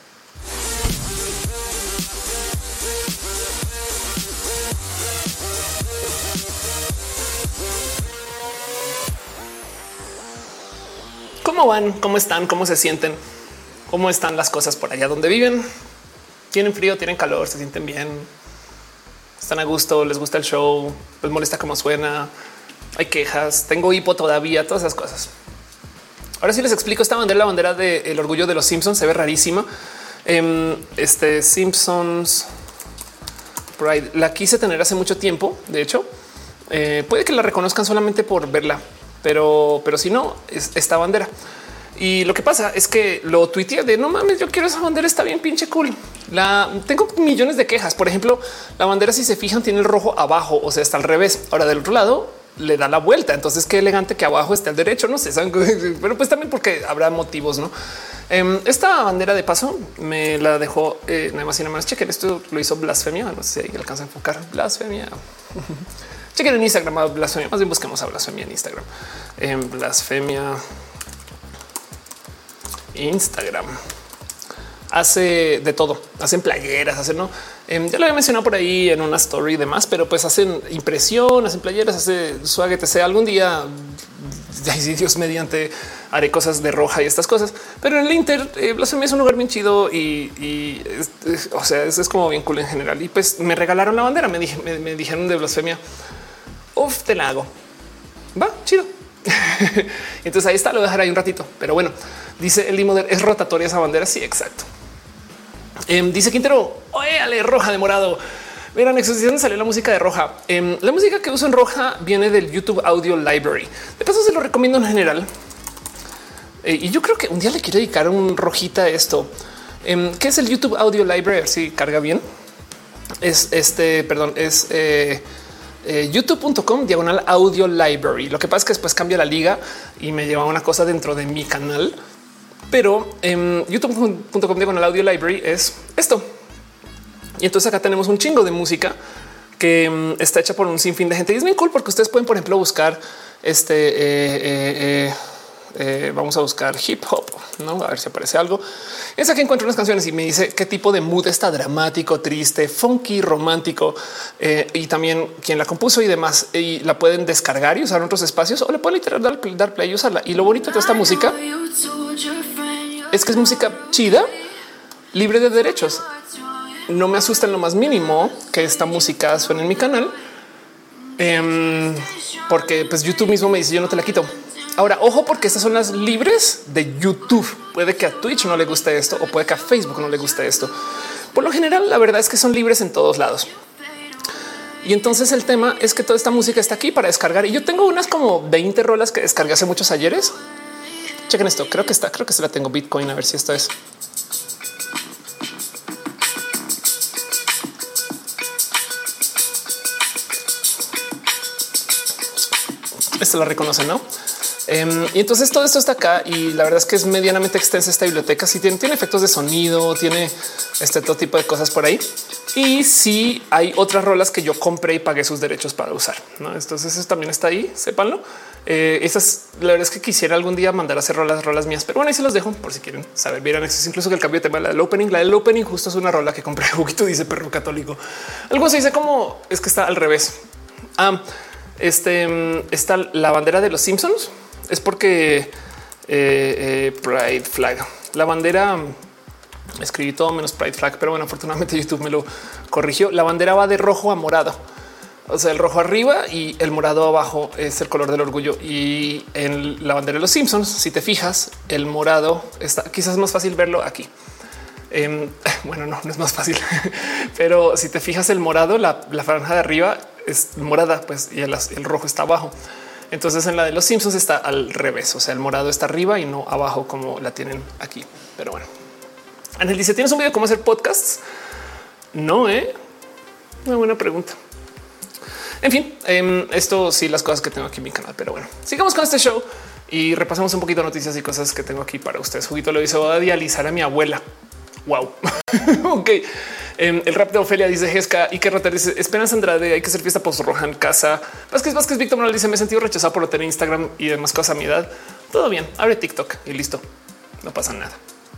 ¿Cómo van? ¿Cómo están? ¿Cómo se sienten? ¿Cómo están las cosas por allá donde viven? ¿Tienen frío? ¿Tienen calor? ¿Se sienten bien? ¿Están a gusto? ¿Les gusta el show? ¿Les molesta cómo suena? ¿Hay quejas? ¿Tengo hipo todavía? Todas esas cosas. Ahora sí les explico esta bandera, la bandera del orgullo de los Simpsons. Se ve rarísima. Este Simpsons Pride la quise tener hace mucho tiempo. De hecho, eh, puede que la reconozcan solamente por verla, pero, pero si no, es esta bandera. Y lo que pasa es que lo tuiteé de no mames, yo quiero esa bandera, está bien pinche cool. La tengo millones de quejas. Por ejemplo, la bandera, si se fijan, tiene el rojo abajo, o sea, está al revés. Ahora del otro lado le da la vuelta. Entonces, qué elegante que abajo esté al derecho. No sé, ¿saben? Pero pues también porque habrá motivos, no? Esta bandera de paso me la dejó eh, nada más y nada más. Chequen, esto lo hizo Blasfemia. No sé si alcanza a enfocar Blasfemia. Chequen en Instagram a Blasfemia. Más bien busquemos a Blasfemia en Instagram. En Blasfemia. Instagram hace de todo, hacen playeras, hacen no. Eh, ya lo había mencionado por ahí en una story y demás, pero pues hacen impresión, hacen playeras, hace swag, etcétera. Algún día, ay, Dios mediante, haré cosas de roja y estas cosas, pero en el Inter, eh, Blasfemia es un lugar bien chido y, y es, es, o sea, es, es como bien cool en general. Y pues me regalaron la bandera, me, dije, me, me dijeron de Blasfemia, uf, te la hago. Va, chido. Entonces ahí está, lo dejaré ahí un ratito, pero bueno, dice el Limoder, es rotatoria esa bandera. Sí, exacto. Eh, dice Quintero, oye, roja de morado. Mira, Nexus, ¿de dónde salió la música de roja? Eh, la música que uso en roja viene del YouTube Audio Library. De paso, se lo recomiendo en general. Eh, y yo creo que un día le quiero dedicar un rojita a esto. Eh, ¿Qué es el YouTube Audio Library? A ver si carga bien. Es este, perdón, es eh, eh, youtube punto com diagonal audio library. Lo que pasa es que después cambia la liga y me lleva a una cosa dentro de mi canal. Pero en youtube punto com diagonal audio library es esto. Y entonces acá tenemos un chingo de música que um, está hecha por un sinfín de gente. Y es muy cool porque ustedes pueden, por ejemplo, buscar este. Eh, eh, eh, eh, vamos a buscar hip hop, no? A ver si aparece algo. Es aquí encuentro unas canciones y me dice qué tipo de mood está: dramático, triste, funky, romántico, eh, y también quién la compuso y demás. Y la pueden descargar y usar en otros espacios o le pueden literal dar, dar play y usarla. Y lo bonito de esta música es que es música chida, libre de derechos. No me asusta en lo más mínimo que esta música suene en mi canal, eh, porque pues YouTube mismo me dice yo no te la quito. Ahora, ojo, porque estas son las libres de YouTube. Puede que a Twitch no le guste esto o puede que a Facebook no le guste esto. Por lo general, la verdad es que son libres en todos lados. Y entonces el tema es que toda esta música está aquí para descargar. Y yo tengo unas como veinte rolas que descargué hace muchos ayeres. Chequen esto. Creo que está, creo que se la tengo Bitcoin. A ver si esta es. Esto la reconocen, ¿no? Um, y entonces todo esto está acá y la verdad es que es medianamente extensa esta biblioteca. Si sí, tiene, tiene efectos de sonido, tiene este todo tipo de cosas por ahí. Y si sí, hay otras rolas que yo compré y pagué sus derechos para usar, ¿no? Entonces eso también está ahí, sépanlo. Eh, esas, la verdad es que quisiera algún día mandar a hacer rolas, rolas mías, pero bueno, ahí se los dejo por si quieren saber. Vieran, es incluso que el cambio de tema, la del opening, la del opening justo es una rola que compré. Juguito dice perro católico. Algo se dice como es que está al revés. Ah, este está la bandera de los Simpsons. Es porque eh, eh, Pride Flag, la bandera, escribí todo menos Pride Flag, pero bueno, afortunadamente YouTube me lo corrigió. La bandera va de rojo a morado, o sea, el rojo arriba y el morado abajo es el color del orgullo. Y en la bandera de los Simpsons, si te fijas, el morado está quizás más fácil verlo aquí. Eh, bueno, no, no es más fácil, pero si te fijas, el morado, la, la franja de arriba es morada, pues y el, el rojo está abajo. Entonces en la de los Simpsons está al revés. O sea, el morado está arriba y no abajo como la tienen aquí. Pero bueno, Ángel dice: ¿tienes un video de cómo hacer podcasts? No, eh. Una buena pregunta. En fin, eh, esto sí, las cosas que tengo aquí en mi canal, pero bueno, sigamos con este show y repasamos un poquito de noticias y cosas que tengo aquí para ustedes. Juguito lo hizo a dializar a mi abuela. Wow. Ok. Eh, el rap de Ofelia dice Jesca y que Rotter dice Esperanza Andrade. Hay que hacer fiesta post roja en casa. Vázquez Vázquez Víctor Manuel dice me he sentido rechazado por no tener Instagram y demás cosas a mi edad. Todo bien. Abre TikTok y listo. No pasa nada.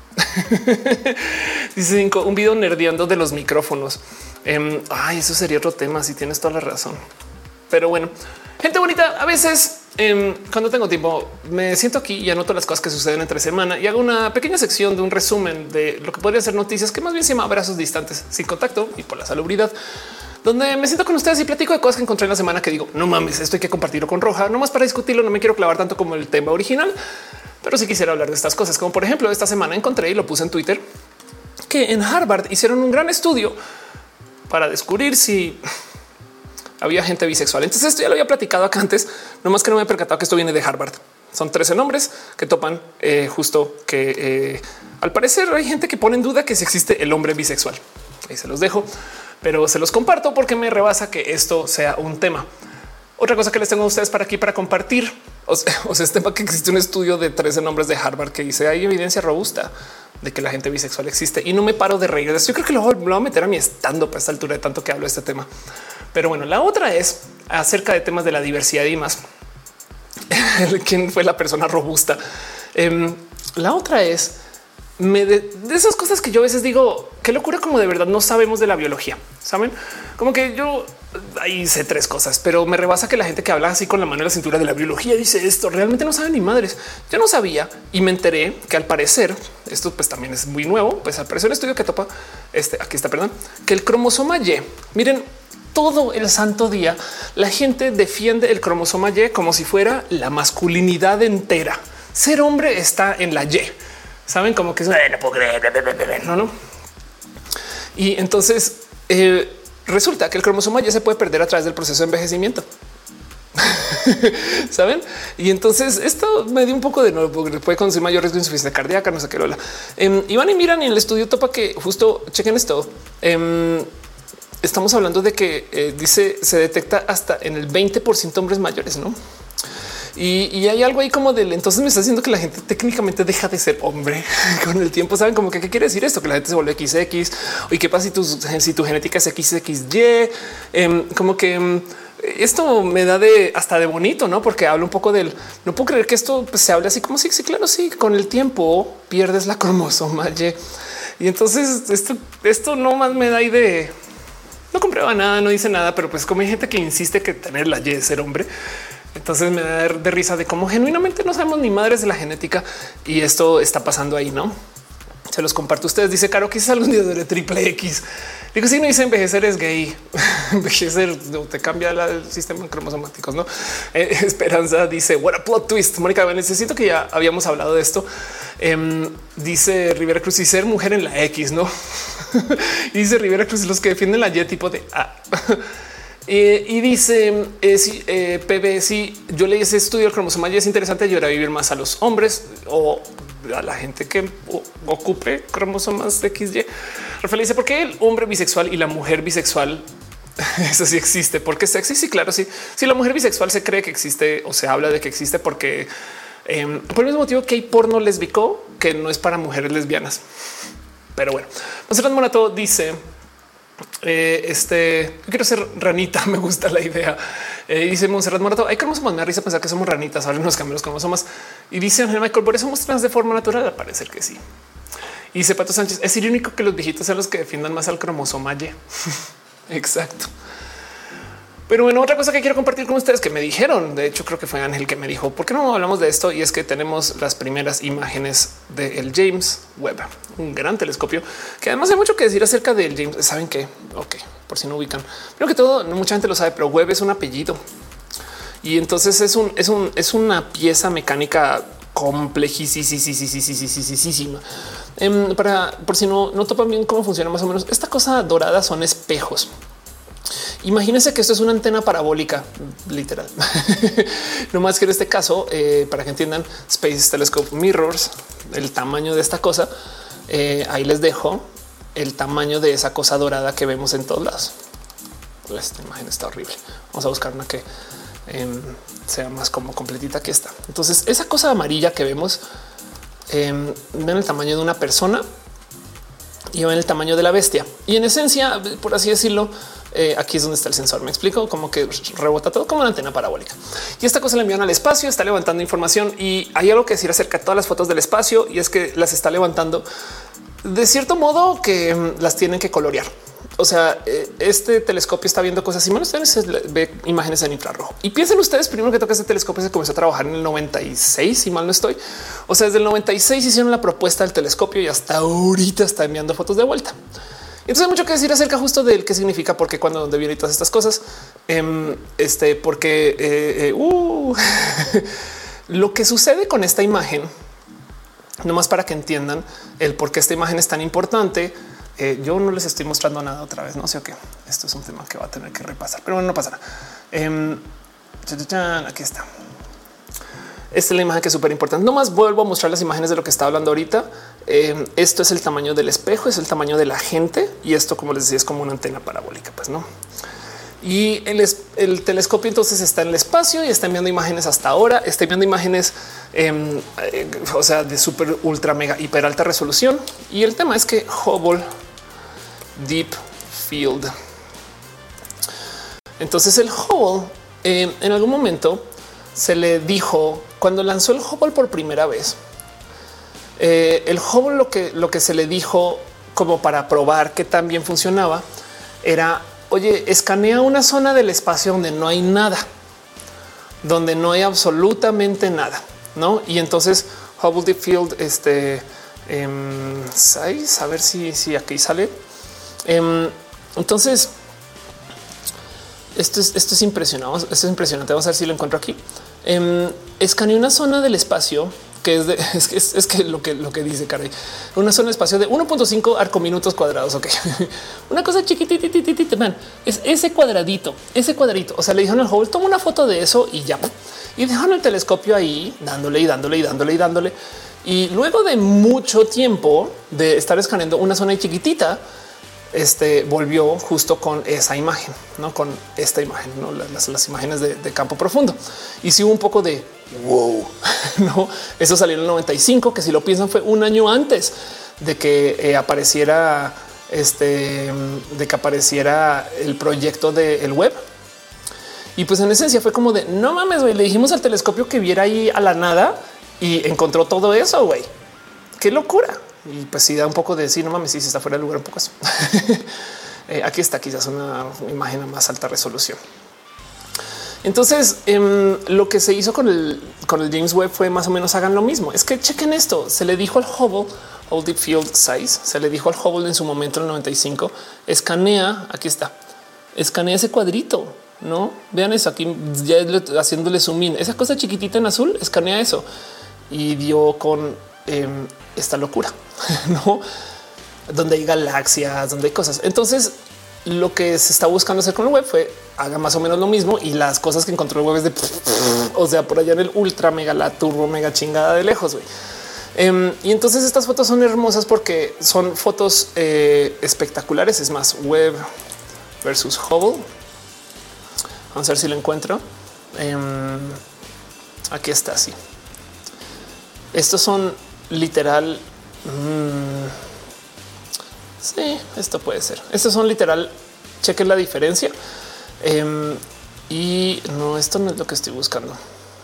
Dice cinco, un video nerdeando de los micrófonos. Eh, ay, eso sería otro tema. Si tienes toda la razón, pero bueno, gente bonita, a veces eh, cuando tengo tiempo me siento aquí y anoto las cosas que suceden entre semana y hago una pequeña sección de un resumen de lo que podría ser noticias que más bien se llama abrazos distantes sin contacto y por la salubridad, donde me siento con ustedes y platico de cosas que encontré en la semana que digo no mames, esto hay que compartirlo con Roja, no más para discutirlo. No me quiero clavar tanto como el tema original, pero sí quisiera hablar de estas cosas, como por ejemplo esta semana encontré y lo puse en Twitter que en Harvard hicieron un gran estudio para descubrir si había gente bisexual. Entonces esto ya lo había platicado acá antes, nomás que no me he percatado que esto viene de Harvard. Son trece nombres que topan eh, justo que eh, al parecer hay gente que pone en duda que si existe el hombre bisexual. Ahí se los dejo, pero se los comparto porque me rebasa que esto sea un tema. Otra cosa que les tengo a ustedes para aquí para compartir. O sea, o sea, este tema que existe un estudio de trece nombres de Harvard que dice hay evidencia robusta de que la gente bisexual existe y no me paro de reír de eso. Yo creo que lo, lo voy a meter a mi stand-up a esta altura de tanto que hablo de este tema. Pero bueno, la otra es acerca de temas de la diversidad y más. ¿Quién fue la persona robusta? Eh, la otra es me de, de esas cosas que yo a veces digo qué locura, como de verdad no sabemos de la biología. Saben, como que yo ahí sé tres cosas, pero me rebasa que la gente que habla así con la mano en la cintura de la biología dice esto realmente no saben ni madres. Yo no sabía y me enteré que al parecer esto pues también es muy nuevo. Pues al parecer un estudio que topa este aquí está, perdón, que el cromosoma Y, miren, todo el santo día la gente defiende el cromosoma Y como si fuera la masculinidad entera. Ser hombre está en la Y. Saben como que es no puedo creer, no, no. Y entonces eh, resulta que el cromosoma Y se puede perder a través del proceso de envejecimiento. Saben? Y entonces esto me dio un poco de no, porque puede conducir mayor riesgo de insuficiencia cardíaca, no sé qué. Lola. Eh, y van y miran y en el estudio topa que justo chequen esto. Eh, estamos hablando de que eh, dice se detecta hasta en el veinte por ciento hombres mayores, no? Y, y hay algo ahí como del entonces me está diciendo que la gente técnicamente deja de ser hombre con el tiempo. Saben como que qué quiere decir esto, que la gente se vuelve equis equis y qué pasa si tu, si tu genética es equis equis y, eh, como que eh, esto me da de hasta de bonito, no? Porque habla un poco del no puedo creer que esto pues, se hable así como sí, sí, claro, sí, con el tiempo pierdes la cromosoma Y. Y entonces esto, esto no más me da ahí de no comprueba nada, no dice nada, pero pues como hay gente que insiste que tener la Y es ser hombre. Entonces me da de risa de cómo genuinamente no sabemos ni madres de la genética y esto está pasando ahí, no? Se los comparto a ustedes. Dice Caro, quizás algún día de triple X. Digo, si no dice envejecer es gay, envejecer no, te cambia la, el sistema cromosomático, no? Eh, Esperanza dice what a plot twist. Mónica, necesito que ya habíamos hablado de esto. Eh, dice Rivera Cruz y ser mujer en la X, no? Y dice Rivera Cruz los que defienden la Y tipo de A. Eh, y dice eh, si, eh, P B, si yo leí ese estudio del cromosoma Y es interesante ayudar a vivir más a los hombres o a la gente que o, ocupe cromosomas X Y. Rafael dice por qué el hombre bisexual y la mujer bisexual eso sí existe, porque sexy. Sí, claro, sí. Si la mujer bisexual se cree que existe o se habla de que existe porque eh, por el mismo motivo que hay porno lésbico que no es para mujeres lesbianas. Pero bueno, Monserrat Morato dice Eh, este yo quiero ser ranita. Me gusta la idea. Eh, dice Monserrat Morato. Hay cromosomas. Me da risa pensar que somos ranitas. Ahora nos cambiamos cromosomas. Y dice Michael, por eso somos trans de forma natural. Al parecer que sí. Y dice Pato Sánchez. Es irónico que los viejitos sean los que defiendan más al cromosoma Y. Exacto. Pero bueno, otra cosa que quiero compartir con ustedes que me dijeron, de hecho creo que fue Ángel que me dijo, ¿por qué no hablamos de esto? Y es que tenemos las primeras imágenes del James Webb, un gran telescopio que además hay mucho que decir acerca del James. ¿Saben qué? Ok, por si no ubican. Primero que todo, no mucha gente lo sabe, pero Webb es un apellido. Y entonces es un, es un, es una pieza mecánica complejísima. Eh, para por si no, no topan bien cómo funciona más o menos. Esta cosa dorada son espejos. Imagínense que esto es una antena parabólica, literal. No más que en este caso, eh, para que entiendan, Space Telescope Mirrors, el tamaño de esta cosa. Eh, ahí les dejo el tamaño de esa cosa dorada que vemos en todos lados. esta imagen está horrible. Vamos a buscar una que eh, sea más como completita. Aquí está. Entonces esa cosa amarilla que vemos, eh, ven el tamaño de una persona y ven el tamaño de la bestia. Y en esencia, por así decirlo, Eh, aquí es donde está el sensor. Me explico, como que rebota todo como una antena parabólica. Y esta cosa la envían al espacio, está levantando información y hay algo que decir acerca de todas las fotos del espacio y es que las está levantando de cierto modo que las tienen que colorear. O sea, este telescopio está viendo cosas y menos ve imágenes en infrarrojo. Y piensen ustedes, primero que toca este telescopio se comenzó a trabajar en el noventa y seis, si mal no estoy. O sea, desde el noventa y seis hicieron la propuesta del telescopio y hasta ahorita está enviando fotos de vuelta. Entonces hay mucho que decir acerca justo de qué significa, por qué, cuándo, dónde viene y todas estas cosas. Eh, este, porque eh, eh, uh, lo que sucede con esta imagen, nomás para que entiendan el por qué esta imagen es tan importante. Eh, yo no les estoy mostrando nada otra vez. No sé qué. Esto es un tema que va a tener que repasar, pero bueno, no pasará. Eh, aquí está. Esta es la imagen que es súper importante. Nomás vuelvo a mostrar las imágenes de lo que estaba hablando ahorita. Eh, esto es el tamaño del espejo, es el tamaño de la gente y esto, como les decía, es como una antena parabólica, pues no. Y el, el telescopio entonces está en el espacio y está enviando imágenes hasta ahora. Está enviando imágenes, eh, eh, o sea, de súper ultra mega hiper alta resolución. Y el tema es que Hubble Deep Field. Entonces el Hubble eh, en algún momento se le dijo, cuando lanzó el Hubble por primera vez, eh, el Hubble lo que, lo que se le dijo como para probar que tan bien funcionaba era, oye, escanea una zona del espacio donde no hay nada, donde no hay absolutamente nada, ¿no? Y entonces Hubble Deep Field, este, eh, a ver si, si aquí sale. Eh, entonces, Esto es, esto es impresionante. Esto es impresionante. Vamos a ver si lo encuentro aquí. Eh, escaneé una zona del espacio que es, de, es, es, es que lo que lo que dice caray, una zona de espacio de uno punto cinco arcominutos cuadrados. Ok, una cosa chiquititititita, man, es ese cuadradito, ese cuadradito. O sea, le dijeron al Hubble, toma una foto de eso y ya. Y dejaron el telescopio ahí dándole y dándole y dándole y dándole. Y luego de mucho tiempo de estar escaneando una zona chiquitita, este volvió justo con esa imagen, no con esta imagen, no las, las imágenes de, de campo profundo. Y si sí hubo un poco de wow, no, eso salió en el noventa y cinco, que si lo piensan fue un año antes de que eh, apareciera este, de que apareciera el proyecto del web. Y pues en esencia fue como de no mames, güey, le dijimos al telescopio que viera ahí a la nada y encontró todo eso, güey. Qué locura. Y pues sí da un poco de decir, no mames, si sí, está fuera de lugar un poco eso. eh, aquí está quizás una imagen a más alta resolución. Entonces eh, lo que se hizo con el, con el James Webb fue más o menos hagan lo mismo. Es que chequen esto. Se le dijo al Hubble, Hubble Deep Field Size, se le dijo al Hubble en su momento en el noventa y cinco, escanea, aquí está, escanea ese cuadrito, no vean eso aquí ya haciéndole zoom in, esa cosa chiquitita en azul, escanea eso y dio con eh, esta locura, no, donde hay galaxias, donde hay cosas. Entonces, lo que se está buscando hacer con el web fue haga más o menos lo mismo y las cosas que encontró el web es de, o sea, por allá en el ultra mega, la turbo mega chingada de lejos. Güey. Um, y entonces estas fotos son hermosas porque son fotos eh, espectaculares. Es más, Webb versus Hubble. Vamos a ver si lo encuentro. Um, aquí está. Sí, estos son literal. Mmm, sí, esto puede ser. Estos son literal. Chequen la diferencia. Um, y no, esto no es lo que estoy buscando.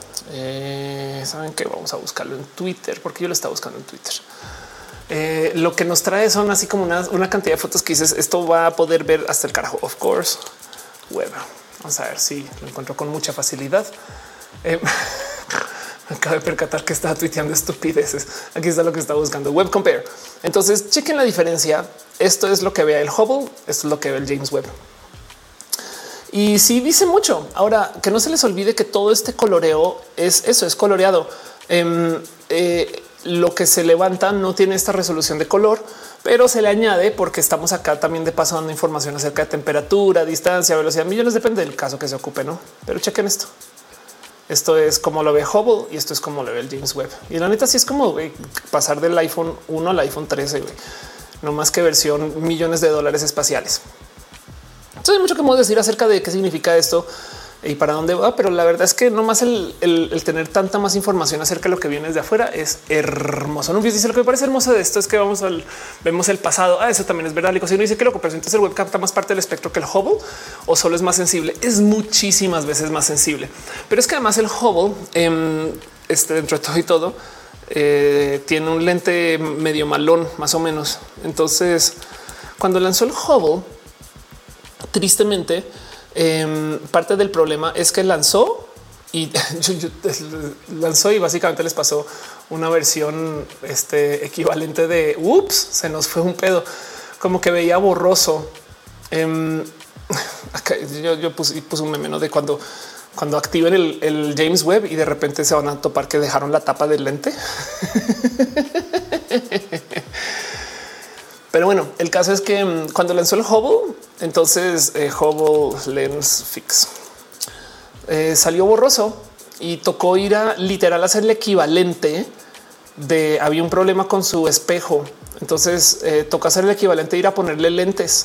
Eh, Saben que vamos a buscarlo en Twitter porque yo lo estaba buscando en Twitter. Eh, lo que nos trae son así como una, una cantidad de fotos que dices esto va a poder ver hasta el carajo. Of course, web. Vamos a ver si lo encuentro con mucha facilidad. Eh, me acabo de percatar que estaba tuiteando estupideces. Aquí está lo que estaba buscando. Web Compare. Entonces chequen la diferencia. Esto es lo que ve el Hubble. Esto es lo que ve el James Webb. Y sí dice mucho. Ahora que no se les olvide que todo este coloreo es eso, es coloreado. Eh, eh, lo que se levanta no tiene esta resolución de color, pero se le añade porque estamos acá también de paso dando información acerca de temperatura, distancia, velocidad, millones, depende del caso que se ocupe, no? Pero chequen esto. Esto es como lo ve Hubble y esto es como lo ve el James Webb. Y la neta sí es como wey, pasar del iPhone uno al iPhone trece, wey. No más que versión millones de dólares espaciales. Entonces hay mucho que podemos decir acerca de qué significa esto y para dónde va, pero la verdad es que no más el, el, el tener tanta más información acerca de lo que viene desde afuera es hermoso. No dice lo que me parece hermoso de esto es que vamos al vemos el pasado. Ah, eso también es verdad. Si uno dice que lo que presenta el web capta más parte del espectro que el Hubble o solo es más sensible, es muchísimas veces más sensible. Pero es que además el Hubble, eh, este, dentro de todo y todo, eh, tiene un lente medio malón, más o menos. Entonces, cuando lanzó el Hubble, tristemente, Eh, parte del problema es que lanzó y yo, yo, lanzó y básicamente les pasó una versión este, equivalente de ups, se nos fue un pedo, como que veía borroso. Eh, acá, yo, yo puse, puse un meme, ¿no? De cuando, cuando activen el, el James Webb y de repente se van a topar que dejaron la tapa del lente. Pero bueno, el caso es que cuando lanzó el Hubble, entonces eh, Hubble Lens Fix eh, salió borroso y tocó ir a literal hacer el equivalente de había un problema con su espejo. Entonces eh, tocó hacer el equivalente de ir a ponerle lentes.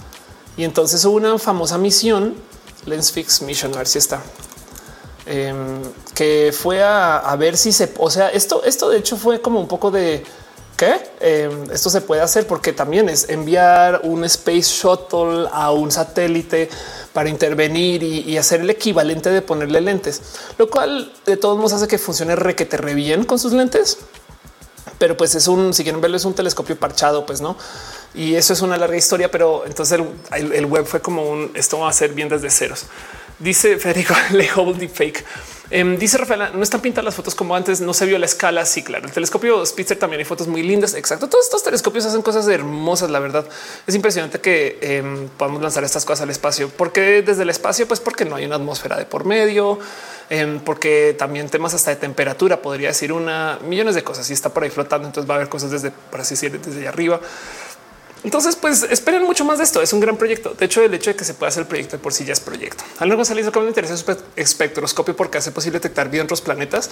Y entonces hubo una famosa misión, Lens Fix Mission, a ver si está, eh, que fue a, a ver si se, o sea, esto, esto de hecho fue como un poco de ¿qué? Eh, esto se puede hacer porque también es enviar un space shuttle a un satélite para intervenir y, y hacer el equivalente de ponerle lentes, lo cual de todos modos hace que funcione requete re bien con sus lentes. Pero pues es un, si quieren verlo, es un telescopio parchado, pues no. Y eso es una larga historia, pero entonces el, el, el web fue como un esto va a ser bien desde ceros. Dice Federico Le Hubble Deepfake. Um, dice Rafaela, no están pintadas las fotos como antes, no se vio la escala. Sí, claro, el telescopio Spitzer también hay fotos muy lindas. Exacto. Todos estos telescopios hacen cosas hermosas. La verdad es impresionante que um, podamos lanzar estas cosas al espacio. Porque desde el espacio, pues porque no hay una atmósfera de por medio, um, porque también temas hasta de temperatura, podría decir una millones de cosas y está por ahí flotando. Entonces va a haber cosas desde, por así decir, desde allá arriba. Entonces, pues esperen mucho más de esto. Es un gran proyecto. De hecho, el hecho de que se pueda hacer el proyecto de por sí ya es proyecto. Algo González acaba de interesar su espectroscopio porque hace posible detectar vida en otros planetas.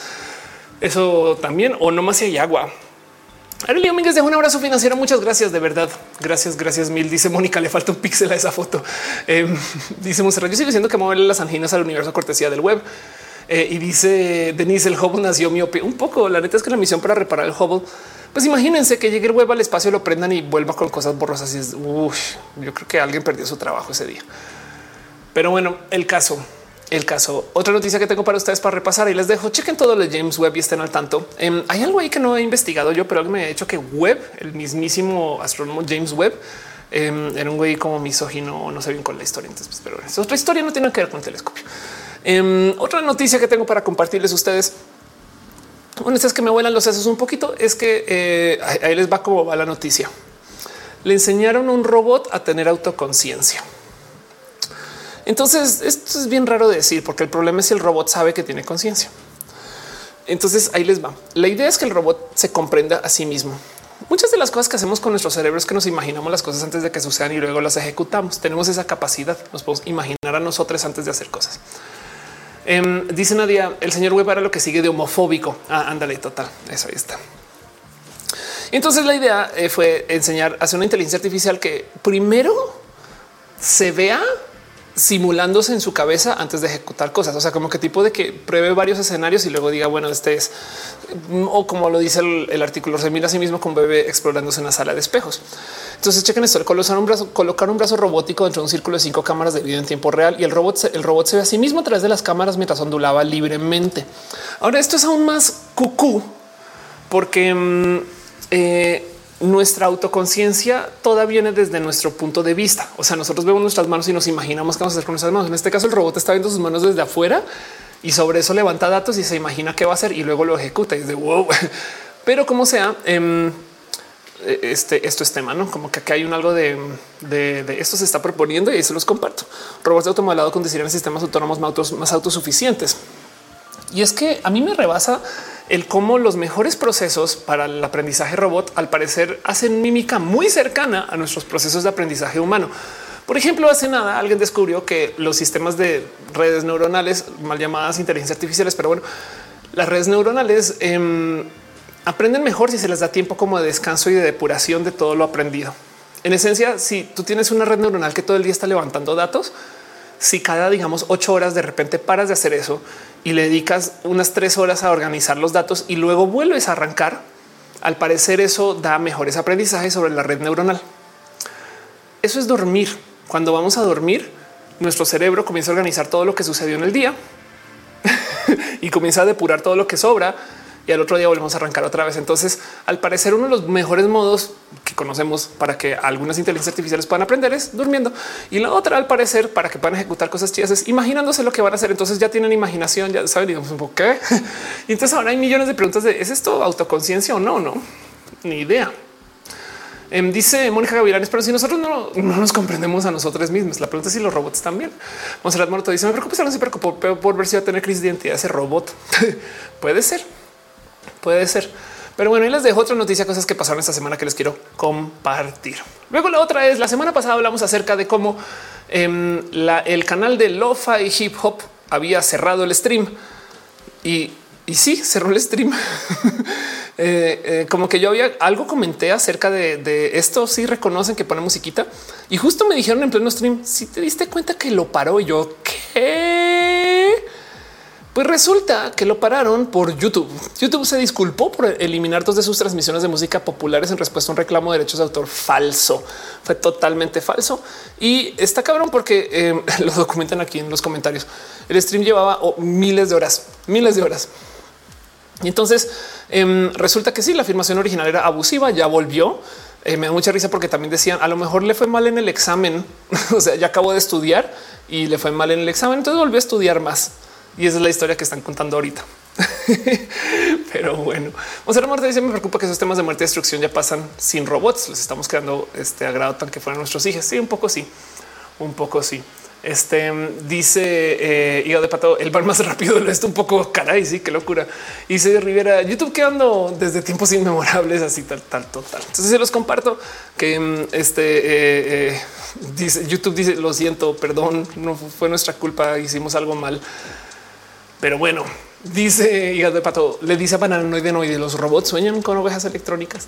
Eso también, o no más si hay agua. Arely Domínguez deja un abrazo financiero. Muchas gracias, de verdad. Gracias, gracias mil. Dice Mónica, le falta un píxel a esa foto. Eh, dice Monserrat, yo sigo diciendo que moverle las anginas al universo cortesía del web. Eh, y dice Denise, el Hubble nació miope. Un poco, la neta es que la misión para reparar el Hubble, pues imagínense que llegue el web al espacio, lo prendan y vuelva con cosas borrosas. Y es, uf, yo creo que alguien perdió su trabajo ese día. Pero bueno, el caso, el caso. Otra noticia que tengo para ustedes para repasar y les dejo, chequen todo el James Webb y estén al tanto. Eh, hay algo ahí que no he investigado yo, pero algo me ha dicho que Webb, el mismísimo astrónomo James Webb, eh, era un güey como misógino, no sé bien con la historia. Entonces, pues, pero es otra historia, no tiene que ver con el telescopio. Eh, otra noticia que tengo para compartirles a ustedes. Bueno, es que me vuelan los sesos un poquito. Es que eh, ahí les va cómo va la noticia. Le enseñaron a un robot a tener autoconciencia. Entonces, esto es bien raro de decir, porque el problema es si el robot sabe que tiene conciencia. Entonces ahí les va. La idea es que el robot se comprenda a sí mismo. Muchas de las cosas que hacemos con nuestro cerebro es que nos imaginamos las cosas antes de que sucedan y luego las ejecutamos. Tenemos esa capacidad. Nos podemos imaginar a nosotros antes de hacer cosas. Um, dice Nadia, el señor Webb era lo que sigue de homofóbico. Ah, ándale, total. Eso ahí está. Entonces la idea eh, fue enseñar a hacer una inteligencia artificial que primero se vea simulándose en su cabeza antes de ejecutar cosas. O sea, como que tipo de que pruebe varios escenarios y luego diga, bueno, este es, o como lo dice el, el artículo, se mira a sí mismo con un bebé explorándose en una sala de espejos. Entonces chequen esto, colocar un brazo, colocar un brazo robótico dentro de un círculo de cinco cámaras de video en tiempo real y el robot, el robot se ve a sí mismo a través de las cámaras mientras ondulaba libremente. Ahora esto es aún más cucú porque eh, nuestra autoconciencia toda viene desde nuestro punto de vista. O sea, nosotros vemos nuestras manos y nos imaginamos qué vamos a hacer con nuestras manos. En este caso, el robot está viendo sus manos desde afuera y sobre eso levanta datos y se imagina qué va a hacer y luego lo ejecuta y es de wow. Pero como sea, eh, este, esto es tema, ¿no? Como que aquí hay un algo de, de, de esto se está proponiendo y eso los comparto. Robots de automodelado con diseño de sistemas autónomos más, autos, más autosuficientes. Y es que a mí me rebasa el cómo los mejores procesos para el aprendizaje robot al parecer hacen mímica muy cercana a nuestros procesos de aprendizaje humano. Por ejemplo, hace nada alguien descubrió que los sistemas de redes neuronales, mal llamadas inteligencias artificiales, pero bueno, las redes neuronales eh, aprenden mejor si se les da tiempo como de descanso y de depuración de todo lo aprendido. En esencia, si tú tienes una red neuronal que todo el día está levantando datos, si cada, digamos, ocho horas de repente paras de hacer eso y le dedicas unas tres horas a organizar los datos y luego vuelves a arrancar, al parecer eso da mejores aprendizajes sobre la red neuronal. Eso es dormir. Cuando vamos a dormir, nuestro cerebro comienza a organizar todo lo que sucedió en el día y comienza a depurar todo lo que sobra y al otro día volvemos a arrancar otra vez. Entonces, al parecer, uno de los mejores modos que conocemos para que algunas inteligencias artificiales puedan aprender es durmiendo. Y la otra, al parecer, para que puedan ejecutar cosas chidas es imaginándose lo que van a hacer. Entonces ya tienen imaginación, ya saben, digamos un poco qué. Y entonces ahora hay millones de preguntas de ¿es esto autoconciencia o no? No, ni idea. Eh, dice Mónica Gavilanes, pero si nosotros no, no nos comprendemos a nosotros mismos, la pregunta es si los robots también. Monserrat Morto dice: me preocupa, no se preocupó por, por ver si va a tener crisis de identidad ese robot. Puede ser, puede ser. Pero bueno, y les dejo otra noticia, cosas que pasaron esta semana que les quiero compartir. Luego la otra es, la semana pasada hablamos acerca de cómo eh, la, el canal de Lo-Fi Hip Hop había cerrado el stream y Y sí, cerró el stream. eh, eh, como que yo había algo comenté acerca de, de esto. Sí reconocen que pone musiquita y justo me dijeron en pleno stream: si te diste cuenta que lo paró. Y yo, ¿qué? Pues resulta que lo pararon por YouTube. YouTube se disculpó por eliminar dos de sus transmisiones de música populares en respuesta a un reclamo de derechos de autor falso. Fue totalmente falso y está cabrón porque eh, lo documentan aquí en los comentarios. El stream llevaba oh, miles de horas, miles de horas. Y entonces eh, resulta que sí, la afirmación original era abusiva, ya volvió. Eh, me da mucha risa porque también decían a lo mejor le fue mal en el examen. O sea, ya acabó de estudiar y le fue mal en el examen, entonces volvió a estudiar más. Y esa es la historia que están contando ahorita. Pero bueno, Monserrat Morte dice: me preocupa que esos temas de muerte y destrucción ya pasan sin robots. Les estamos creando este agrado tan que fueran nuestros hijos. Sí, un poco sí, un poco sí. Este dice eh, hígado de pato, el bar más rápido de esto, un poco caray. Sí, qué locura. Y dice Rivera: YouTube quedando desde tiempos inmemorables, así tal, tal, total. Entonces se los comparto que este eh, eh, dice YouTube, dice: lo siento, perdón, no fue nuestra culpa, hicimos algo mal. Pero bueno, dice hígado de pato, le dice a Bananoide Noide: los robots sueñan con ovejas electrónicas.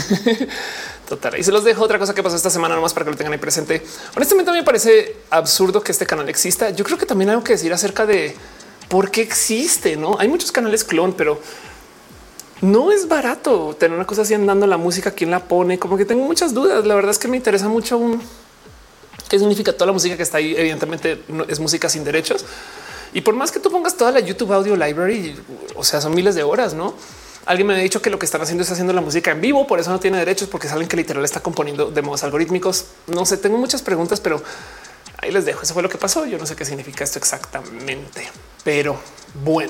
Total. Y se los dejo otra cosa que pasó esta semana, nomás para que lo tengan ahí presente. Honestamente, a mí me parece absurdo que este canal exista. Yo creo que también hay algo que decir acerca de por qué existe. No hay muchos canales clon, pero no es barato tener una cosa así andando. La música, quién la pone, como que tengo muchas dudas. La verdad es que me interesa mucho un qué significa toda la música que está ahí. Evidentemente no es música sin derechos. Y por más que tú pongas toda la YouTube Audio Library, o sea, son miles de horas, ¿no? Alguien me ha dicho que lo que están haciendo es haciendo la música en vivo, por eso no tiene derechos, porque es alguien que literal está componiendo de modos algorítmicos. No sé, tengo muchas preguntas, pero ahí les dejo. Eso fue lo que pasó. Yo no sé qué significa esto exactamente, pero bueno.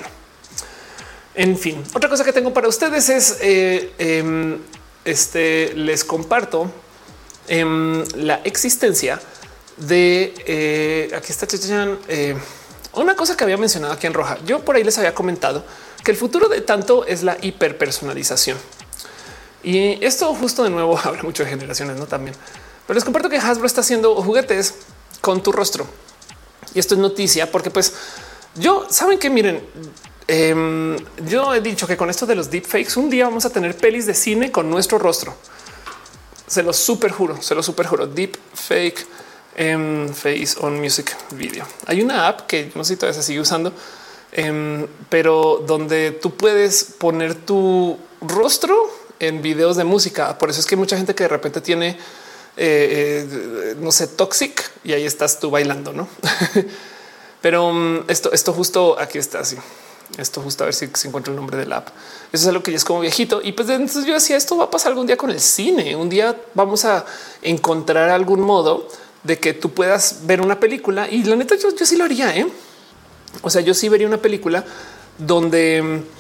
En fin, otra cosa que tengo para ustedes es eh, eh, este les comparto eh, la existencia de eh, aquí está eh, una cosa que había mencionado aquí en roja. Yo por ahí les había comentado que el futuro de tanto es la hiperpersonalización. Y esto justo de nuevo habla mucho de generaciones, no también. Pero les comparto que Hasbro está haciendo juguetes con tu rostro. Y esto es noticia porque pues yo saben que miren, eh, yo he dicho que con esto de los deepfakes un día vamos a tener pelis de cine con nuestro rostro. Se lo super juro, se lo super juro. Deepfake Um, Face on Music Video. Hay una app que no sé si todavía se sigue usando, um, pero donde tú puedes poner tu rostro en videos de música. Por eso es que hay mucha gente que de repente tiene, eh, eh, no sé, Toxic y ahí estás tú bailando, ¿no? Pero um, esto, esto justo aquí está así. Esto justo a ver si se encuentra el nombre de la app. Eso es algo que ya es como viejito. Y pues entonces yo decía, esto va a pasar algún día con el cine. Un día vamos a encontrar algún modo de que tú puedas ver una película y la neta yo, yo sí lo haría. ¿eh? O sea, yo sí vería una película donde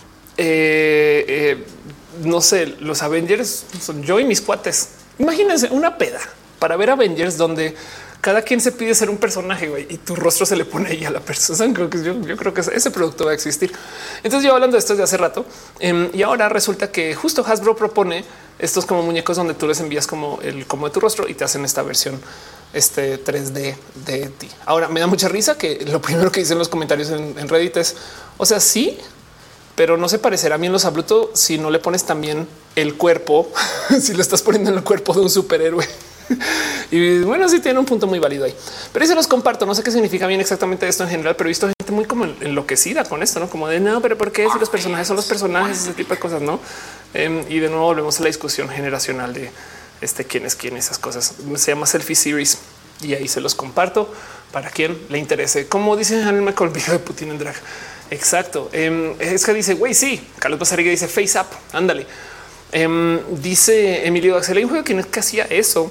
eh, eh, no sé, los Avengers son yo y mis cuates. Imagínense una peda para ver Avengers donde cada quien se pide ser un personaje güey, y tu rostro se le pone ahí a la persona. Creo que yo, yo creo que ese producto va a existir. Entonces yo hablando de esto desde hace rato eh, y ahora resulta que justo Hasbro propone estos como muñecos donde tú les envías como el como de tu rostro y te hacen esta versión este tres D de ti. Ahora me da mucha risa que lo primero que dicen los comentarios en, en Reddit es, o sea, sí, pero no se parecerá bien los abruto si no le pones también el cuerpo, si lo estás poniendo en el cuerpo de un superhéroe. Y bueno, sí tiene un punto muy válido ahí, pero ahí se los comparto. No sé qué significa bien exactamente esto en general, pero he visto gente muy como enloquecida con esto, no como de no, pero ¿por qué si los personajes son los personajes? Ese tipo de cosas, no? Eh, y de nuevo volvemos a la discusión generacional de este quién es quién, esas cosas. Se llama Selfie Series y ahí se los comparto para quien le interese. Como dice Anel con el video de Putin en drag. Exacto. Eh, es que dice güey, sí. Carlos Basariga dice Face Up. Ándale. Eh, dice Emilio Axel, hay un juego que no es que hacía eso.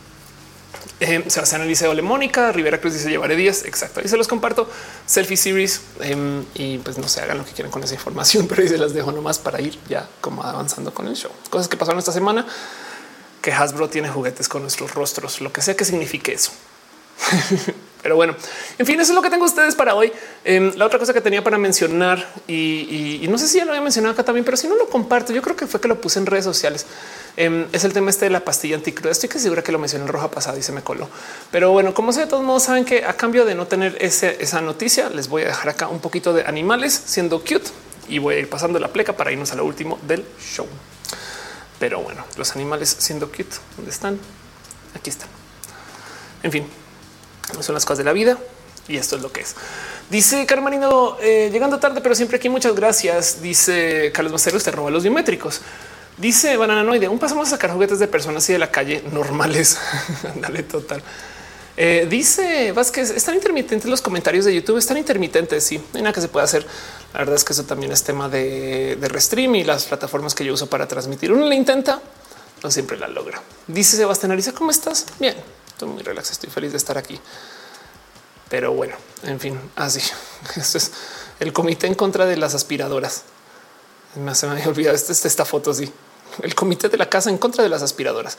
Eh, Sebastián dice ole Mónica, Rivera Cruz dice llevaré días. Exacto. Ahí se los comparto. Selfie Series eh, y pues no sé, hagan lo que quieran con esa información, pero ahí se las dejo nomás para ir ya como avanzando con el show. Cosas que pasaron esta semana, que Hasbro tiene juguetes con nuestros rostros, lo que sea que signifique eso. Pero bueno, en fin, eso es lo que tengo ustedes para hoy. Eh, la otra cosa que tenía para mencionar y, y, y no sé si ya lo había mencionado acá también, pero si no lo comparto, yo creo que fue que lo puse en redes sociales. Eh, es el tema este de la pastilla anticruda. Estoy que segura que lo mencioné en roja pasada y se me coló. Pero bueno, como sea, de todos modos saben que a cambio de no tener ese, esa noticia, les voy a dejar acá un poquito de animales siendo cute y voy a ir pasando la pleca para irnos a lo último del show. Pero bueno, los animales siendo cute, ¿dónde están? Aquí están. En fin. Son las cosas de la vida y esto es lo que es. Dice Carmarino, eh, llegando tarde, pero siempre aquí. Muchas gracias. Dice Carlos Maceros, te roba los biométricos. Dice Bananoide, un pasamos a sacar juguetes de personas y de la calle normales. Dale, total. Eh, dice Vázquez, están intermitentes los comentarios de YouTube, están intermitentes. Sí, no hay nada que se pueda hacer. La verdad es que eso también es tema de, de Restream y las plataformas que yo uso para transmitir. Uno le intenta, no siempre la logra. Dice Sebastián Ariza, ¿cómo estás? Bien. Estoy muy relax, estoy feliz de estar aquí. Pero bueno, en fin, así. Esto es el comité en contra de las aspiradoras. Me se me había olvidado esta, esta, esta foto. Sí, el comité de la casa en contra de las aspiradoras.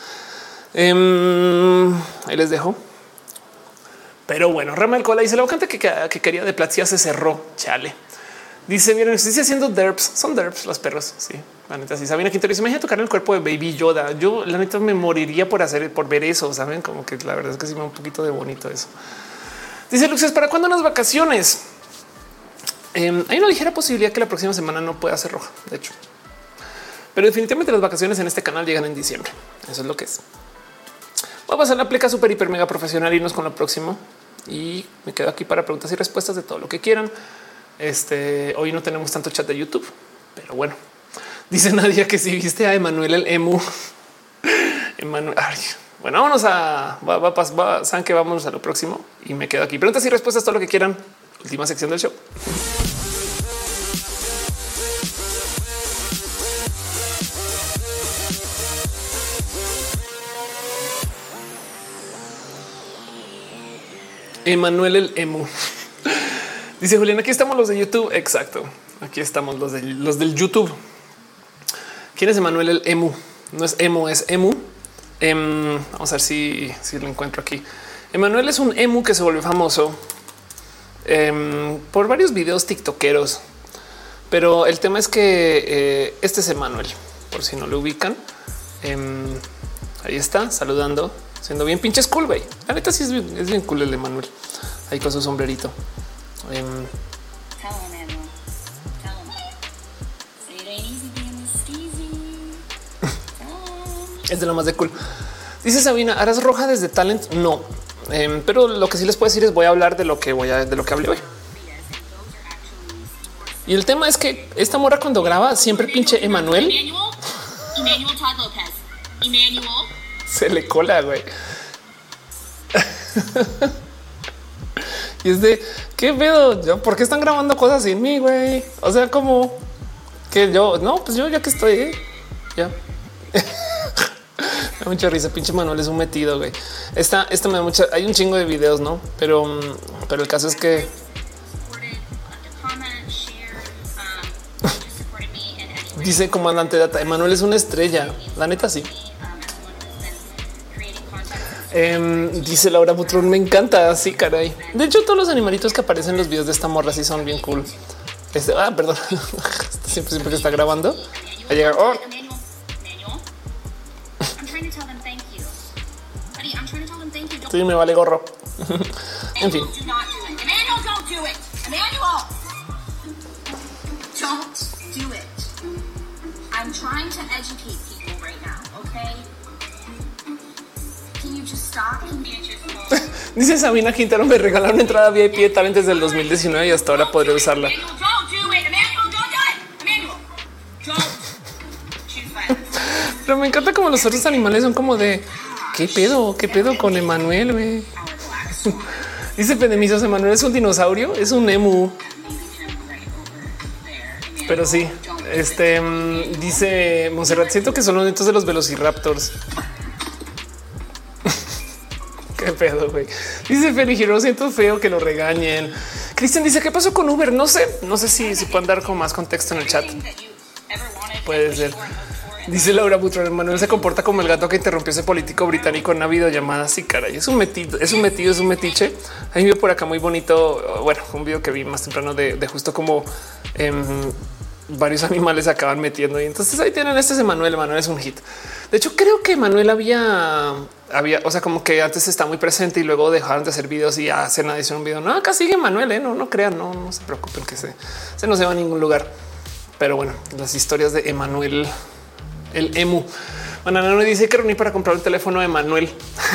Eh, ahí les dejo. Pero bueno, Rama Alcola dice la vacante que, que quería de Platzi se cerró. Chale. Dice, miren, estoy haciendo derps. Son derps los perros. Sí, la neta, sí. Sabina Quintero dice, imagina tocar el cuerpo de Baby Yoda. Yo la neta me moriría por hacer, por ver eso. Saben, como que la verdad es que sí me da un poquito de bonito eso. Dice Luxes, ¿para cuándo unas vacaciones? Eh, hay una ligera posibilidad que la próxima semana no pueda ser roja, de hecho. Pero definitivamente las vacaciones en este canal llegan en diciembre. Eso es lo que es. Voy a pasar la pleca súper hiper mega profesional y irnos con lo próximo. Y me quedo aquí para preguntas y respuestas de todo lo que quieran. Este hoy no tenemos tanto chat de YouTube, pero bueno, dice Nadia que si viste a Emanuel el emu. Emanuel, ay, bueno, vámonos a va, va, va, saben que vámonos a lo próximo y me quedo aquí. Preguntas y respuestas, todo lo que quieran. Última sección del show. Emanuel el emu. Dice Julián, aquí estamos los de YouTube. Exacto. Aquí estamos los de los del YouTube. ¿Quién es Emanuel el emu? No es emo, es emu. Um, vamos a ver si, si lo encuentro aquí. Emanuel es un emu que se volvió famoso um, por varios videos tiktokeros. Pero el tema es que eh, este es Emanuel, por si no lo ubican. Um, ahí está, saludando, siendo bien pinches cool, güey. La neta sí es bien, es bien cool el Emanuel. Ahí con su sombrerito. Um, es de lo más de cool. Dice Sabina, ¿harás roja desde Talent? No, um, pero lo que sí les puedo decir es voy a hablar de lo que voy a de lo que hablé hoy. Y el tema es que esta morra cuando graba siempre pinche Emanuel se le cola, güey. Y es de qué pedo, ¿por qué están grabando cosas sin mí, güey? O sea, como que yo no, pues yo ya que estoy ¿eh? ya. Me da mucha risa. Pinche Manuel es un metido, güey. Esta, esta me da mucha. Hay un chingo de videos, no? Pero, pero el caso es que dice comandante Data, Emanuel es una estrella. La neta, sí. Eh, dice Laura Butrón, me encanta. Sí, caray. De hecho, todos los animalitos que aparecen en los videos de esta morra sí son bien cool. Este, ah, perdón. siempre, siempre que está grabando. A llegar. Oh. Sí, me vale gorro. En fin. I'm trying to educate people right now, okay? Can you Dice Sabina Quintero, me regalaron entrada V I P de Talent desde el dos mil diecinueve y hasta ahora podré usarla. Pero me encanta como los otros animales son como de ¿qué pedo? ¿Qué pedo con Emanuel? Güey? Dice Pedemizos, Emanuel es un dinosaurio, es un emu. Pero sí, este dice Monserrat, siento que son los nietos de los velociraptors. Qué pedo, güey. Dice Feli Giro, siento feo que lo regañen. Cristian dice, ¿qué pasó con Uber? No sé, no sé si, si pueden dar con más contexto en el chat. Puede ser. Dice Laura Butron, Manuel se comporta como el gato que interrumpió ese político británico en una videollamada. Sí, caray, es un metido, es un metido, es un metiche. Hay un video por acá muy bonito. Bueno, un video que vi más temprano de, de justo como eh, varios animales se acaban metiendo. Y entonces ahí tienen este es Emanuel. Emanuel es un hit. De hecho, creo que Emanuel había, había, o sea, como que antes está muy presente y luego dejaron de hacer videos y hacen adición un video. No, acá sigue Emanuel, ¿eh? no, no crean, no, no se preocupen que se, se no se va a ningún lugar. Pero bueno, las historias de Emanuel. El emu. Banana no dice que reuní para comprar un teléfono de Manuel.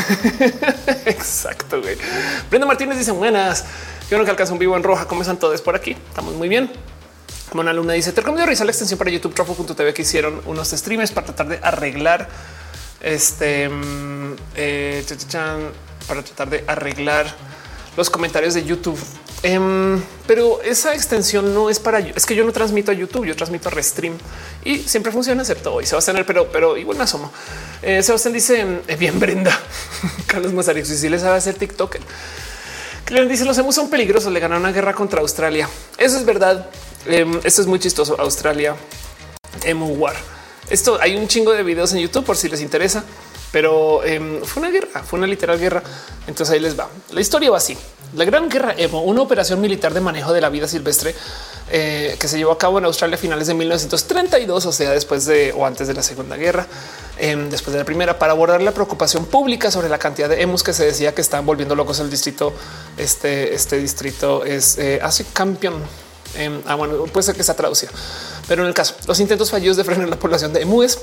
Exacto, güey. Brenda Martínez dice buenas. Yo nunca alcanzo un vivo en roja. ¿Cómo están todos por aquí? Estamos muy bien. Mona Luna dice te recomiendo revisar la extensión para YouTube trofo punto t v que hicieron unos streamers para tratar de arreglar este eh, para tratar de arreglar los comentarios de YouTube. Um, pero esa extensión no es para yo. Es que yo no transmito a YouTube, yo transmito a Restream y siempre funciona, excepto hoy. Sebastián, pero, pero igual me asomo. Eh, Sebastián dice eh, bien, Brenda. Carlos Mazarios, y si les sabe hacer TikTok. Clean dice los emus son peligrosos, le ganaron una guerra contra Australia. Eso es verdad. Um, esto es muy chistoso. Australia, Emu War. Esto hay un chingo de videos en YouTube por si les interesa, pero um, fue una guerra, fue una literal guerra. Entonces ahí les va. La historia va así. La Gran Guerra Emo, una operación militar de manejo de la vida silvestre eh, que se llevó a cabo en Australia a finales de mil novecientos treinta y dos, o sea, después de o antes de la Segunda Guerra, eh, después de la primera, para abordar la preocupación pública sobre la cantidad de emus que se decía que estaban volviendo locos el distrito. Este, este distrito es eh, hace campeón. Eh, ah, bueno, puede ser que está traducida, pero en el caso, los intentos fallidos de frenar la población de emúes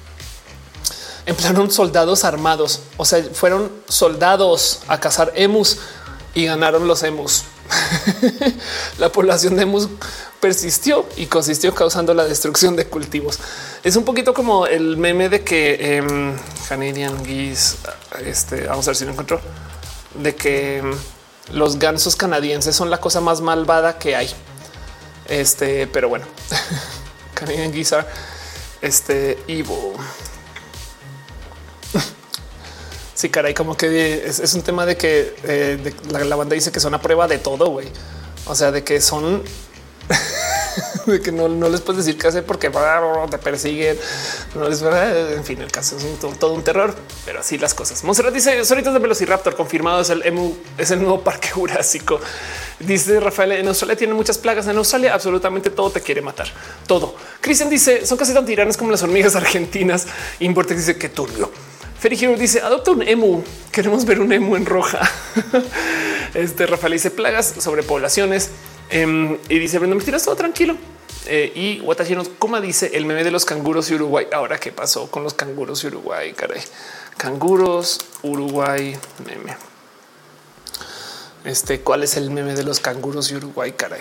emplearon soldados armados, o sea, fueron soldados a cazar emus. Y ganaron los emus. La población de emus persistió y consistió causando la destrucción de cultivos. Es un poquito como el meme de que eh, Canadian Geese, este, vamos a ver si lo encuentro, de que eh, los gansos canadienses son la cosa más malvada que hay. Este, pero bueno, Canadian Geese are este evil. Sí, caray, como que es, es un tema de que eh, de la, la banda dice que son a prueba de todo, güey. O sea, de que son de que no, no les puedes decir qué hacer porque te persiguen. No les verdad. En fin, el caso es un, todo, todo un terror, pero así las cosas. Monserrat dice solitos de Velociraptor confirmado. Es el emu, es el nuevo parque jurásico. Dice Rafael, en Australia tienen muchas plagas. En Australia absolutamente todo te quiere matar. Todo. Cristian dice son casi tan tiranas como las hormigas argentinas. Importex dice que turbio. Ferigiro dice adopta un emu. Queremos ver un emu en roja. Este Rafael dice plagas, sobrepoblaciones eh, y dice Brenda, me tiras todo tranquilo. Eh, y Watashino Kuma dice el meme de los canguros y Uruguay. Ahora qué pasó con los canguros y Uruguay? Caray, canguros, Uruguay, meme. Este, ¿cuál es el meme de los canguros y Uruguay? Caray.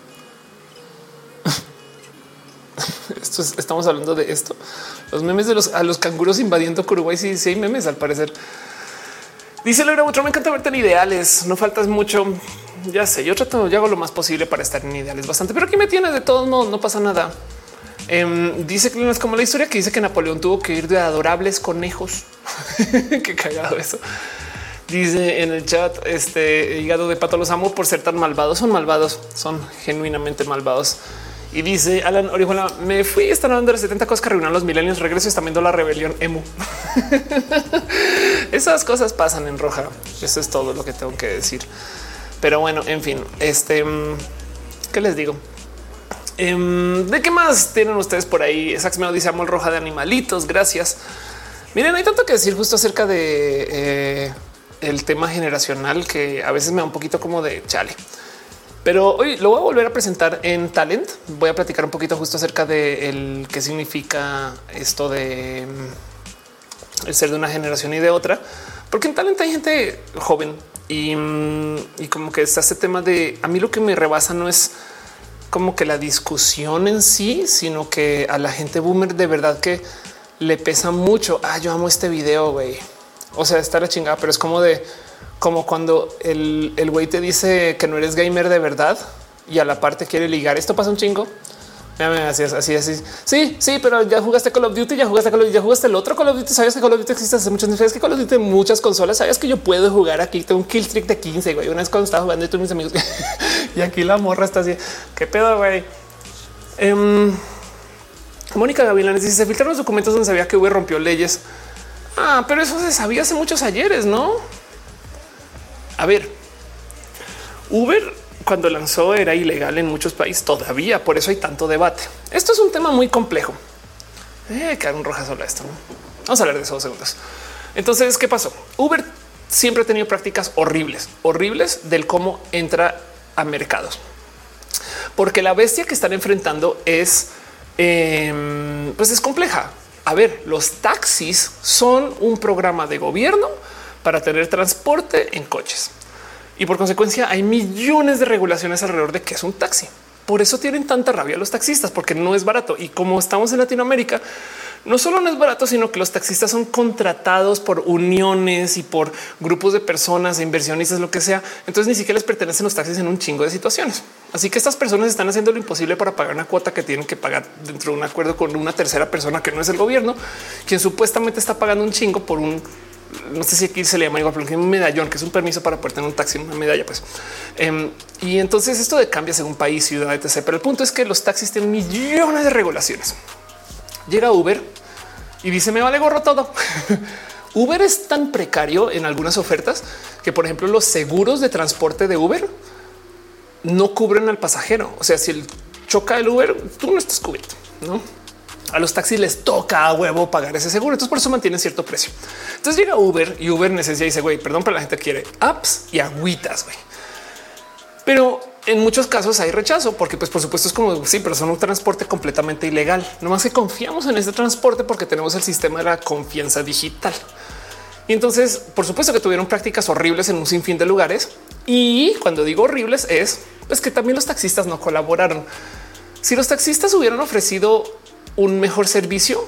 Esto es, estamos hablando de esto. Los memes de los a los canguros invadiendo Uruguay. Sí, sí hay memes al parecer. Dice Laura Butro, me encanta verte en ideales. No faltas mucho. Ya sé, yo trato, yo hago lo más posible para estar en ideales bastante, pero aquí me tienes de todos modos, no pasa nada. Eh, dice que no es como la historia que dice que Napoleón tuvo que ir de adorables conejos. Qué cagado eso. Dice en el chat, este hígado de pato los amo por ser tan malvados. Son malvados, son genuinamente malvados. Y dice Alan Orihuela, me fui, están hablando de las setenta cosas que arruinaron los milenios. Regreso y están viendo la rebelión emu. Esas cosas pasan en roja. Eso es todo lo que tengo que decir. Pero bueno, en fin, este, ¿qué les digo? ¿De qué más tienen ustedes por ahí? Sax me dice amo el roja de animalitos. Gracias. Miren, hay tanto que decir justo acerca de eh, el tema generacional que a veces me da un poquito como de chale. Pero hoy lo voy a volver a presentar en Talent. Voy a platicar un poquito justo acerca de el qué significa esto de el ser de una generación y de otra, porque en talento hay gente joven y, y como que está este tema de a mí lo que me rebasa no es como que la discusión en sí, sino que a la gente boomer de verdad que le pesa mucho. Ah, yo amo este video, güey. O sea, está la chingada, pero es como de como cuando el el güey te dice que no eres gamer de verdad y a la parte quiere ligar. Esto pasa un chingo. Así es, así es. Sí, sí, pero ya jugaste Call of Duty, ya jugaste Call of Duty, ya jugaste el otro Call of Duty. Sabías que Call of Duty existe hace muchos años. Sabías que Call of Duty tiene muchas consolas. Sabías que yo puedo jugar aquí. Tengo un kill streak de quince. Güey, una vez cuando estaba jugando y todos mis amigos y aquí la morra está así. Qué pedo, güey. Um, Mónica Gavilán dice: se filtraron los documentos donde sabía que Uber rompió leyes. Ah, pero eso se sabía hace muchos ayeres, no? A ver, Uber cuando lanzó era ilegal en muchos países todavía. Por eso hay tanto debate. Esto es un tema muy complejo. Eh, quedar un rojazo a esto. ¿No? Vamos a hablar de eso dos segundos. Entonces, ¿qué pasó? Uber siempre ha tenido prácticas horribles, horribles del cómo entra a mercados, porque la bestia que están enfrentando es, eh, pues es compleja. A ver, los taxis son un programa de gobierno para tener transporte en coches. Y por consecuencia hay millones de regulaciones alrededor de qué es un taxi. Por eso tienen tanta rabia los taxistas, porque no es barato. Y como estamos en Latinoamérica, no solo no es barato, sino que los taxistas son contratados por uniones y por grupos de personas, inversionistas, lo que sea. Entonces ni siquiera les pertenecen los taxis en un chingo de situaciones. Así que estas personas están haciendo lo imposible para pagar una cuota que tienen que pagar dentro de un acuerdo con una tercera persona que no es el gobierno, quien supuestamente está pagando un chingo por un, no sé si aquí se le llama igual, pero un medallón, que es un permiso para poder tener un taxi, una medalla, pues. Um, y entonces esto de cambia según país, ciudad, etcétera. Pero el punto es que los taxis tienen millones de regulaciones. Llega Uber y dice: me vale gorro todo. Uber es tan precario en algunas ofertas que, por ejemplo, los seguros de transporte de Uber no cubren al pasajero. O sea, si el choca el Uber, tú no estás cubierto, ¿no? A los taxis les toca a huevo pagar ese seguro. Entonces por eso mantienen cierto precio. Entonces llega Uber y Uber necesita y dice: güey, perdón, pero la gente quiere apps y agüitas, güey. Pero en muchos casos hay rechazo porque, pues, por supuesto, es como sí, pero son un transporte completamente ilegal. No más que confiamos en este transporte porque tenemos el sistema de la confianza digital. Y entonces, por supuesto que tuvieron prácticas horribles en un sinfín de lugares. Y cuando digo horribles es pues que también los taxistas no colaboraron. Si los taxistas hubieran ofrecido un mejor servicio,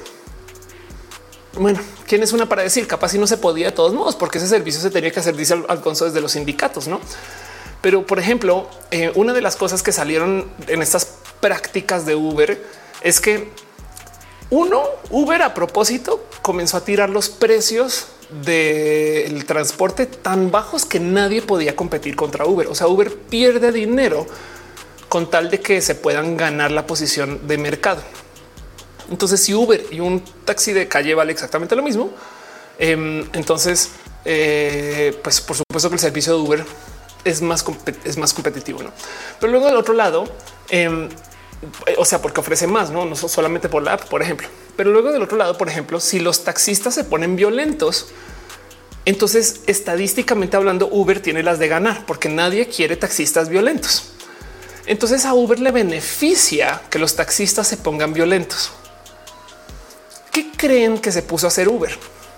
bueno, ¿quién es una para decir? Capaz si no se podía de todos modos, porque ese servicio se tenía que hacer, dice Alfonso, desde los sindicatos, ¿no? Pero, por ejemplo, eh, una de las cosas que salieron en estas prácticas de Uber es que uno, Uber a propósito comenzó a tirar los precios del transporte tan bajos que nadie podía competir contra Uber. O sea, Uber pierde dinero con tal de que se puedan ganar la posición de mercado. Entonces, si Uber y un taxi de calle vale exactamente lo mismo, eh, entonces, eh, pues por supuesto que el servicio de Uber es más, es más competitivo, ¿no? Pero luego del otro lado, eh, o sea, porque ofrece más, ¿no? No solamente por la app, por ejemplo. Pero luego del otro lado, por ejemplo, si los taxistas se ponen violentos, entonces estadísticamente hablando, Uber tiene las de ganar porque nadie quiere taxistas violentos. Entonces a Uber le beneficia que los taxistas se pongan violentos. ¿Qué creen que se puso a hacer Uber?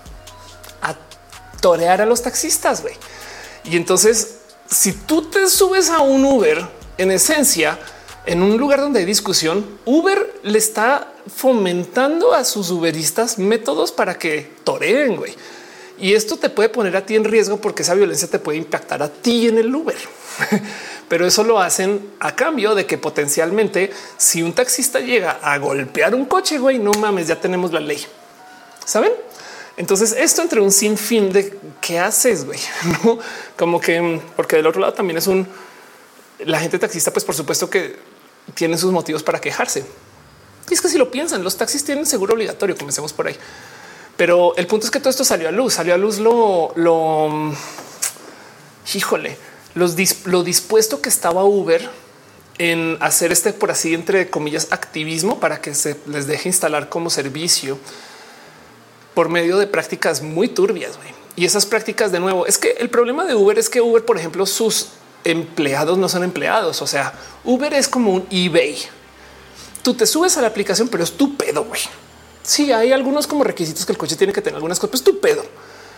A torear a los taxistas, güey. Y entonces, si tú te subes a un Uber, en esencia, en un lugar donde hay discusión, Uber le está fomentando a sus uberistas métodos para que toreen, güey. Y esto te puede poner a ti en riesgo porque esa violencia te puede impactar a ti en el Uber. Pero eso lo hacen a cambio de que potencialmente si un taxista llega a golpear un coche, güey, no mames, ya tenemos la ley. ¿Saben? Entonces esto entre un sinfín de qué haces, güey, no como que porque del otro lado también es un la gente taxista, pues por supuesto que tienen sus motivos para quejarse. Y es que si lo piensan, los taxis tienen seguro obligatorio. Comencemos por ahí. Pero el punto es que todo esto salió a luz, salió a luz lo, lo híjole, los, lo dispuesto que estaba Uber en hacer este, por así entre comillas, activismo para que se les deje instalar como servicio por medio de prácticas muy turbias. Wey. Y esas prácticas, de nuevo, es que el problema de Uber es que Uber, por ejemplo, sus empleados no son empleados. O sea, Uber es como un eBay. Tú te subes a la aplicación, pero es tu pedo, güey. Sí, hay algunos como requisitos que el coche tiene que tener algunas cosas, pero es tu pedo.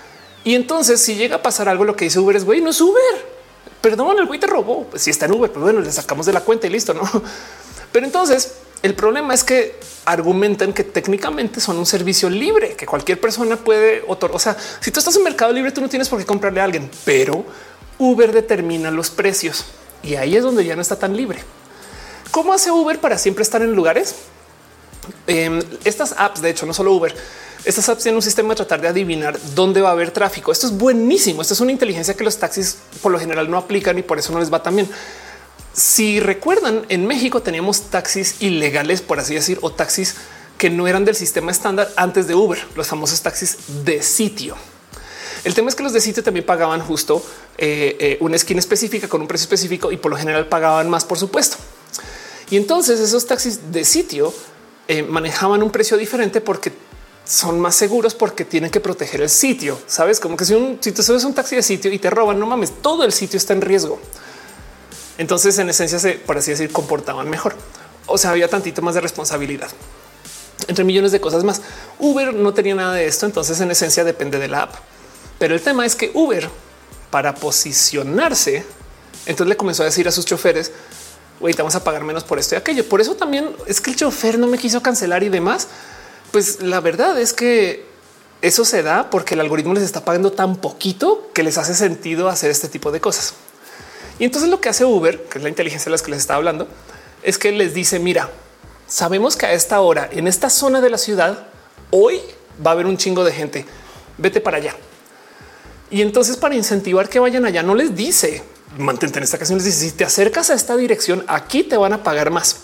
Y entonces si llega a pasar algo, lo que dice Uber es güey, no es Uber. Perdón, el güey te robó. Pues si está en Uber, pues bueno, le sacamos de la cuenta y listo, ¿no? Pero entonces el problema es que argumentan que técnicamente son un servicio libre, que cualquier persona puede otorgar. O sea, si tú estás en Mercado Libre, tú no tienes por qué comprarle a alguien, pero Uber determina los precios y ahí es donde ya no está tan libre. ¿Cómo hace Uber para siempre estar en lugares? Eh, estas apps, de hecho, no solo Uber, estas apps tienen un sistema de tratar de adivinar dónde va a haber tráfico. Esto es buenísimo. Esto es una inteligencia que los taxis por lo general no aplican y por eso no les va tan bien. Si recuerdan, en México teníamos taxis ilegales, por así decir, o taxis que no eran del sistema estándar antes de Uber, los famosos taxis de sitio. El tema es que los de sitio también pagaban justo eh, eh, una esquina específica con un precio específico y por lo general pagaban más, por supuesto. Y entonces esos taxis de sitio eh, manejaban un precio diferente porque son más seguros, porque tienen que proteger el sitio. Sabes, como que si, un, si tú subes un taxi de sitio y te roban, no mames, todo el sitio está en riesgo. Entonces, en esencia, se, por así decir, comportaban mejor. O sea, había tantito más de responsabilidad, entre millones de cosas más. Uber no tenía nada de esto. Entonces, en esencia, depende de la app. Pero el tema es que Uber, para posicionarse, entonces le comenzó a decir a sus choferes, güey, te vamos a pagar menos por esto y aquello. Por eso también es que el chofer no me quiso cancelar y demás. Pues la verdad es que eso se da porque el algoritmo les está pagando tan poquito que les hace sentido hacer este tipo de cosas. Y entonces lo que hace Uber, que es la inteligencia de las que les está hablando, es que les dice, mira, sabemos que a esta hora, en esta zona de la ciudad, hoy va a haber un chingo de gente. Vete para allá. Y entonces para incentivar que vayan allá, no les dice mantente en esta ocasión, les dice si te acercas a esta dirección, aquí te van a pagar más.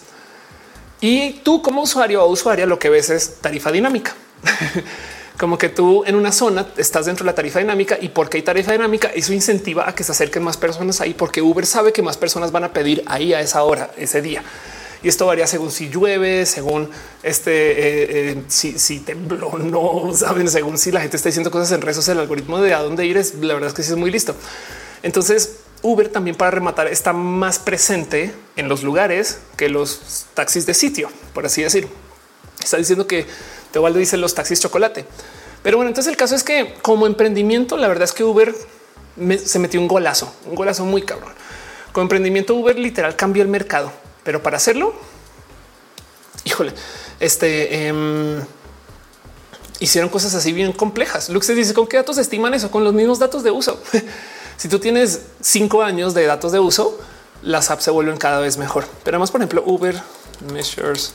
Y tú como usuario o usuaria lo que ves es tarifa dinámica. Como que tú en una zona estás dentro de la tarifa dinámica y porque hay tarifa dinámica, eso incentiva a que se acerquen más personas ahí porque Uber sabe que más personas van a pedir ahí a esa hora, ese día. Y esto varía según si llueve, según este, eh, eh, si, si tembló o no, saben, según si la gente está diciendo cosas en redes sociales, el algoritmo de a dónde ir es, la verdad es que sí es muy listo. Entonces Uber también, para rematar, está más presente en los lugares que los taxis de sitio, por así decir. Está diciendo que Teobaldo dice los taxis chocolate. Pero bueno, entonces el caso es que como emprendimiento, la verdad es que Uber me, se metió un golazo, un golazo muy cabrón. Como emprendimiento, Uber literal cambió el mercado, pero para hacerlo, híjole, este eh, hicieron cosas así bien complejas. Luxes dice con qué datos estiman eso, con los mismos datos de uso. Si tú tienes cinco años de datos de uso, las apps se vuelven cada vez mejor. Pero además, por ejemplo, Uber Measures.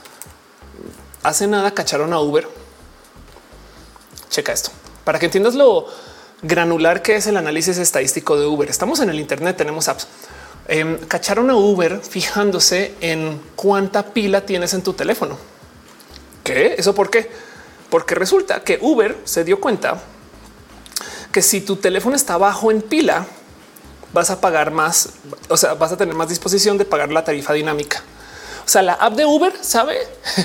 Hace nada cacharon a Uber. Checa esto para que entiendas lo granular que es el análisis estadístico de Uber. Estamos en el Internet, tenemos apps. Eh, cacharon a Uber fijándose en cuánta pila tienes en tu teléfono. ¿Qué? ¿Eso por qué? Porque resulta que Uber se dio cuenta que si tu teléfono está bajo en pila, vas a pagar más, o sea, vas a tener más disposición de pagar la tarifa dinámica. O sea, la app de Uber sabe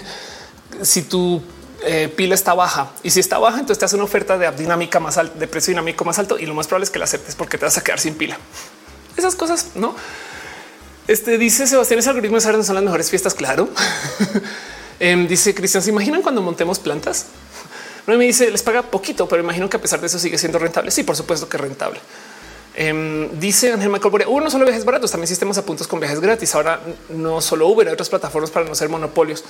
si tu eh, pila está baja y si está baja, entonces te hace una oferta de app dinámica más alta, de precio dinámico más alto y lo más probable es que la aceptes porque te vas a quedar sin pila. Esas cosas, ¿no? Este dice Sebastián, ese algoritmo sabe dónde son las mejores fiestas. Claro. eh, dice Cristian, ¿se imaginan cuando montemos plantas? No me dice, les paga poquito, pero imagino que a pesar de eso sigue siendo rentable. Sí, por supuesto que es rentable. Eh, dice Ángel Michael, uno no solo viajes baratos, también sistemas a puntos con viajes gratis. Ahora no solo Uber, hay otras plataformas para no ser monopolios.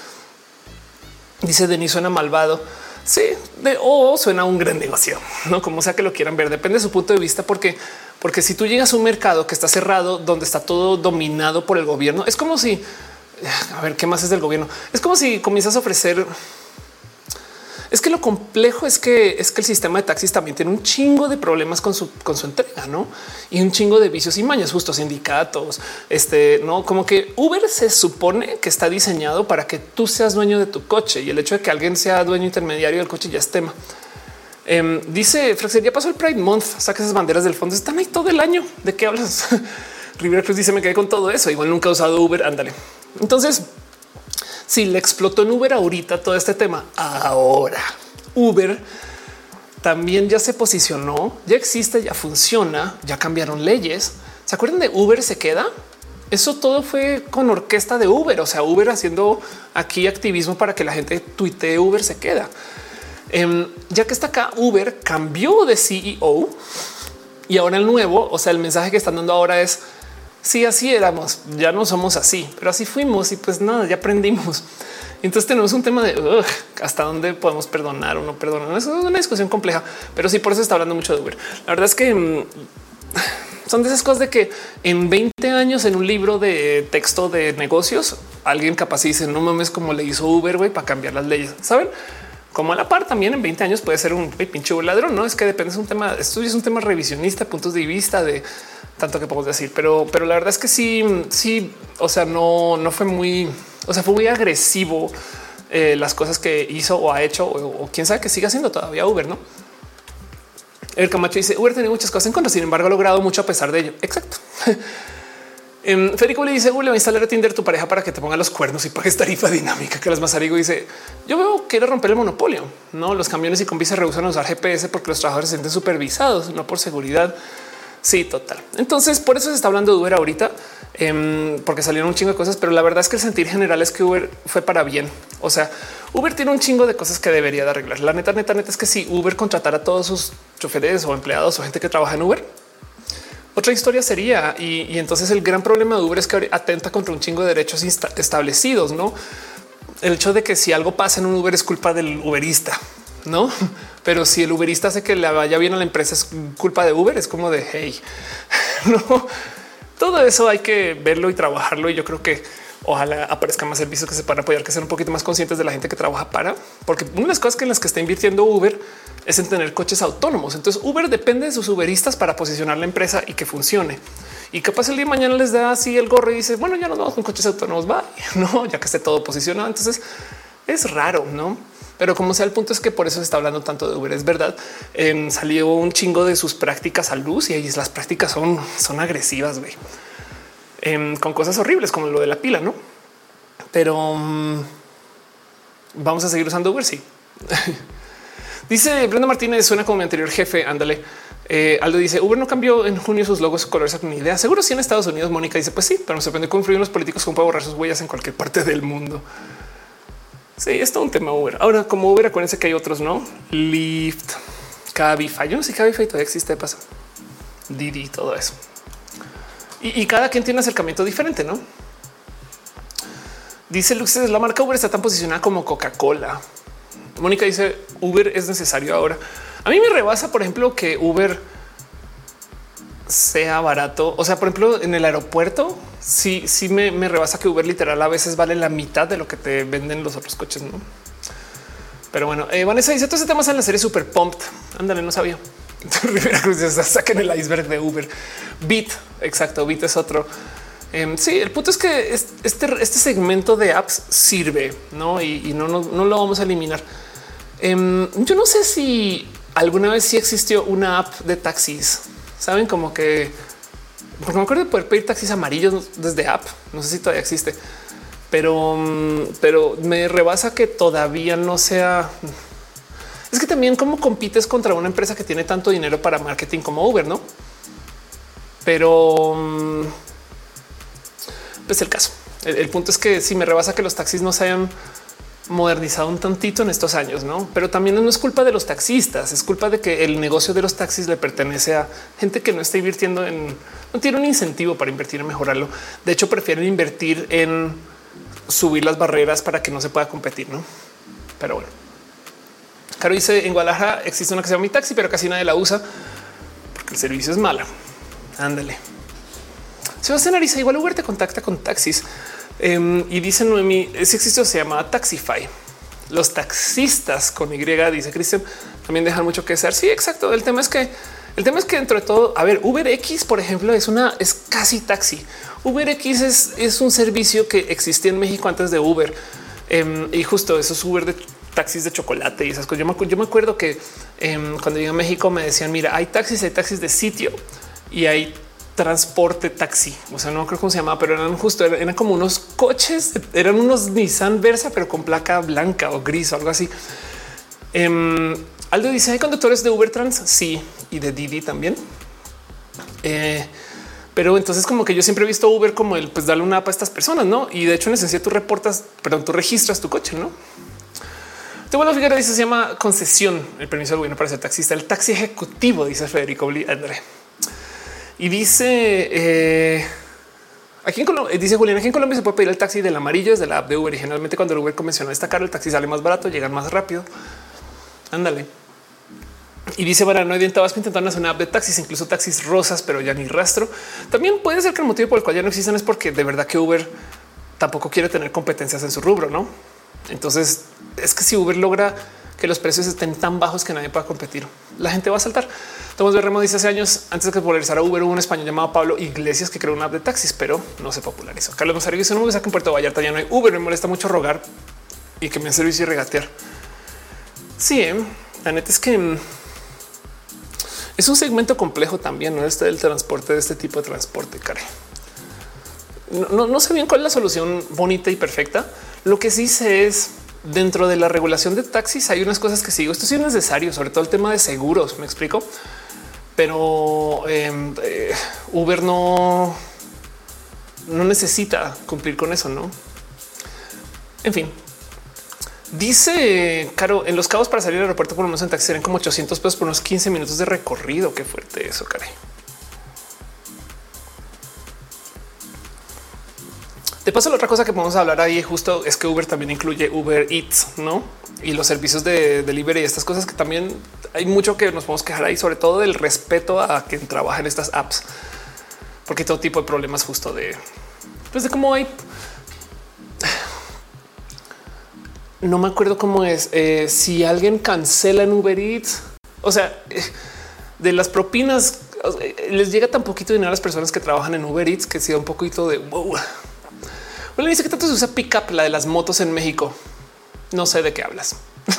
Dice Denis, suena malvado. Sí, de o oh, suena un gran negocio, no como sea que lo quieran ver. Depende de su punto de vista, porque, porque si tú llegas a un mercado que está cerrado, donde está todo dominado por el gobierno, es como si a ver qué más es del gobierno. Es como si comienzas a ofrecer. Es que lo complejo es que es que el sistema de taxis también tiene un chingo de problemas con su, con su entrega, ¿no? Y un chingo de vicios y mañas, justo sindicatos, este, no como que Uber se supone que está diseñado para que tú seas dueño de tu coche y el hecho de que alguien sea dueño intermediario del coche ya es tema. Eh, dice Fraxer, ya pasó el Pride Month, saca esas banderas del fondo, están ahí todo el año. ¿De qué hablas? Rivera Cruz dice, me quedé con todo eso. Igual nunca he usado Uber. Ándale. Entonces, si le explotó en Uber ahorita todo este tema, ahora Uber también ya se posicionó, ya existe, ya funciona, ya cambiaron leyes. ¿Se acuerdan de Uber se queda? Eso todo fue con orquesta de Uber, o sea, Uber haciendo aquí activismo para que la gente tuitee Uber se queda. Eh, ya que está acá, Uber cambió de C E O y ahora el nuevo, o sea, el mensaje que están dando ahora es sí, así éramos, ya no somos así, pero así fuimos y pues nada, ya aprendimos. Entonces tenemos un tema de ugh, hasta dónde podemos perdonar o no perdonar. Eso es una discusión compleja, pero sí, por eso está hablando mucho de Uber. La verdad es que mmm, son de esas cosas de que en veinte años en un libro de texto de negocios, alguien capaz dice no mames como le hizo Uber güey, para cambiar las leyes. Saben? Como a la par también en veinte años puede ser un pinche ladrón. No es que depende. Es un tema. Esto es un tema revisionista, puntos de vista de tanto que podemos decir, pero, pero la verdad es que sí, sí. O sea, no, no fue muy, o sea, fue muy agresivo eh, las cosas que hizo o ha hecho o, o quién sabe que siga haciendo todavía Uber, no? El Camacho dice Uber tiene muchas cosas en contra, sin embargo, ha logrado mucho a pesar de ello. Exacto. Um, Federico le dice, Uy, le va a instalar a Tinder tu pareja para que te ponga los cuernos y pagues tarifa dinámica. Que las Mazarigo dice, yo veo que quiere romper el monopolio. No, los camiones y combis se rehusan a usar G P S porque los trabajadores se sienten supervisados, no por seguridad. Sí, total. Entonces, por eso se está hablando de Uber ahorita, um, porque salieron un chingo de cosas, pero la verdad es que el sentir general es que Uber fue para bien. O sea, Uber tiene un chingo de cosas que debería de arreglar. La neta, neta, neta es que si Uber contratara a todos sus choferes o empleados o gente que trabaja en Uber, otra historia sería. Y, y entonces el gran problema de Uber es que atenta contra un chingo de derechos establecidos, no? El hecho de que si algo pasa en un Uber es culpa del uberista, no? Pero si el uberista hace que le vaya bien a la empresa es culpa de Uber. Es como de hey, no, todo eso hay que verlo y trabajarlo. Y yo creo que ojalá aparezcan más servicios que se puedan apoyar, que sean un poquito más conscientes de la gente que trabaja para, porque una de las cosas que en las que está invirtiendo Uber es en tener coches autónomos. Entonces Uber depende de sus uberistas para posicionar la empresa y que funcione. Y capaz el día de mañana les da así el gorro y dice, bueno, ya nos vamos con coches autónomos, va, no, ya que esté todo posicionado. Entonces es raro, no? Pero como sea, el punto es que por eso se está hablando tanto de Uber. Es verdad, eh, salió un chingo de sus prácticas a luz y ahí las prácticas son, son agresivas, güey. Eh, con cosas horribles como lo de la pila, no? Pero um, vamos a seguir usando Uber. Sí. Dice Brenda Martínez, suena como mi anterior jefe. Ándale. Eh, Aldo dice Uber no cambió en junio sus logos colores. Ni idea. Seguro sí en Estados Unidos. Mónica dice pues sí, pero me sorprende cómo influyen los políticos como para borrar sus huellas en cualquier parte del mundo. Sí, es todo un tema Uber. Ahora, como Uber, acuérdense que hay otros, no? Lyft, Cabify. Yo no sé si Cabify todavía existe de paso. Didi, todo eso. Y, y cada quien tiene un acercamiento diferente, ¿no? Dice Luxes, la marca Uber está tan posicionada como Coca-Cola. Mónica dice Uber es necesario ahora. A mí me rebasa, por ejemplo, que Uber sea barato. O sea, por ejemplo, en el aeropuerto, sí, sí me, me rebasa que Uber literal a veces vale la mitad de lo que te venden los otros coches, ¿no? Pero bueno, eh, Vanessa dice todo ese tema en la serie Super Pumped. Ándale, no sabía. Rivera Cruz dice saquen el iceberg de Uber. Bit, exacto, Bit es otro. Um, sí, el punto es que este, este segmento de apps sirve, ¿no? Y, y no, no, no lo vamos a eliminar. Um, yo no sé si alguna vez sí existió una app de taxis. Saben, como que porque me acuerdo de poder pedir taxis amarillos desde app. No sé si todavía existe, pero, pero me rebasa que todavía no sea. Es que también cómo compites contra una empresa que tiene tanto dinero para marketing como Uber, no? Pero pues el caso, el, el punto es que si me rebasa que los taxis no se hayan modernizado un tantito en estos años, no? Pero también no es culpa de los taxistas, es culpa de que el negocio de los taxis le pertenece a gente que no está invirtiendo en, no tiene un incentivo para invertir en mejorarlo. De hecho, prefieren invertir en subir las barreras para que no se pueda competir, no? Pero bueno, Caro dice en Guadalajara existe una que se llama Mi Taxi, pero casi nadie la usa porque el servicio es malo. Ándale. Sebastián Ariza, igual Uber te contacta con taxis. Um, y dice Noemi, si existe, se llama Taxify. Los taxistas con Y, dice Cristian, también dejan mucho que desear. Sí, exacto. El tema es que el tema es que dentro de todo, a ver, UberX, por ejemplo, es una es casi taxi. UberX es, es un servicio que existía en México antes de Uber. Um, y justo eso es Uber de taxis de chocolate y esas cosas. Yo me, yo me acuerdo que um, cuando llegué a México me decían, mira, hay taxis, hay taxis de sitio y hay transporte taxi. O sea, no creo cómo se llamaba, pero eran justo, eran, eran como unos coches, eran unos Nissan Versa, pero con placa blanca o gris o algo así. Um, Aldo dice, ¿hay conductores de Uber Trans? Sí, y de Didi también. Eh, pero entonces como que yo siempre he visto Uber como el, pues darle una app a estas personas, ¿no? Y de hecho en esencia tú reportas, perdón, tú registras tu coche, ¿no? Tebo Figueroa dice se llama concesión el permiso del gobierno para ser taxista. El taxi ejecutivo, dice Federico André. Y dice eh, aquí en Colombia, dice Julián, aquí en Colombia se puede pedir el taxi del amarillo desde la app de Uber. Y generalmente cuando el Uber convencional está caro, el taxi sale más barato, llegan más rápido. Ándale. Y dice, bueno, no hay Tabasco intentando hacer una app de taxis, incluso taxis rosas, pero ya ni rastro. También puede ser que el motivo por el cual ya no existen es porque de verdad que Uber tampoco quiere tener competencias en su rubro, ¿no? Entonces es que si Uber logra que los precios estén tan bajos que nadie pueda competir, la gente va a saltar. Tomás Berremo dice hace años, antes de que popularizara Uber, hubo un español llamado Pablo Iglesias que creó una app de taxis, pero no se popularizó. Carlos Mazario dice, no me gusta que en Puerto Vallarta ya no hay Uber, me molesta mucho rogar y que me den servicio y regatear. Sí, ¿eh? La neta es que es un segmento complejo también, ¿no? Este del transporte, de este tipo de transporte, care. No, no, no sé bien cuál es la solución bonita y perfecta. Lo que sí sé es dentro de la regulación de taxis hay unas cosas que sigo. Esto sí es necesario, sobre todo el tema de seguros. Me explico, pero eh, eh, Uber no, no necesita cumplir con eso, no? En fin, dice Caro, en Los Cabos para salir al aeropuerto por lo menos en taxi serían como ochocientos pesos por unos quince minutos de recorrido. Qué fuerte eso, Cari. De paso, la otra cosa que podemos hablar ahí justo es que Uber también incluye Uber Eats, ¿no? Y los servicios de delivery y estas cosas que también hay mucho que nos podemos quejar ahí, sobre todo del respeto a quien trabaja en estas apps, porque hay todo tipo de problemas justo de, pues de cómo hay. No me acuerdo cómo es. Eh, si alguien cancela en Uber Eats, o sea, eh, de las propinas, eh, les llega tan poquito dinero a las personas que trabajan en Uber Eats que sea un poquito de wow. Bueno, dice que tanto se usa pickup, la de las motos en México. No sé de qué hablas.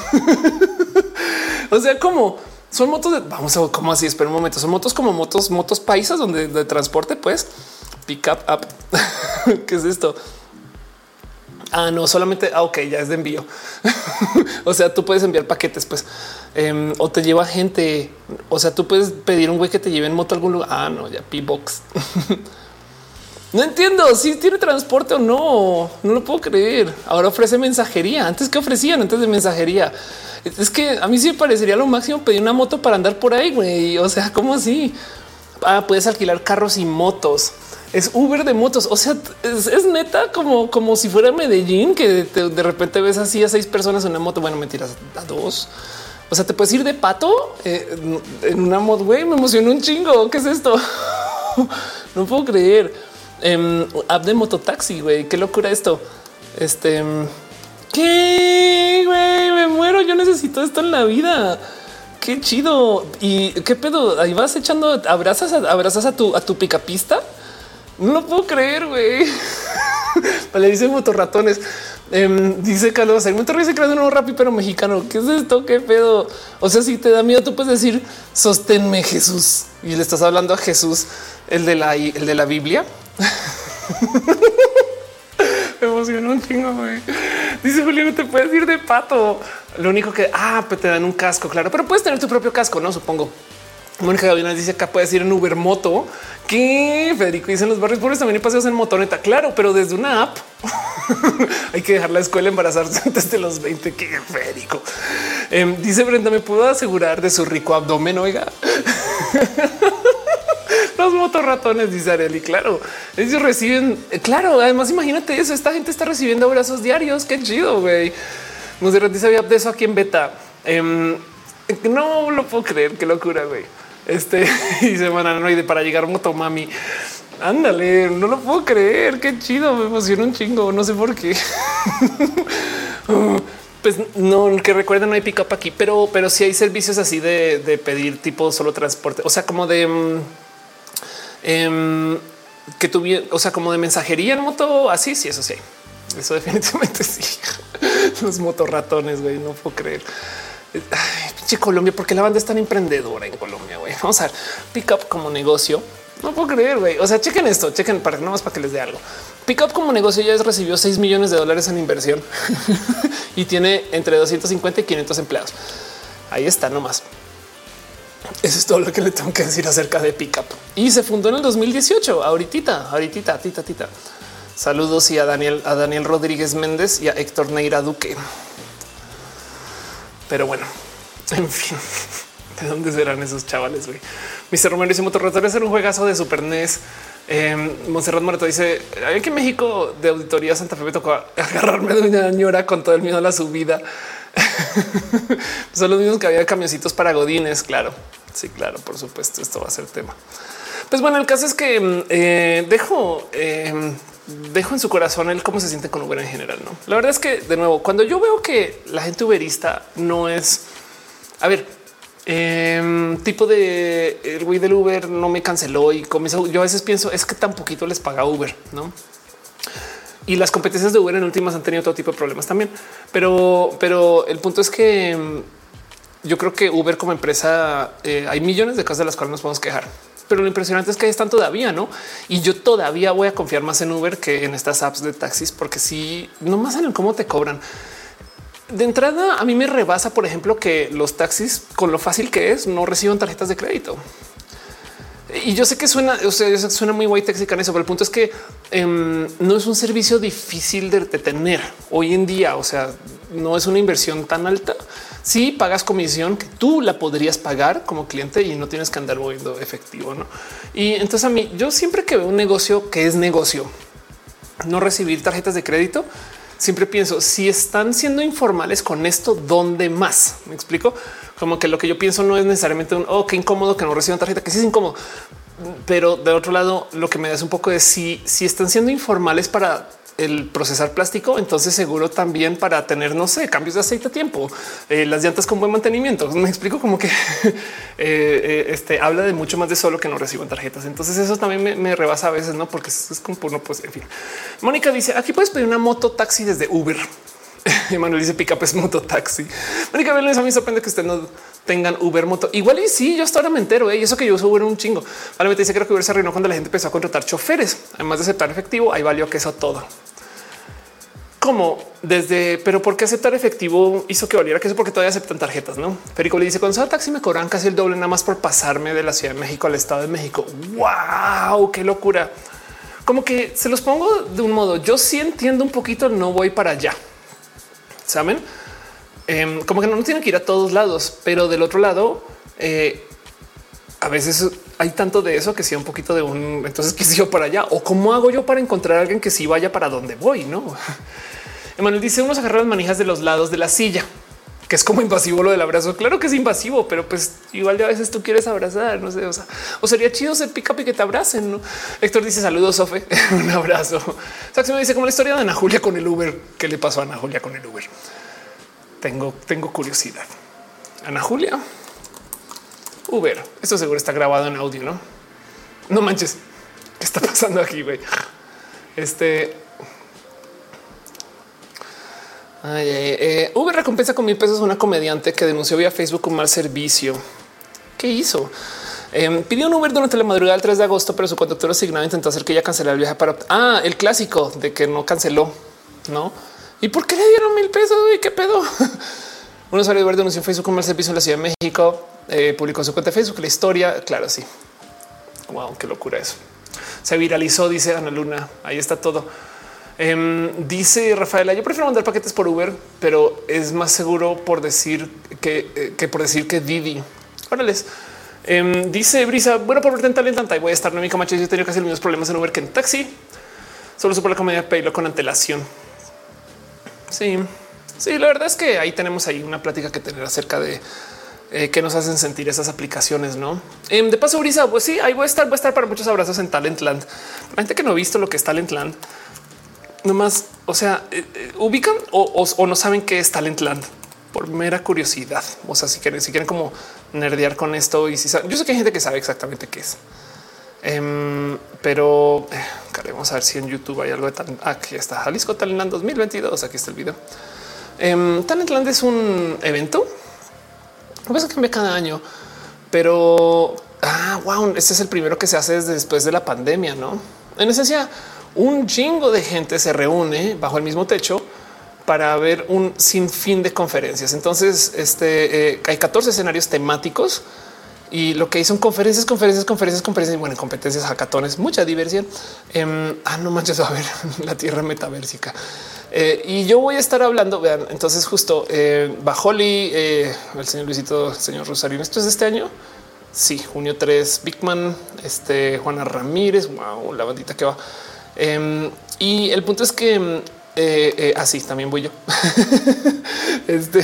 O sea, como son motos de vamos a ver cómo así. Espera un momento. Son motos como motos, motos paisas donde de transporte, pues pickup up. ¿Qué es esto? Ah, no, solamente. Ah, ok, ya es de envío. O sea, tú puedes enviar paquetes, pues, eh, o te lleva gente. O sea, tú puedes pedir un güey que te lleve en moto a algún lugar. Ah, no, ya P-Box. No entiendo si tiene transporte o no. No lo puedo creer. Ahora ofrece mensajería. Antes que ofrecían antes de mensajería. Es que a mí sí me parecería lo máximo pedir una moto para andar por ahí, güey. O sea, ¿cómo así? Ah, puedes alquilar carros y motos. Es Uber de motos. O sea, es, es neta como, como si fuera Medellín, que te, de repente ves así a seis personas en una moto. Bueno, mentiras, a dos. O sea, te puedes ir de pato eh, en una moto. Güey, me emocionó un chingo. ¿Qué es esto? No puedo creer. Um, app de mototaxi, güey. Qué locura esto. Este, ¿qué? Güey, me muero. Yo necesito esto en la vida. Qué chido. Y qué pedo. Ahí vas echando abrazas, abrazas a tu, a tu picapista. No lo puedo creer, güey. Le dicen motorratones. Um, dice Carlos, el motor dice creando un nuevo Rappi, pero mexicano. ¿Qué es esto? ¿Qué pedo? O sea, si te da miedo, tú puedes decir sosténme, Jesús. Y le estás hablando a Jesús, el de la, el de la Biblia. Me emocionó un chingo, güey. Dice Julio, no te puedes ir de pato. Lo único que ah, pues te dan un casco, claro, pero puedes tener tu propio casco, no supongo. Mónica Gavilanes dice acá puedes ir en Uber Moto. ¿Qué? Federico dice en los barrios pobres también hay paseos en motoneta. Claro, pero desde una app. Hay que dejar la escuela embarazarse antes de los veinte. Qué Federico. Eh, dice Brenda, ¿me puedo asegurar de su rico abdomen? Oiga. Los motorratones, dice Areli. Claro, ellos reciben. Claro, además, imagínate eso. Esta gente está recibiendo abrazos diarios. Qué chido, güey. Monserrat dice había de eso aquí en beta. Eh, no lo puedo creer. Qué locura, güey. Este dice Mananoide para llegar motomami. Ándale, no lo puedo creer. Qué chido. Me emociona un chingo. No sé por qué. Pues no, que recuerden, no hay pick up aquí, pero, pero sí hay servicios así de, de pedir tipo solo transporte. O sea, como de um, um, que tuviera, o sea, como de mensajería en moto. Así, sí, eso sí. Eso definitivamente sí. Los motorratones, güey, no puedo creer. Ay, pinche Colombia, porque la banda es tan emprendedora en Colombia, güey. Vamos a ver, pick up como negocio. No puedo creer, güey. O sea, chequen esto, chequen para no más para que les dé algo. Pickup como negocio ya recibió seis millones de dólares en inversión y tiene entre doscientos cincuenta y quinientos empleados. Ahí está nomás. Eso es todo lo que le tengo que decir acerca de Pickup. Y se fundó en el dos mil dieciocho. Ahorita, ahorita, tita, tita. Saludos y a Daniel, a Daniel Rodríguez Méndez y a Héctor Neira Duque. Pero bueno, en fin, ¿de dónde serán esos chavales? Güey? mister Romero dice Motorratorio es un juegazo de Super N E S. Eh, Monserrat Moreto dice aquí en México de auditoría Santa Fe me tocó agarrarme de una ñora con todo el miedo a la subida. Son los mismos que había camioncitos para godines. Claro, sí, claro, por supuesto, esto va a ser tema. Pues bueno, el caso es que eh, dejo, eh, dejo en su corazón el cómo se siente con Uber en general. No, la verdad es que de nuevo, cuando yo veo que la gente uberista no es, a ver, Eh, tipo de el güey del Uber no me canceló y comienzo. Yo a veces pienso es que tan poquito les paga Uber, no? Y las competencias de Uber en últimas han tenido todo tipo de problemas también. Pero, pero el punto es que yo creo que Uber como empresa eh, hay millones de cosas de las cuales nos podemos quejar. Pero lo impresionante es que ahí están todavía, no? Y yo todavía voy a confiar más en Uber que en estas apps de taxis, porque si no más en el cómo te cobran. De entrada, a mí me rebasa, por ejemplo, que los taxis, con lo fácil que es, no reciban tarjetas de crédito. Y yo sé que suena, o sea, suena muy white texican eso, pero el punto es que eh, no es un servicio difícil de, de tener hoy en día. O sea, no es una inversión tan alta. Si pagas comisión que tú la podrías pagar como cliente y no tienes que andar moviendo efectivo, ¿no? Y entonces a mí, yo siempre que veo un negocio que es negocio, no recibir tarjetas de crédito, siempre pienso si están siendo informales con esto, ¿dónde más? Me explico como que lo que yo pienso no es necesariamente un oh, qué incómodo que no reciban tarjeta, que sí es incómodo, pero de otro lado, lo que me da es un poco de si, si están siendo informales para el procesar plástico, entonces seguro también para tener, no sé, cambios de aceite a tiempo, eh, las llantas con buen mantenimiento. Me explico como que eh, eh, este habla de mucho más de solo que no reciban tarjetas. Entonces eso también me, me rebasa a veces, no? Porque es como no, pues en fin. Mónica dice aquí puedes pedir una moto taxi desde Uber. Emanuel dice pick up es moto taxi. Mónica Belén, a mí sorprende que ustedes no tengan Uber moto. Igual y sí, yo hasta ahora me entero, ¿eh? Y eso que yo uso Uber un chingo. Vale, me dice creo que Uber se arruinó cuando la gente empezó a contratar choferes. Además de aceptar efectivo, ahí valió que eso todo. Como desde, pero ¿por qué aceptar efectivo hizo que valiera que eso? Porque todavía aceptan tarjetas, ¿no? Federico le dice, cuando estaba taxi me cobran casi el doble nada más por pasarme de la Ciudad de México al Estado de México. ¡Wow! ¡Qué locura! Como que se los pongo de un modo, yo sí entiendo un poquito, no voy para allá, ¿saben? Eh, como que no, no tienen que ir a todos lados, pero del otro lado, eh, a veces hay tanto de eso que sea un poquito de un, entonces qué yo para allá o cómo hago yo para encontrar a alguien que sí vaya para donde voy, ¿no? Emanuel dice uno se agarra las manijas de los lados de la silla, que es como invasivo lo del abrazo. Claro que es invasivo, pero pues igual de a veces tú quieres abrazar, no sé, o sea, o sería chido ser pick up y que te abracen, ¿no? Héctor dice saludos, Sofe, un abrazo. Saxo me dice como la historia de Ana Julia con el Uber. ¿Qué le pasó a Ana Julia con el Uber? Tengo, tengo curiosidad. Ana Julia, Uber. Esto seguro está grabado en audio, ¿no? No manches. ¿Qué está pasando aquí, güey? Este... Ay, ay, eh, Uber recompensa con mil pesos a una comediante que denunció vía Facebook un mal servicio. ¿Qué hizo? Eh, pidió un Uber durante la madrugada del tres de agosto, pero su conductor asignado intentó hacer que ella cancelara el viaje para... Ah, el clásico de que no canceló, ¿no? ¿Y por qué le dieron mil pesos? ¿Y qué pedo? Un usuario de Uber denunció en Facebook un mal servicio en la Ciudad de México. Eh, publicó en su cuenta de Facebook la historia. Claro, sí. Wow, qué locura eso. Se viralizó, dice Ana Luna. Ahí está todo. Um, dice Rafaela, yo prefiero mandar paquetes por Uber, pero es más seguro por decir que, eh, que por decir que Didi. Órales. Um, dice Brisa, bueno, por verte en Talent y voy a estar en mi camacho. Yo he tenido casi los mismos problemas en Uber que en taxi. Solo supo la comedia de Paylo con antelación. Sí, sí, la verdad es que ahí tenemos ahí una plática que tener acerca de eh, qué nos hacen sentir esas aplicaciones, ¿no? Eh, de paso, Brisa, pues sí, ahí voy a estar, voy a estar para muchos abrazos en Talentland. La gente que no ha visto lo que es Talentland, nomás, o sea, eh, eh, ubican o, o, o no saben qué es Talentland por mera curiosidad. O sea, si quieren, si quieren como nerdear con esto y si saben, yo sé que hay gente que sabe exactamente qué es. Um, pero eh, vamos a ver si en YouTube hay algo de talent. Aquí está Jalisco Talentland dos mil veintidós. Aquí está el video. Um, Talentland es un evento. No pasa que cambia cada año, pero ah, wow, este es el primero que se hace desde después de la pandemia, no? En esencia, un chingo de gente se reúne bajo el mismo techo para ver un sinfín de conferencias. Entonces, este eh, hay catorce escenarios temáticos. Y lo que hay son conferencias, conferencias, conferencias, conferencias y bueno, competencias, hackatones, mucha diversión. Eh, ah, no manches, a ver, la tierra metaversica. Eh, y yo voy a estar hablando, vean, entonces justo eh, Bajoli, eh, el señor Luisito, el señor Rosario, ¿esto es de este año? Sí, junio tres, Bigman, este, Juana Ramírez, wow, la bandita que va. Eh, y el punto es que eh, eh, así también voy yo. este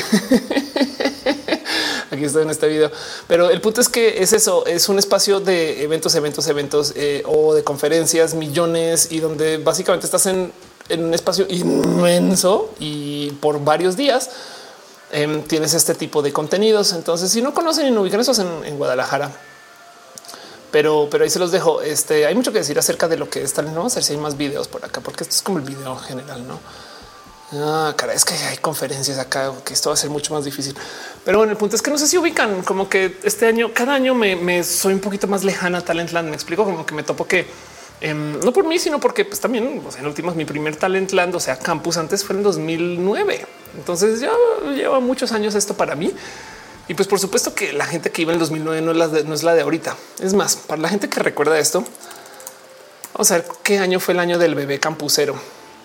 aquí estoy en este video, pero el punto es que es eso, es un espacio de eventos, eventos, eventos eh, o de conferencias, millones y donde básicamente estás en, en un espacio inmenso y por varios días eh, tienes este tipo de contenidos. Entonces, si no conocen y no ubican, eso es en, en Guadalajara. Pero, pero ahí se los dejo. Este hay mucho que decir acerca de lo que están. No vamos a ver si hay más videos por acá, porque esto es como el video general, no? Ah, cara, es que hay conferencias acá que esto va a ser mucho más difícil. Pero bueno, el punto es que no sé si ubican como que este año, cada año me, me soy un poquito más lejana a Talentland. Me explico, como que me topo que eh, no por mí, sino porque pues, también o sea, en últimas mi primer Talentland, o sea, campus antes fue en dos mil nueve. Entonces ya lleva muchos años esto para mí. Y pues por supuesto que la gente que iba en el dos mil nueve no es la de, no es la de ahorita. Es más, para la gente que recuerda esto, vamos a ver qué año fue el año del bebé campusero.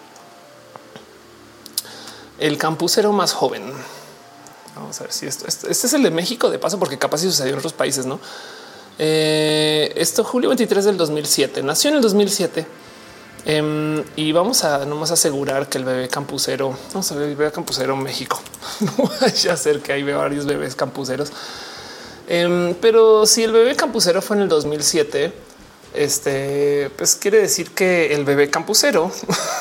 El campusero más joven. Vamos a ver si esto, esto este es el de México de paso, porque capaz si sucedió en otros países, no? Eh, esto julio veintitrés del dos mil siete, nació en el dos mil siete. Um, y vamos a nomás asegurar que el bebé campusero, vamos a ver el bebé campusero México. No vaya a ser que hay varios bebés campuseros. Um, pero si el bebé campusero fue en el dos mil siete, este pues quiere decir que el bebé campusero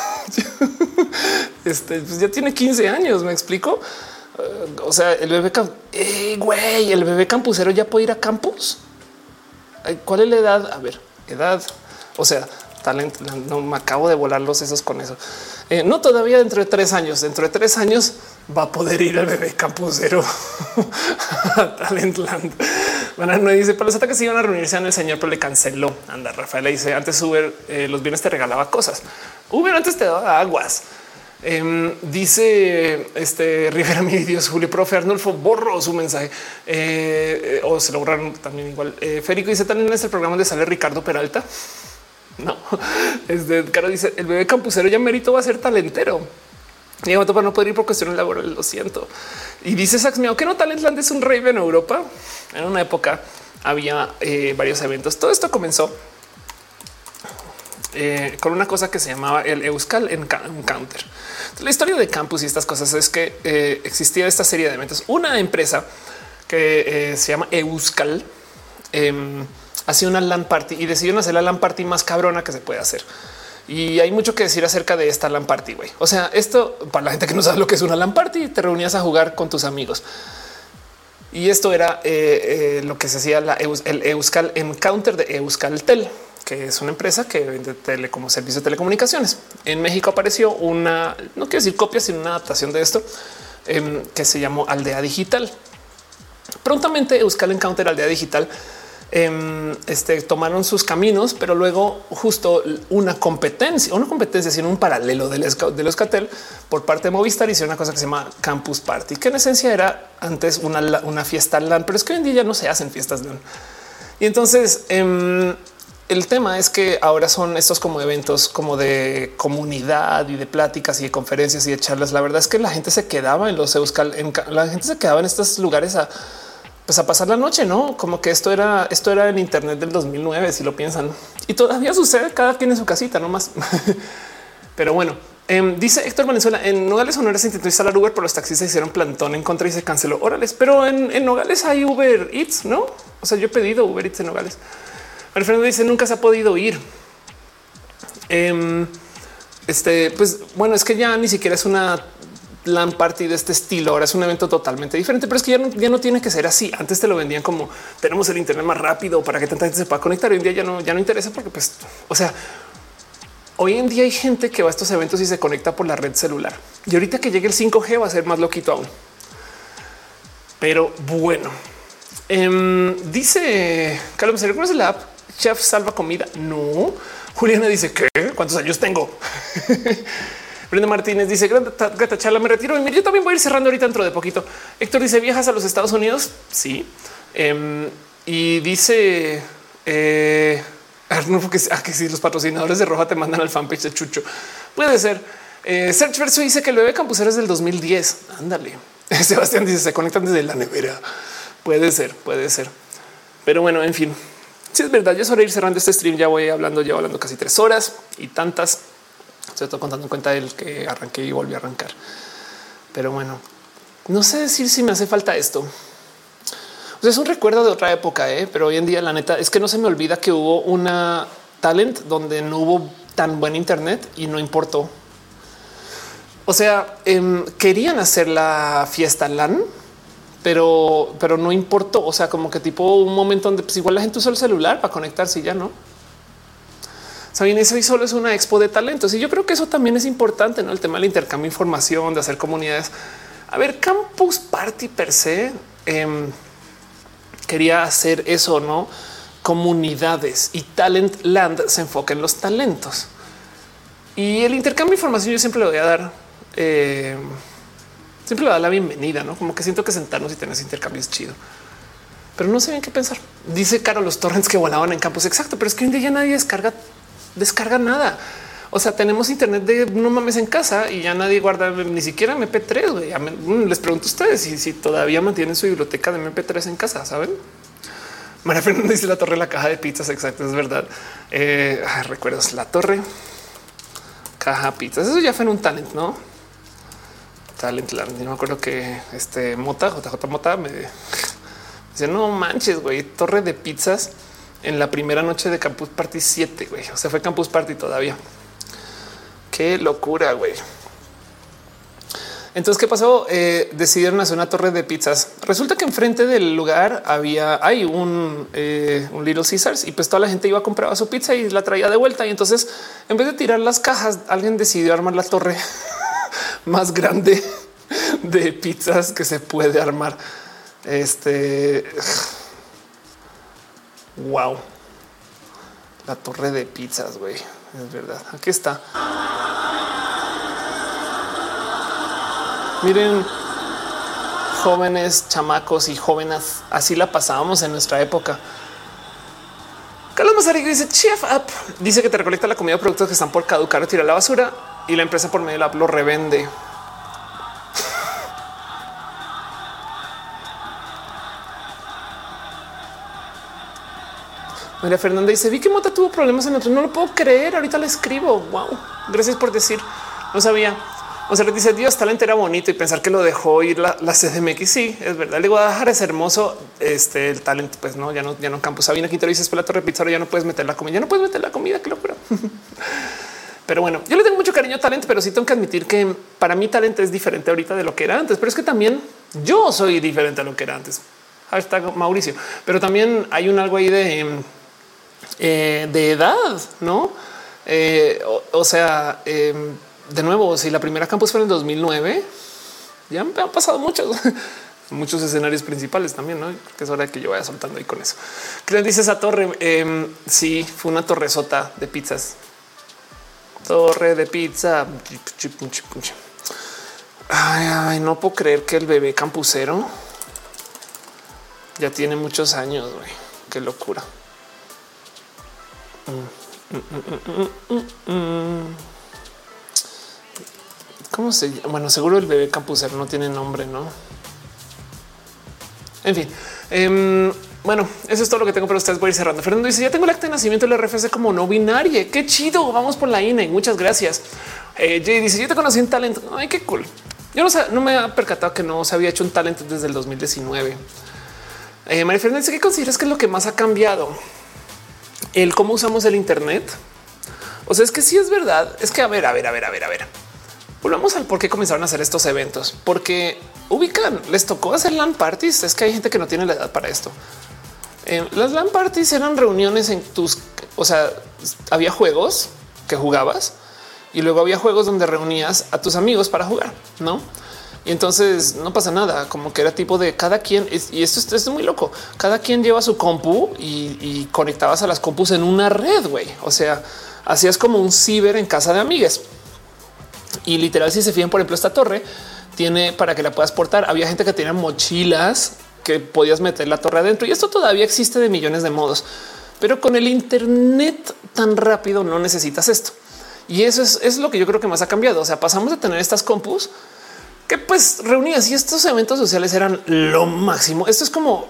este pues ya tiene quince años. Me explico. Uh, o sea, el bebé, hey, güey, el bebé campusero ya puede ir a campus. ¿Cuál es la edad? A ver, edad. O sea, talento. No me acabo de volar los sesos con eso. Eh, no, todavía dentro de tres años, dentro de tres años va a poder ir el bebé campusero a Talentland. Bueno, no dice para los ataques iban a reunirse en el señor, pero le canceló. Anda, Rafael le dice antes Uber eh, los bienes te regalaba cosas. Uber antes te daba aguas. Eh, dice este Rivera, mi Dios, Julio, profe Arnulfo borró su mensaje eh, eh, o se lo borraron también igual. Eh, Férico dice también en este programa de sale Ricardo Peralta. No, es de Caro dice el bebé campusero ya mérito va a ser talentero. Y para no poder ir por cuestiones laborales, lo siento. Y dice Sax Miao que no Talentland es un rave en Europa. En una época había eh, varios eventos. Todo esto comenzó eh, con una cosa que se llamaba el Euskal Encounter. La historia de campus y estas cosas es que eh, existía esta serie de eventos. Una empresa que eh, se llama Euskal eh, hacía una LAN party y decidieron hacer la LAN party más cabrona que se puede hacer. Y hay mucho que decir acerca de esta LAN party, güey. O sea, esto para la gente que no sabe lo que es una LAN party, te reunías a jugar con tus amigos. Y esto era eh, eh, lo que se hacía la Eus, el Euskal Encounter de Euskaltel, que es una empresa que vende tele como servicio de telecomunicaciones. En México apareció una, no quiero decir copia, sino una adaptación de esto eh, que se llamó Aldea Digital. Prontamente Euskal Encounter, Aldea Digital, eh, este, tomaron sus caminos, pero luego justo una competencia, una competencia, sino un paralelo del, del Euskaltel por parte de Movistar hizo una cosa que se llama Campus Party, que en esencia era antes una, una fiesta LAN, pero es que hoy en día ya no se hacen fiestas LAN. Y entonces eh, el tema es que ahora son estos como eventos como de comunidad y de pláticas y de conferencias y de charlas. La verdad es que la gente se quedaba en los Euskal, en, la gente se quedaba en estos lugares a, pues a pasar la noche, no como que esto era, esto era en Internet del dos mil nueve, si lo piensan, y todavía sucede, cada quien en su casita, no más. Pero bueno, eh, dice Héctor Valenzuela en Nogales, Sonora se intentó instalar Uber, pero los taxistas hicieron plantón en contra y se canceló. Órales, pero en, en Nogales hay Uber Eats, no? O sea, yo he pedido Uber Eats en Nogales. Alfredo dice nunca se ha podido ir. Eh, este, pues bueno, es que ya ni siquiera es una LAN party de este estilo. Ahora es un evento totalmente diferente, pero es que ya no, ya no tiene que ser así. Antes te lo vendían como tenemos el Internet más rápido para que tanta gente se pueda conectar. Hoy en día ya no, ya no interesa porque, pues, o sea, hoy en día hay gente que va a estos eventos y se conecta por la red celular. Y ahorita que llegue el cinco G va a ser más loquito aún. Pero bueno, eh, dice Carlos, ¿se recuerdas la app Chef Salva Comida? No. Juliana dice que cuántos años tengo. Brenda Martínez dice Grata, Grata Chala, me retiro. Y yo también voy a ir cerrando ahorita dentro de poquito. Héctor dice viajas a los Estados Unidos. Sí. Eh, y dice eh, Arnulfo que, ah, que si los patrocinadores de Roja te mandan al fanpage de Chucho, puede ser. Eh, Search Verso dice que el bebé campusero es del dos mil diez. Ándale. Sebastián dice se conectan desde la nevera. Puede ser, puede ser. Pero bueno, en fin, si es verdad, yo sobre ir cerrando este stream ya voy hablando, ya hablando casi tres horas y tantas. Estoy contando en cuenta del que arranqué y volví a arrancar. Pero bueno, no sé decir si me hace falta esto. O sea, es un recuerdo de otra época, ¿eh? Pero hoy en día la neta es que no se me olvida que hubo una talent donde no hubo tan buen internet y no importó. O sea, eh, querían hacer la fiesta LAN, pero, pero no importó. O sea, como que tipo un momento donde pues igual la gente usó el celular para conectarse y ya no. Saben, eso y solo es una expo de talentos. Y yo creo que eso también es importante, ¿no? El tema del intercambio de información, de hacer comunidades. A ver, Campus Party per se eh, quería hacer eso, ¿no? Comunidades, y Talent Land se enfoca en los talentos. Y el intercambio de información yo siempre le voy a dar, eh, siempre le voy a dar la bienvenida, ¿no? Como que siento que sentarnos y tener ese intercambio es chido. Pero no sé bien qué pensar. Dice Caro, los torrents que volaban en campus. Exacto, pero es que hoy en día ya nadie descarga descarga nada. O sea, tenemos internet de no mames en casa y ya nadie guarda ni siquiera M P tres. Wey. Les pregunto a ustedes si, si todavía mantienen su biblioteca de M P tres en casa. Saben, María Fernanda dice la torre, la caja de pizzas. Exacto, es verdad. Eh, recuerdos, la torre, caja pizzas. Eso ya fue en un talent, no? Talent Land. Yo me acuerdo que este Mota, J J Mota, me dice no manches, güey, torre de pizzas. En la primera noche de Campus Party siete, güey. O sea, fue Campus Party todavía. Qué locura, güey. Entonces, ¿qué pasó? Eh, decidieron hacer una torre de pizzas. Resulta que enfrente del lugar había hay un, eh, un Little Caesars y pues toda la gente iba a comprar su pizza y la traía de vuelta. Y entonces, en vez de tirar las cajas, alguien decidió armar la torre más grande de pizzas que se puede armar. Este... Wow, la torre de pizzas, güey. Es verdad. Aquí está. Miren, jóvenes, chamacos y jóvenes, así la pasábamos en nuestra época. Carlos Mazarigo dice Chef Up. Dice que te recolecta la comida de productos que están por caducar o tirar a la basura y la empresa por medio de la app lo revende. María Fernanda dice vi que Mota tuvo problemas en otro. No lo puedo creer. Ahorita le escribo. Wow. Gracias por decir. No sabía. O sea, le dice Dios, talento era bonito y pensar que lo dejó ir la, la C D M X. Sí, es verdad. Le voy a dejar es hermoso. Este el talento, pues no, ya no, ya no Campus Sabina Quintero dice la torre pizza. Ya no puedes meter la comida. Ya no puedes meter la comida. Qué locura. Pero bueno, yo le tengo mucho cariño a talento, pero sí tengo que admitir que para mí talento es diferente ahorita de lo que era antes. Pero es que también yo soy diferente a lo que era antes. Hashtag Mauricio. Pero también hay un algo ahí de Eh, de edad, no? Eh, o, o sea, eh, de nuevo, si la primera campus fue en el dos mil nueve, ya han pasado muchos, muchos escenarios principales también, no? Que es hora de que yo vaya soltando ahí con eso. ¿Qué le dice esa torre? Eh, sí, fue una torresota de pizzas. Torre de pizza. Ay, ay, no puedo creer que el bebé campusero ya tiene muchos años, güey. Qué locura. ¿Cómo se llama? Bueno, seguro el bebé campusero no tiene nombre, ¿no? En fin, eh, bueno, eso es todo lo que tengo para ustedes. Voy a ir cerrando. Fernando dice ya tengo el acta de nacimiento del R F C como no binaria. Qué chido. Vamos por la I N E. Muchas gracias. Eh, Jay dice yo te conocí en talento. Ay, qué cool. Yo no, no me había percatado que no se había hecho un talento desde el dos mil diecinueve. Eh, María Fernanda dice ¿qué consideras que es lo que más ha cambiado? El cómo usamos el Internet. O sea, es que sí es verdad. Es que a ver, a ver, a ver, a ver, a ver. Volvamos al por qué comenzaron a hacer estos eventos, porque ubican, les tocó hacer LAN parties. Es que hay gente que no tiene la edad para esto. Eh, las LAN parties eran reuniones en tus, o sea, había juegos que jugabas y luego había juegos donde reunías a tus amigos para jugar, ¿no? Y entonces no pasa nada, como que era tipo de cada quien. Y esto, esto es muy loco. Cada quien lleva su compu y, y conectabas a las compus en una red. Güey. O sea, hacías como un ciber en casa de amigues. Y literal, si se fijan, por ejemplo, esta torre tiene para que la puedas portar. Había gente que tenía mochilas que podías meter la torre adentro y esto todavía existe de millones de modos. Pero con el Internet tan rápido no necesitas esto. Y eso es, es lo que yo creo que más ha cambiado. O sea, pasamos de tener estas compus que pues reunidas y estos eventos sociales eran lo máximo. Esto es como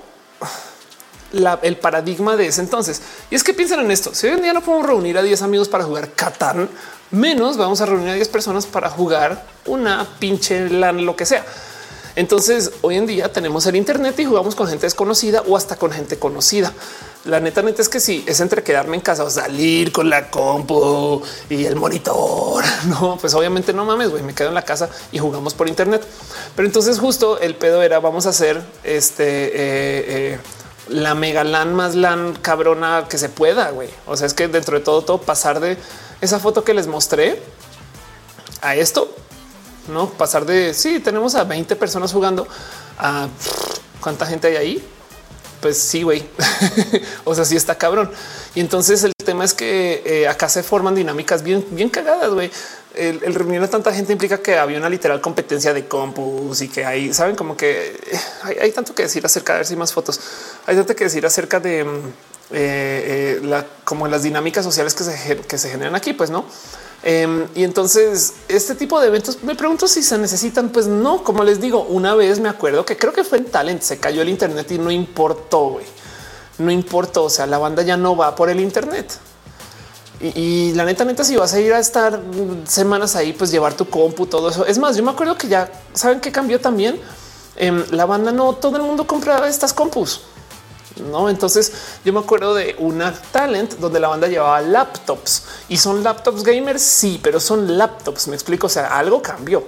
la, el paradigma de ese entonces. Y es que piensan en esto. Si hoy en día no podemos reunir a diez amigos para jugar Catán, menos vamos a reunir a diez personas para jugar una pinche LAN, lo que sea. Entonces hoy en día tenemos el Internet y jugamos con gente desconocida o hasta con gente conocida. La neta, neta es que sí, es entre quedarme en casa o salir con la compu y el monitor. No, pues obviamente no mames, güey, me quedo en la casa y jugamos por Internet. Pero entonces justo el pedo era vamos a hacer este eh, eh, la mega LAN más LAN cabrona que se pueda. Güey, o sea, es que dentro de todo, todo pasar de esa foto que les mostré a esto. No pasar de sí, tenemos a veinte personas jugando a cuánta gente hay ahí. Pues sí, güey. O sea, sí está cabrón. Y entonces el tema es que eh, acá se forman dinámicas bien, bien cagadas. Güey, el, el reunir a tanta gente implica que había una literal competencia de compus y que hay, saben, como que hay, hay tanto que decir acerca de ver si más fotos. Hay tanto que decir acerca de eh, eh, la, como las dinámicas sociales que se, que se generan aquí, pues no. Um, y entonces este tipo de eventos me pregunto si se necesitan. Pues no, como les digo, una vez me acuerdo que creo que fue en Talent, se cayó el Internet y no importó, güey, no importó. O sea, la banda ya no va por el Internet. Y, y la neta, neta, si vas a ir a estar semanas ahí, pues llevar tu compu, todo eso. Es más, yo me acuerdo que ya saben que cambió también. Um, la banda no todo el mundo compraba estas compus. No, entonces yo me acuerdo de una Talent donde la banda llevaba laptops y son laptops gamers. Sí, pero son laptops. Me explico. O sea, algo cambió.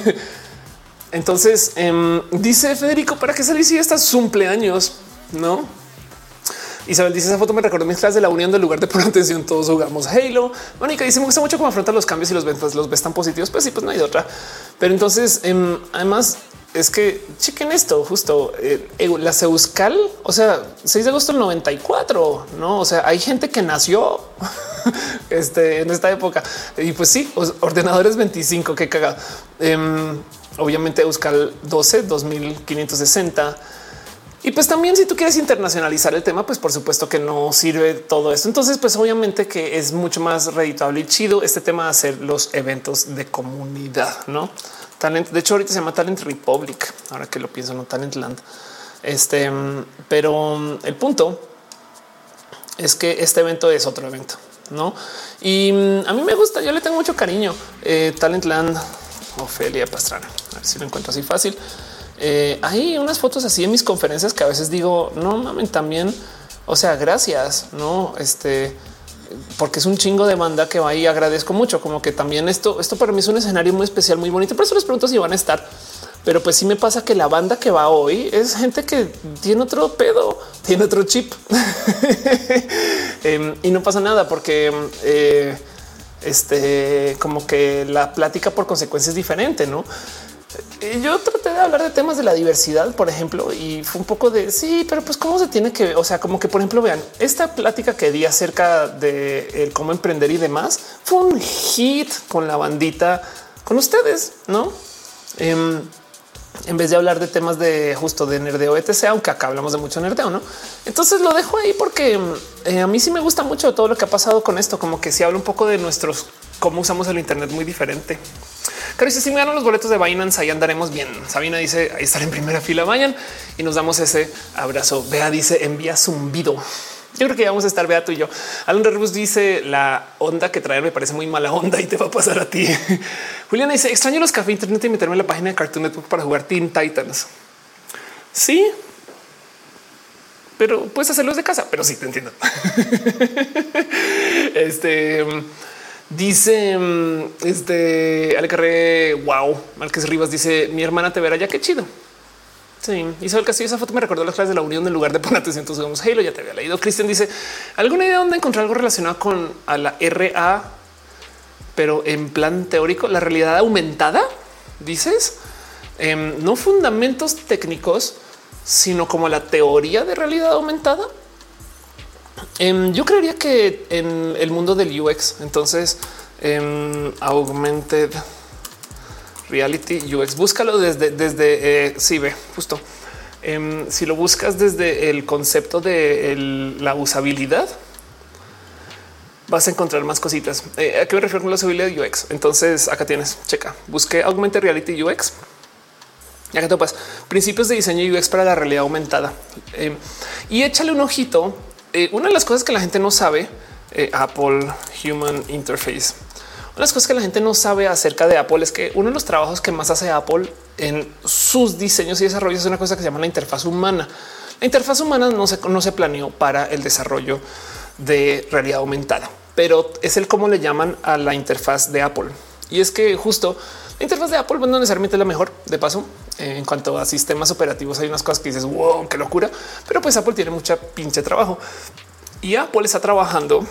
Entonces eh, dice Federico, ¿para qué salís si estas cumpleaños? No. Isabel dice esa foto me recordó mis clases de la unión del lugar de poner atención. Todos jugamos Halo. Mónica dice me gusta mucho cómo afrontan los cambios y los ventas, los ves tan positivos. Pues sí, pues no hay de otra. Pero entonces eh, además es que chequen esto justo eh, la Ceuscal, o sea, seis de agosto del noventa y cuatro, no? O sea, hay gente que nació este, en esta época y pues sí, ordenadores veinticinco, qué cagado. Eh, obviamente Euskal doce, dos mil quinientos sesenta. Y pues también si tú quieres internacionalizar el tema, pues por supuesto que no sirve todo esto. Entonces, pues obviamente que es mucho más redituable y chido este tema de hacer los eventos de comunidad, ¿no? Talent, de hecho ahorita se llama Talent Republic, ahora que lo pienso, no Talent Land. Este, pero el punto es que este evento es otro evento, ¿no? Y a mí me gusta, yo le tengo mucho cariño. Eh, Talent Land, Ofelia Pastrana, a ver si lo encuentro así fácil. Eh, hay unas fotos así en mis conferencias que a veces digo, no mamen, también, o sea, gracias, no, este, porque es un chingo de banda que va y agradezco mucho. Como que también esto, esto para mí es un escenario muy especial, muy bonito. Por eso les pregunto si van a estar, pero pues sí me pasa que la banda que va hoy es gente que tiene otro pedo, tiene otro chip eh, y no pasa nada porque eh, este, como que la plática por consecuencia es diferente, no? Yo traté de hablar de temas de la diversidad, por ejemplo, y fue un poco de sí, pero pues cómo se tiene que, o sea, como que por ejemplo, vean esta plática que di acerca de el cómo emprender y demás fue un hit con la bandita, con ustedes, no? Eh, en vez de hablar de temas de justo de nerdeo, etcétera, aunque acá hablamos de mucho nerdeo, no? Entonces lo dejo ahí porque eh, a mí sí me gusta mucho todo lo que ha pasado con esto, como que si habla un poco de nuestros cómo usamos el Internet muy diferente. Caro dice si me ganan los boletos de Binance, ahí andaremos bien. Sabina dice ahí estar en primera fila, vayan y nos damos ese abrazo. Bea dice envía zumbido. Yo creo que vamos a estar Bea tú y yo. Alan Rebus dice la onda que traer me parece muy mala onda y te va a pasar a ti. Juliana dice extraño los cafés internet y meterme en la página de Cartoon Network para jugar Teen Titans. Sí, pero puedes hacerlos de casa, pero sí te entiendo. Este dice este Ale Carré, wow, Márquez Rivas dice mi hermana te verá ya, qué chido. Sí, Isabel Castillo, esa foto me recordó las clases de la unión en lugar de poner atención. Entonces vamos, Halo, ya te había leído. Cristian dice alguna idea dónde encontrar algo relacionado con a la R A, pero en plan teórico, la realidad aumentada. Dices eh, no fundamentos técnicos, sino como la teoría de realidad aumentada. Um, yo creería que en el mundo del U X, entonces um, augmented reality U X, búscalo desde, desde eh, sí, ve justo. Um, si lo buscas desde el concepto de el, la usabilidad, vas a encontrar más cositas. Eh, ¿A qué me refiero con la usabilidad de U X? Entonces acá tienes, checa, busqué Augmented Reality U X. Ya que topas principios de diseño U X para la realidad aumentada eh, y échale un ojito. Eh, una de las cosas que la gente no sabe, eh, Apple Human Interface. Una de las cosas que la gente no sabe acerca de Apple es que uno de los trabajos que más hace Apple en sus diseños y desarrollos es una cosa que se llama la interfaz humana. La interfaz humana no se, no se planeó para el desarrollo de realidad aumentada, pero es el cómo le llaman a la interfaz de Apple. Y es que justo la interfaz de Apple no necesariamente es la mejor. De paso, eh, en cuanto a sistemas operativos, hay unas cosas que dices, wow, qué locura, pero pues Apple tiene mucha pinche trabajo y Apple está trabajando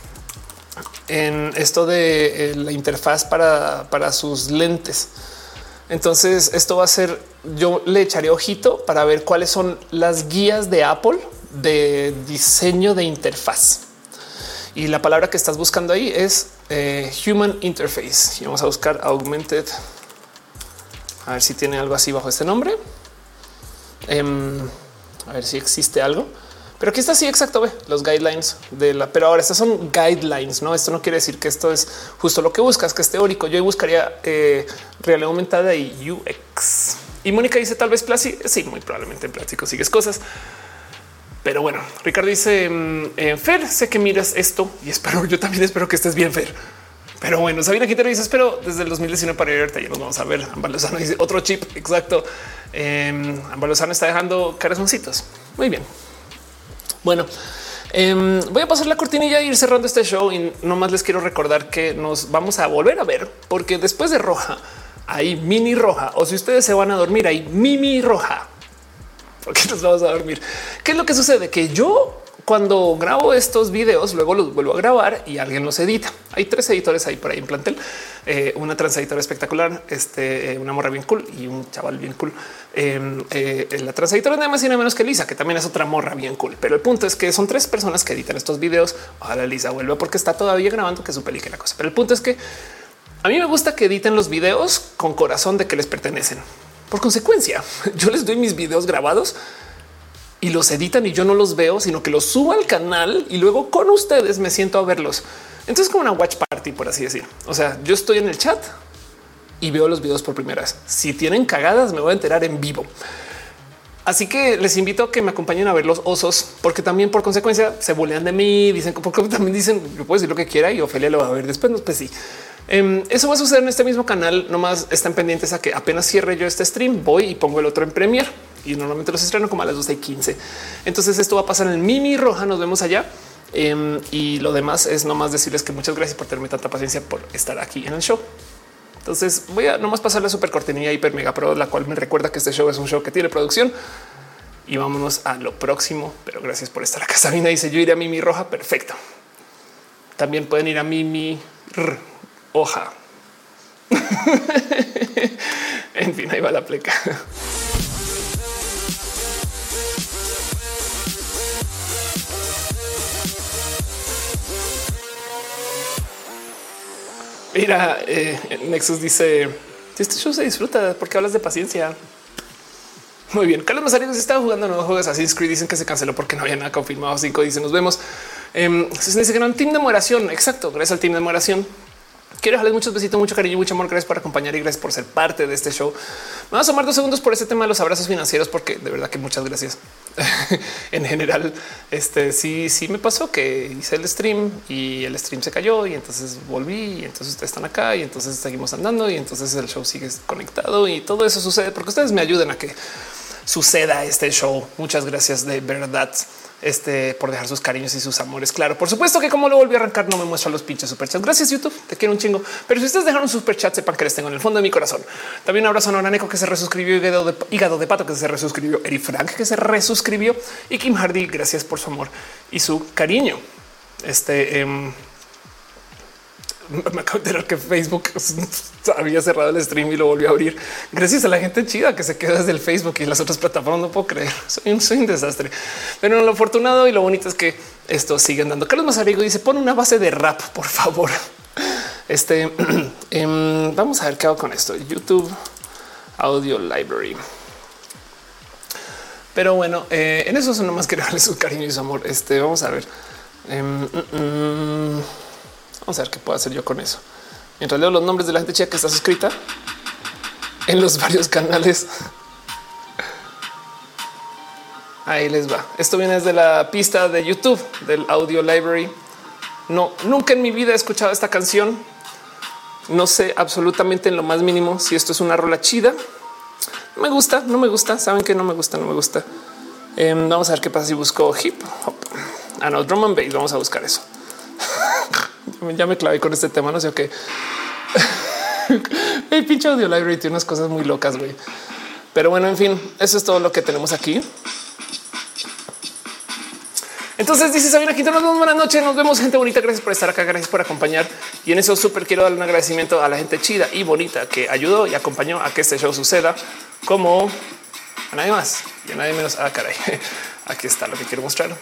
en esto de eh, la interfaz para, para sus lentes. Entonces esto va a ser, yo le echaré ojito para ver cuáles son las guías de Apple de diseño de interfaz. Y la palabra que estás buscando ahí es eh, Human Interface. Y vamos a buscar Augmented. A ver si tiene algo así bajo este nombre. Um, a ver si existe algo. Pero aquí está, sí, exacto. Ve los guidelines de la, pero ahora estas son guidelines. No, esto no quiere decir que esto es justo lo que buscas, que es teórico. Yo buscaría eh, realidad aumentada y U X. Y Mónica dice tal vez Plasi. Sí, muy probablemente en plástico sigues cosas. Pero bueno, Ricardo dice eh, Fer, sé que miras esto y espero, yo también espero que estés bien, Fer. Pero bueno, Sabina Quintero dice espero desde el dos mil diecinueve para ir ya nos vamos a ver. Ámbar Lozano dice otro chip. Exacto. Eh, Ámbar Lozano está dejando corazoncitos. Muy bien. Bueno, eh, voy a pasar la cortinilla e ir cerrando este show y nomás les quiero recordar que nos vamos a volver a ver porque después de Roja hay mini Roja o si ustedes se van a dormir hay mimi Roja. Porque nos vamos a dormir. ¿Qué es lo que sucede? Que yo cuando grabo estos videos, luego los vuelvo a grabar y alguien los edita. Hay tres editores ahí por ahí en plantel. Eh, una trans editora espectacular, este, una morra bien cool y un chaval bien cool. Eh, eh, la trans editora nada más y nada menos que Lisa, que también es otra morra bien cool. Pero el punto es que son tres personas que editan estos videos. Ojalá Lisa vuelva porque está todavía grabando, que su peli que la cosa. Pero el punto es que a mí me gusta que editen los videos con corazón de que les pertenecen. Por consecuencia, yo les doy mis videos grabados y los editan y yo no los veo, sino que los subo al canal y luego con ustedes me siento a verlos. Entonces como una watch party, por así decir. O sea, yo estoy en el chat y veo los videos por primera vez. Si tienen cagadas, me voy a enterar en vivo. Así que les invito a que me acompañen a ver los osos, porque también por consecuencia se bolean de mí, dicen porque también dicen yo puedo decir lo que quiera y Ofelia lo va a ver después. No, pues sí. Um, eso va a suceder en este mismo canal. Nomás están pendientes a que apenas cierre yo este stream, voy y pongo el otro en Premiere y normalmente los estreno como a las doce y quince. Entonces esto va a pasar en el Mimi Roja. Nos vemos allá. Um, y lo demás es nomás decirles que muchas gracias por tenerme tanta paciencia por estar aquí en el show. Entonces voy a nomás pasar la super cortinilla hiper mega pro, la cual me recuerda que este show es un show que tiene producción y vámonos a lo próximo. Pero gracias por estar acá. Sabina dice yo iré a Mimi Roja. Perfecto. También pueden ir a Mimi Hoja. En fin, ahí va la pleca. Mira, eh, Nexus dice este show se disfruta porque hablas de paciencia. Muy bien. Carlos Mazario estaba jugando nuevos juegos Assassin's Creed. Dicen que se canceló porque no había nada confirmado. Cinco dice nos vemos. Eh, se dice que era un team de moderación. Exacto. Gracias al team de moderación. Quiero dejarles muchos besitos, mucho cariño, mucho amor. Gracias por acompañar y gracias por ser parte de este show. Me voy a tomar dos segundos por este tema de los abrazos financieros, porque de verdad que muchas gracias. En general, este sí, sí me pasó que hice el stream y el stream se cayó y entonces volví y entonces ustedes están acá y entonces seguimos andando y entonces el show sigue conectado y todo eso sucede porque ustedes me ayudan a que suceda este show. Muchas gracias de verdad. Este por dejar sus cariños y sus amores. Claro, por supuesto que como lo volví a arrancar, no me muestra los pinches superchats. Gracias, YouTube. Te quiero un chingo. Pero si ustedes dejaron un superchat, sepan que les tengo en el fondo de mi corazón. También un abrazo a Noraneco que se resuscribió, hígado de, hígado de pato que se resuscribió, Eri Frank que se resuscribió y Kim Hardy. Gracias por su amor y su cariño. Este eh, me acabo de enterar que Facebook había cerrado el stream y lo volvió a abrir. Gracias a la gente chida que se queda desde el Facebook y las otras plataformas. No puedo creer. Soy un, soy un desastre. Pero lo afortunado y lo bonito es que esto sigue andando. Carlos Mazarigo dice pon una base de rap, por favor. Este eh, vamos a ver qué hago con esto. YouTube Audio Library. Pero bueno, eh, en eso son nomás que darle su cariño y su amor. Este vamos a ver. Eh, mm, mm, Vamos a ver qué puedo hacer yo con eso. Mientras leo los nombres de la gente chida que está suscrita en los varios canales. Ahí les va. Esto viene desde la pista de YouTube del Audio Library. No, nunca en mi vida he escuchado esta canción. No sé absolutamente en lo más mínimo si esto es una rola chida. Me gusta, no me gusta. Saben que no me gusta, no me gusta. Eh, vamos a ver qué pasa si busco hip hop. Ah, no, drum and bass. Vamos a buscar eso. Ya me clavé con este tema. No sé qué. El pinche Audio Library tiene unas cosas muy locas, güey. Pero bueno, en fin, eso es todo lo que tenemos aquí. Entonces dice Sabina Quintana, nos vemos, buenas noches, nos vemos, gente bonita, gracias por estar acá, gracias por acompañar. Y en eso súper quiero darle un agradecimiento a la gente chida y bonita que ayudó y acompañó a que este show suceda, como a nadie más y a nadie menos. Ah, caray, aquí está lo que quiero mostrar.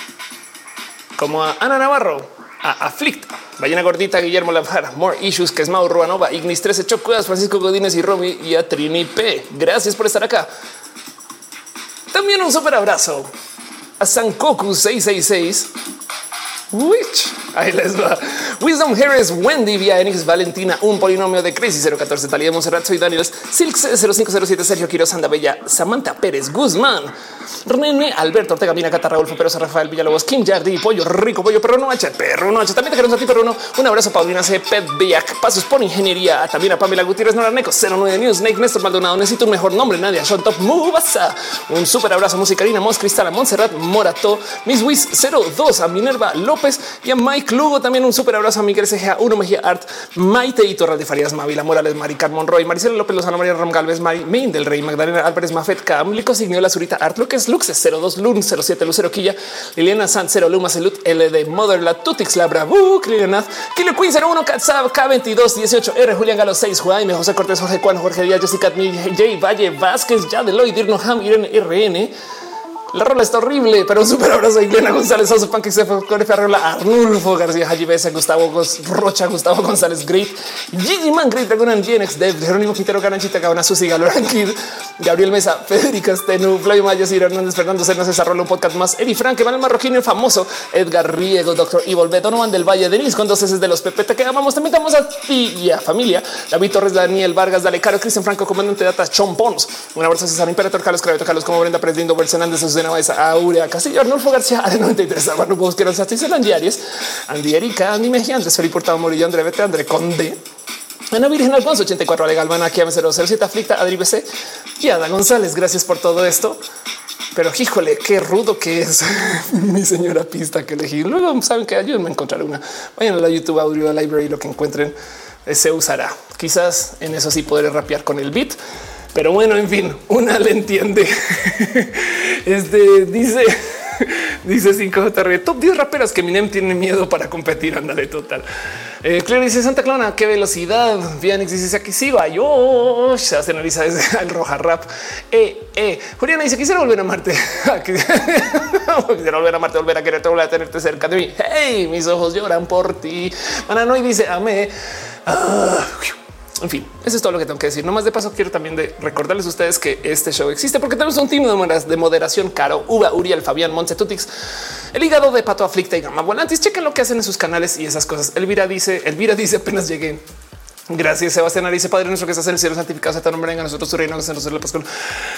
Como a Ana Navarro, a Aflicta, Ballena Gordita, Guillermo Lavara, More Issues, que es Mau Ruanova, Ignis trece Chocudas, Francisco Godínez y Romy y a Trini P. Gracias por estar acá. También un súper abrazo a Sankoku seis seis seis, Witch, ahí les va. Wisdom Harris, Wendy, Via Enix, Valentina, un polinomio de Crazy cero catorce, Talía de Monserrat, soy Daniels, Silk cero cinco cero siete, Sergio Quiroz, Anda Bella, Samantha Pérez Guzmán, René, Alberto Ortega, Mina Cata, Raúl Perosa, Rafael Villalobos, Kim Yardi, Pollo Rico, Pollo Perro No H, Perro No H. También te queremos a ti, Perro No. Un abrazo a Paulina C, Pet Biac, Pasos por Ingeniería, también a Pamela Gutiérrez, Nora Neco, cero nueve News, Snake, Néstor Maldonado, necesito un mejor nombre, Nadia, Sean Top, Mubasa. Un súper abrazo a Musicalina, Mos Cristal, Montserrat, Morato, Miss Wiz cero dos, a Minerva López y a Mike Lugo. También un súper abrazo a Miguel C G A, Uno Mejía Art, Maite y Torral de Farías, Mavila Morales, Maricar Monroy, Maricela López Lozano, María Ram Galvez, Mari Main del Rey, Magdalena Álvarez, Mafet, Camlico, Signiola Zurita, Art Lucas, Luxes cero dos, Lun cero siete, Lucero Quilla, Liliana San cero, Luma Celut, L de Mother, La Tutix, La Bravu, Liliana, Kilo Queen cero uno, Katzab, K veintidós dieciocho, R, Julián Galo seis, Jaime, José Cortés, Jorge Juan, Jorge Díaz, Jessica, J, Valle, Vázquez, Yadeloy, Dirno Ham, Irene R N. La rola está horrible, pero un súper abrazo a Iglena González, Oso Pancake, con F. Arreola, Arnulfo García, Haji B S, Gustavo Rocha, Gustavo González, Great, Gigi Man, Great Dragon, G N X, Dev, Jerónimo Quintero, Garanchita, Cabana, Susi, Galoran Kid, Gabriel Mesa, Federica Stenu, Flavio Maya, Ciro Hernández, Fernando Cernas, Desarrolla un podcast más, Eri Frank, Emanuel Marroquín, el famoso Edgar Riego, Doctor Evil, Donovan del Valle, Denis con dos S de los P P, te que amamos, también damos a ti y a familia, David Torres, Daniel Vargas, Dale Caro, Cristian Franco, comandante de Data, Chompons, un abrazo a César Imperator, Carlos Cravito, Carlos como Brenda Pérez, Lindo, Hernández, Susana Baeza, Aurea Castillo, Arnulfo García, A noventa y tres, Álvaro Bosquero, Satisel Aries, Andy Erika, Andy Mejía, Andrés Felipe Portado Morillo, André Vete, André Conde, Ana Virgen Alfonso, ochenta y cuatro, Ale Galván, aquí a cero cero siete, Aflicta, Adri B C y Ada González. Gracias por todo esto. Pero híjole, qué rudo que es mi señora pista que elegí. Luego saben que ayúdenme a encontrar una. Vayan a la YouTube Audio Library, lo que encuentren se usará. Quizás en eso sí podré rapear con el beat. Pero bueno, en fin, una le entiende. Este dice, dice cinco J top diez raperas que Eminem tiene miedo para competir. Ándale, total. Eh, Claire dice Santa Clona, qué velocidad. Vianix dice aquí sí va. Yo se hace analiza desde el Roja Rap. Eh, eh. Juliana dice quisiera volver a Marte. Quisiera volver a Marte, volver a quererte, volver a tenerte cerca de mí. Hey, mis ojos lloran por ti. Mananoy dice amé. Ah, en fin, eso es todo lo que tengo que decir. No más de paso, quiero también de recordarles a ustedes que este show existe porque tenemos un team de moderación. Caro, Uva, Uriel, Fabián, Montse Tutix, el hígado de Pato Aflicta y Gama Volantis. Chequen lo que hacen en sus canales y esas cosas. Elvira dice, Elvira dice apenas llegué. Gracias, Sebastián Arice, Padre nuestro que estás en el cielo, santificado sea tu nombre, venga a nosotros tu reino, que se nos dé la paz con...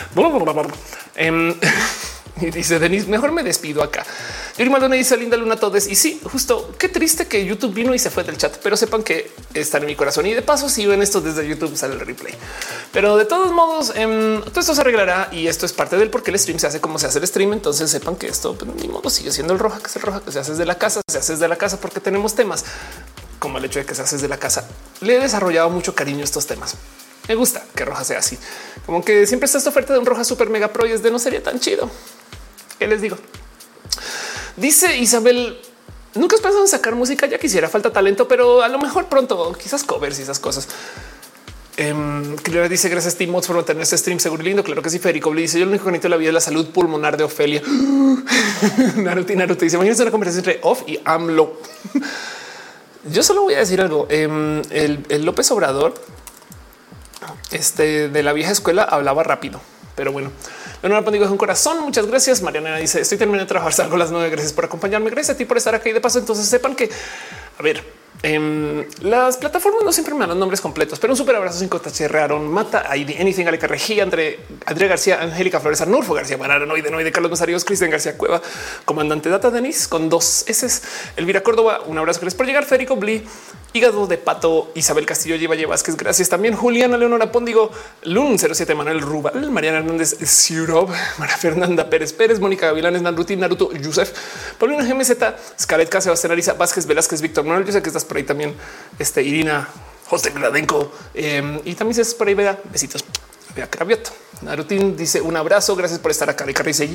Y dice Denis, mejor me despido acá. Yuri Maldonado dice linda luna todes. Y sí, justo qué triste que YouTube vino y se fue del chat, pero sepan que están en mi corazón. Y de paso, si ven esto desde YouTube, sale el replay. Pero de todos modos, eh, todo esto se arreglará y esto es parte del por qué el stream se hace como se hace el stream. Entonces sepan que esto, pues, ni modo, sigue siendo el Roja, que es el Roja, que se hace desde la casa, se hace desde la casa porque tenemos temas como el hecho de que se hace desde la casa. Le he desarrollado mucho cariño a estos temas. Me gusta que Roja sea así, como que siempre está esta oferta de un Roja super mega pro y es de no sería tan chido. ¿Qué les digo? Dice Isabel, nunca has pensado en sacar música, ya quisiera, falta talento, pero a lo mejor pronto, quizás covers y esas cosas. Um, Claro dice gracias Team Mods por mantener este stream seguro y lindo. Claro que sí. Federico dice yo lo único que necesito en la vida es la salud pulmonar de Ofelia. Naruto y Naruto dice imagínense una conversación entre Off y AMLO. Yo solo voy a decir algo. Um, el, el López Obrador este, de la vieja escuela hablaba rápido, pero bueno. Leonardo digo es un corazón. Muchas gracias. Mariana dice estoy terminando de trabajar, salgo a las nueve. Gracias por acompañarme. Gracias a ti por estar aquí. De paso, entonces sepan que, a ver, Eh, las plataformas no siempre me dan los nombres completos, pero un súper abrazo sin H Aaron Mata, Anything, Aleca Regía, André, André García, Angélica Flores, Arnulfo García, Maranoide, Noide, Carlos González, Cristian García Cueva, Comandante Data Denis con dos S, Elvira Córdoba, un abrazo que les por llegar, Federico Bli, Hígado de Pato, Isabel Castillo, Lleva Vázquez, gracias también, Juliana Leonora Póndigo, Lun cero siete, Manuel Rubal, Mariana Hernández, Sirob, María Fernanda Pérez Pérez, Mónica Gavilanes, Naruti, Naruto, Yusef, Paulina G M Z, Scarlett K, Sebastián Arisa, Vázquez, Velázquez, Víctor Manuel, yo sé que estás por ahí también, este, Irina, José Gladenko, eh, y también es por ahí, vea, besitos, vea, Cravioto, Narutín dice un abrazo, gracias por estar acá, Ricardo dice,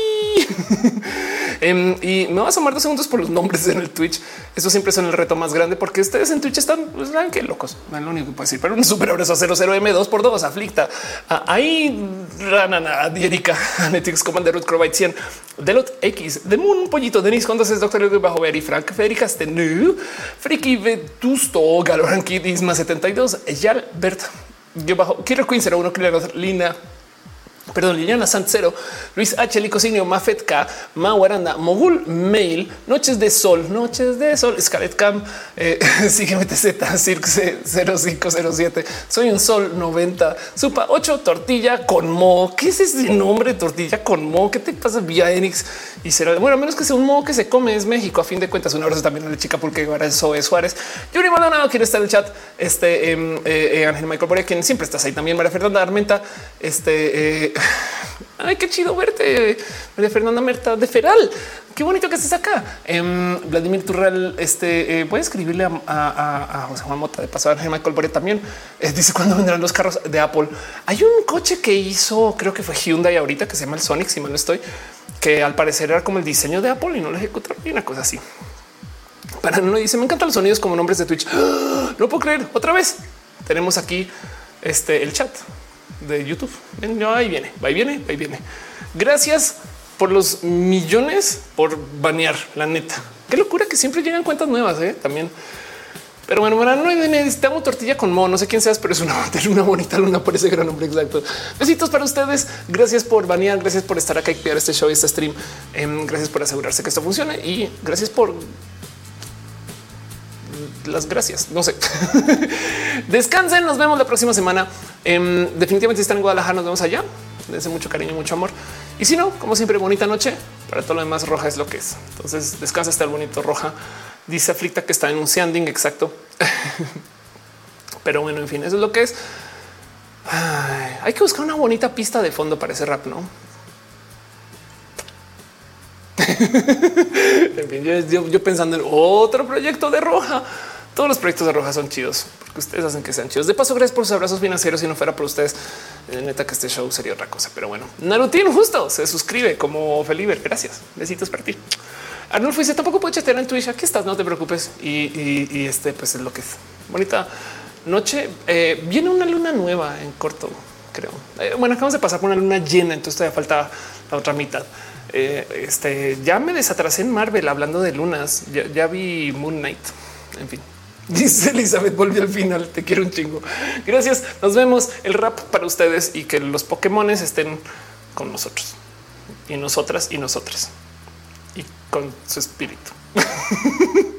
Um, y me va a asomar dos segundos por los nombres en el Twitch. Eso siempre son el reto más grande porque ustedes en Twitch están, pues, saben que locos. Es lo único que puedo decir, pero un súper abrazo a cero cero M dos por dos, Aflicta, ahí Ranana, Dierica, Netix, Commander Ruth Crowbite cien, Delot X, The Moon, Pollito, Denis, Condas, Doctor Luis Bajo Ver y Frank, Federica Stenu, Friki Vetusto, Galoranqui, Disma setenta y dos, Yalbert, yo bajo Killer Queen cero uno, Lina. Perdón, Liliana Santcero, Luis H. Licosinio, Mafet K, Maguaranda, Mogul Mail, Noches de Sol, Noches de Sol, Scarlett Cam, eh, sígueme T Z, Circe cero cinco cero siete, Soy un Sol noventa, Supa ocho, Tortilla con Mo. ¿Qué es ese nombre? Tortilla con Mo. ¿Qué te pasa vía Enix? Y será bueno, a menos que sea un Mo que se come, es México. A fin de cuentas, un abrazo también a la chica porque ahora es Zoe Suárez. Yuri Maldonado quiere estar en el chat. Este eh, eh, Ángel Michael Borea, quien siempre estás ahí también. María Fernanda Armenta, este eh, ay, qué chido verte. María Fernanda Merta de Feral. Qué bonito que estés acá. Eh, Vladimir Turral. Este eh, voy a escribirle a, a, a José Juan Mota de paso. Ángel Michael Borea también eh, dice cuándo vendrán los carros de Apple. Hay un coche que hizo, creo que fue Hyundai ahorita, que se llama el Sonic, si mal no estoy, que al parecer era como el diseño de Apple y no lo ejecutaron y una cosa así. Para no dice, me encantan los sonidos como nombres de Twitch. ¡Oh! No puedo creer. Otra vez tenemos aquí este el chat de YouTube. Ven, no, ahí viene, ahí viene, ahí viene. Gracias por los millones por banear, la neta. Qué locura que siempre llegan cuentas nuevas, ¿eh? También. Pero bueno, no necesitamos tortilla con Mo. No sé quién seas, pero es una, una bonita luna por ese gran nombre. Exacto. Besitos para ustedes. Gracias por banear. Gracias por estar acá y crear este show y este stream. Eh, gracias por asegurarse que esto funcione y gracias por las gracias. No sé. Descansen. Nos vemos la próxima semana. Eh, definitivamente si están en Guadalajara, nos vemos allá. Dense mucho cariño, mucho amor. Y si no, como siempre, bonita noche. Para todo lo demás, Roja es lo que es. Entonces descansa hasta el bonito Roja. Dice Aflicta que está enunciando. Exacto. Pero bueno, en fin, eso es lo que es. Ay, hay que buscar una bonita pista de fondo para ese rap, ¿no? En fin, yo, yo, yo pensando en otro proyecto de Roja. Todos los proyectos de Roja son chidos porque ustedes hacen que sean chidos. De paso, gracias por sus abrazos financieros. Si no fuera por ustedes, eh, neta que este show sería otra cosa. Pero bueno, Narutín justo se suscribe como Feliber. Gracias. Besitos para ti. Arnulfo dice tampoco puedo chatear en Twitch. Aquí estás, no te preocupes. Y, y, y este pues es lo que es. Bonita noche. Eh, viene una luna nueva en corto, creo. Eh, bueno, acabamos de pasar por una luna llena, entonces todavía falta la otra mitad. Eh, este ya me desatrasé en Marvel hablando de lunas. Ya, ya vi Moon Knight. En fin. Dice Elizabeth, volvió al final. Te quiero un chingo. Gracias. Nos vemos. El rap para ustedes y que los Pokémones estén con nosotros y nosotras y nosotras y con su espíritu.